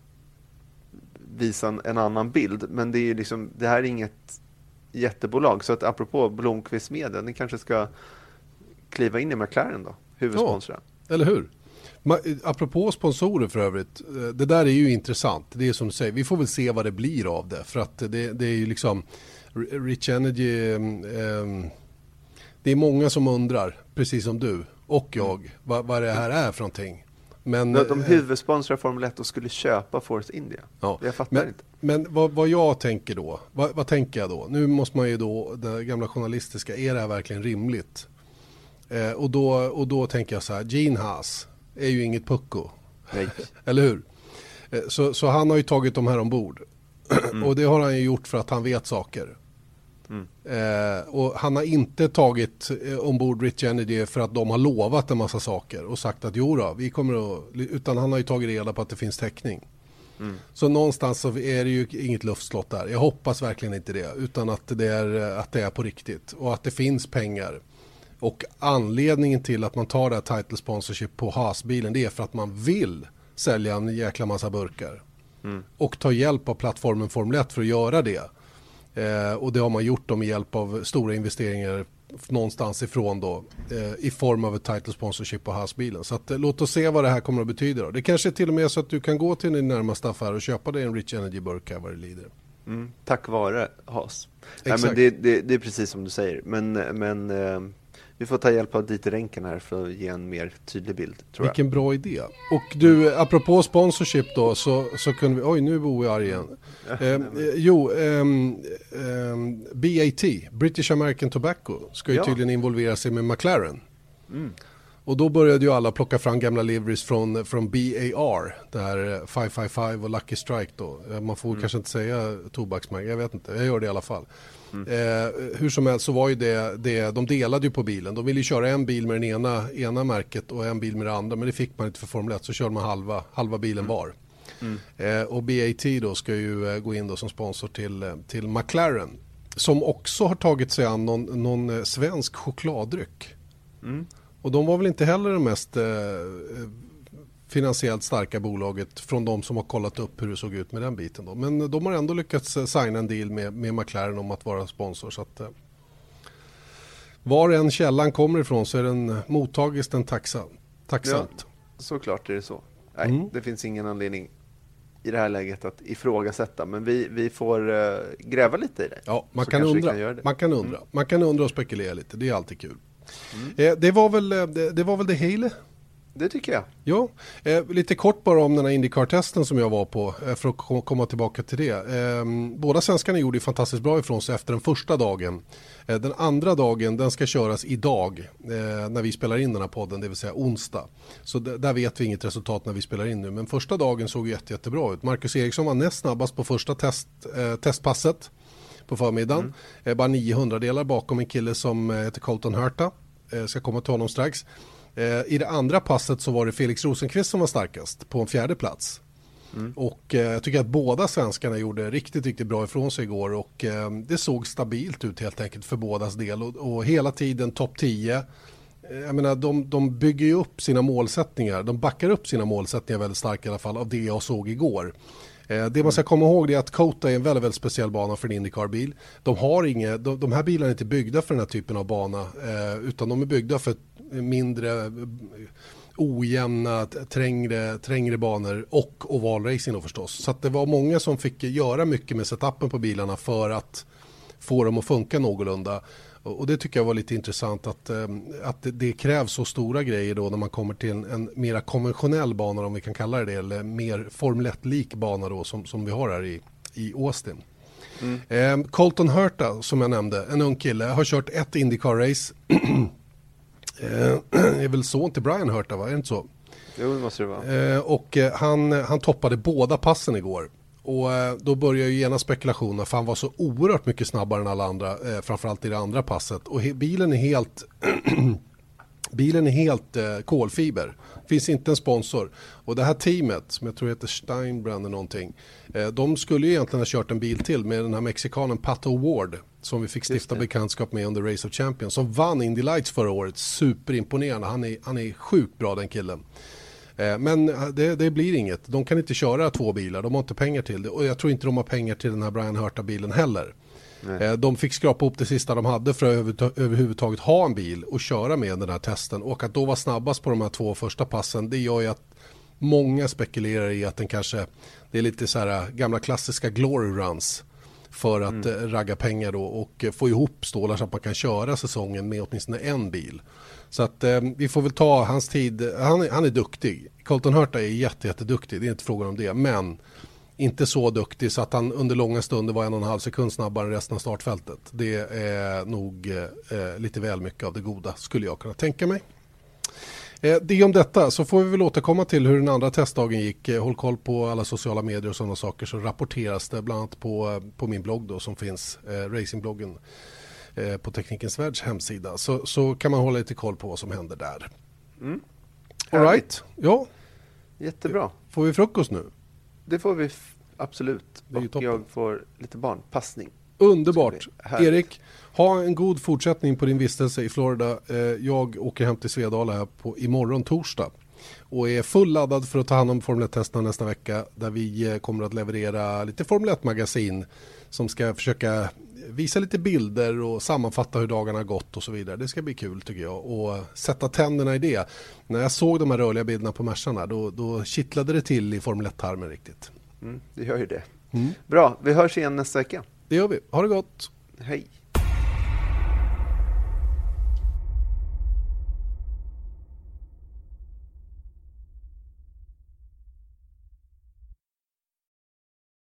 B: visa en annan bild, men det är liksom, det här är inget jättebolag, så att apropå Blomqvist Media, ni kanske ska kliva in i McLaren då, huvudsponsra.
A: Ja, eller hur? Apropå sponsorer för övrigt, det där är ju intressant. Det är som du säger, vi får väl se vad det blir av det. För att det är ju liksom Rich Energy, det är många som undrar, precis som du och jag, vad det här är för någonting. Men
B: de huvudsponsrar Formel 1 och skulle köpa Force India.
A: Ja,
B: jag fattar inte.
A: Men vad jag tänker då, vad tänker jag då? Nu måste man ju då, det gamla journalistiska, är det här verkligen rimligt? Och då tänker jag så här, Gene Haas är ju inget pucko.
B: Nej.
A: Eller hur? Så han har ju tagit de här ombord. Och det har han ju gjort för att han vet saker. Och han har inte tagit ombord Rich Energy för att de har lovat en massa saker och sagt att jo då, vi kommer att, utan han har ju tagit reda på att det finns täckning. Så någonstans så är det ju inget luftslott där. Jag hoppas verkligen inte det, utan att det är på riktigt och att det finns pengar. Och anledningen till att man tar det här title sponsorship på Haas-bilen, det är för att man vill sälja en jäkla massa burkar. Och ta hjälp av plattformen Formel 1 för att göra det. Och det har man gjort med hjälp av stora investeringar någonstans ifrån då, i form av ett title sponsorship på Haas-bilen. Så att, låt oss se vad det här kommer att betyda då. Det kanske är till och med så att du kan gå till din närmaste affär och köpa dig en Rich Energy-burk här vad det lider.
B: Tack vare Haas.
A: Exakt.
B: Nej, men det är precis som du säger. Men vi får ta hjälp av Dieter Renken här för att ge en mer tydlig bild, tror jag.
A: Vilken bra idé. Och du, apropå sponsorship då, så kunde vi, oj nu bor jag igen. BAT, British American Tobacco, ska ju tydligen involvera sig med McLaren. Och då började ju alla plocka fram gamla liveries från BAR, det här 555 och Lucky Strike då. Man får kanske inte säga tobaksmärke, jag vet inte, jag gör det i alla fall. Hur som helst så var ju det de delade ju på bilen. De ville ju köra en bil med den ena märket och en bil med det andra, men det fick man inte för Formel 1, så körde man halva bilen var. Och BAT då ska ju gå in då som sponsor till McLaren, som också har tagit sig an någon svensk chokladdryck. Och de var väl inte heller det mest finansiellt starka bolaget från de som har kollat upp hur det såg ut med den biten då. Men de har ändå lyckats signa en deal med McLaren om att vara sponsor, så att var en källan kommer ifrån så är den mottagist den tacksamt.
B: Ja, såklart är det så. Nej, det finns ingen anledning i det här läget att ifrågasätta, men vi får gräva lite i det.
A: Ja, man kan undra och spekulera lite, det är alltid kul. Det var väl det hela.
B: Det tycker jag.
A: Ja, lite kort bara om den här IndyCar-testen som jag var på, för att komma tillbaka till det. Båda svenskarna gjorde fantastiskt bra ifrån sig efter den första dagen. Den andra dagen, den ska köras idag när vi spelar in den här podden, det vill säga onsdag. Så där vet vi inget resultat när vi spelar in nu. Men första dagen såg jättebra ut. Marcus Eriksson var näst snabbast på första testpasset. på förmiddagen. Bara 900 delar bakom en kille som heter Colton Herta. Ska komma till honom strax. I det andra passet så var det Felix Rosenqvist som var starkast på en 4:e plats. Och jag tycker att båda svenskarna gjorde riktigt bra ifrån sig igår, och det såg stabilt ut helt enkelt för bådas del, och hela tiden topp 10. Jag menar, de bygger ju upp sina målsättningar, de backar upp sina målsättningar väldigt starkt i alla fall av det jag såg igår. Det man ska komma ihåg är att Kota är en väldigt speciell bana för en Indycar-bil. De här bilarna är inte byggda för den här typen av bana, utan de är byggda för mindre ojämna, trängre banor och ovalracing då förstås. Så att det var många som fick göra mycket med setupen på bilarna för att få dem att funka någorlunda. Och det tycker jag var lite intressant att det krävs så stora grejer då när man kommer till en mera konventionell bana, om vi kan kalla det, eller mer Formel 1-lik bana då som vi har här i Austin. Colton Herta, som jag nämnde, en ung kille, har kört ett IndyCar-race. Är väl son till Brian Herta, va? Är det inte så?
B: Jo, det måste det vara.
A: Och han toppade båda passen igår. Och då börjar ju gena spekulationer, för han var så oerhört mycket snabbare än alla andra, framförallt i det andra passet. Och bilen är helt kolfiber. Finns inte en sponsor. Och det här teamet, som jag tror heter Steinbrand eller någonting, de skulle ju egentligen ha kört en bil till med den här mexikanen Pato Ward, som vi fick stifta bekantskap med under Race of Champions, som vann Indy Lights förra året. Superimponerande. Han är sjukt bra, den killen. Men det blir inget. De kan inte köra 2 bilar. De har inte pengar till det. Och jag tror inte de har pengar till den här Brian Herta-bilen heller. De fick skrapa upp det sista de hade för att överhuvudtaget ha en bil och köra med den här testen. Och att då vara snabbast på de här 2 första passen, det gör ju att många spekulerar i att det är lite så här gamla klassiska glory runs för att ragga pengar då och få ihop stålar så att man kan köra säsongen med åtminstone en bil. Så att vi får väl ta hans tid. Han är duktig. Colton Herta är jätteduktig, det är inte frågan om det. Men inte så duktig så att han under långa stunder var 1,5 sekund snabbare än resten av startfältet. Det är nog lite väl mycket av det goda, skulle jag kunna tänka mig. Det om detta, så får vi väl återkomma till hur den andra testdagen gick. Håll koll på alla sociala medier och sådana saker, så rapporteras det bland annat på min blogg då, som finns, racingbloggen på Teknikens Världs hemsida. Så kan man hålla lite koll på vad som händer där. All right. Ja.
B: Jättebra.
A: Får vi frukost nu?
B: Det får vi absolut.
A: Och
B: jag får lite barnpassning.
A: Underbart. Erik, ha en god fortsättning på din vistelse i Florida. Jag åker hem till Svedala här imorgon torsdag och är full laddad för att ta hand om Formel 1-testerna nästa vecka, där vi kommer att leverera lite Formel 1-magasin som ska försöka visa lite bilder och sammanfatta hur dagarna har gått och så vidare. Det ska bli kul, tycker jag, och sätta tänderna i det. När jag såg de här rörliga bilderna på Mercarna, då kittlade det till i Formel 1-tarmen riktigt.
B: Det gör ju det. Bra, vi hörs igen nästa vecka.
A: Det gör vi. Ha det gott.
B: Hej.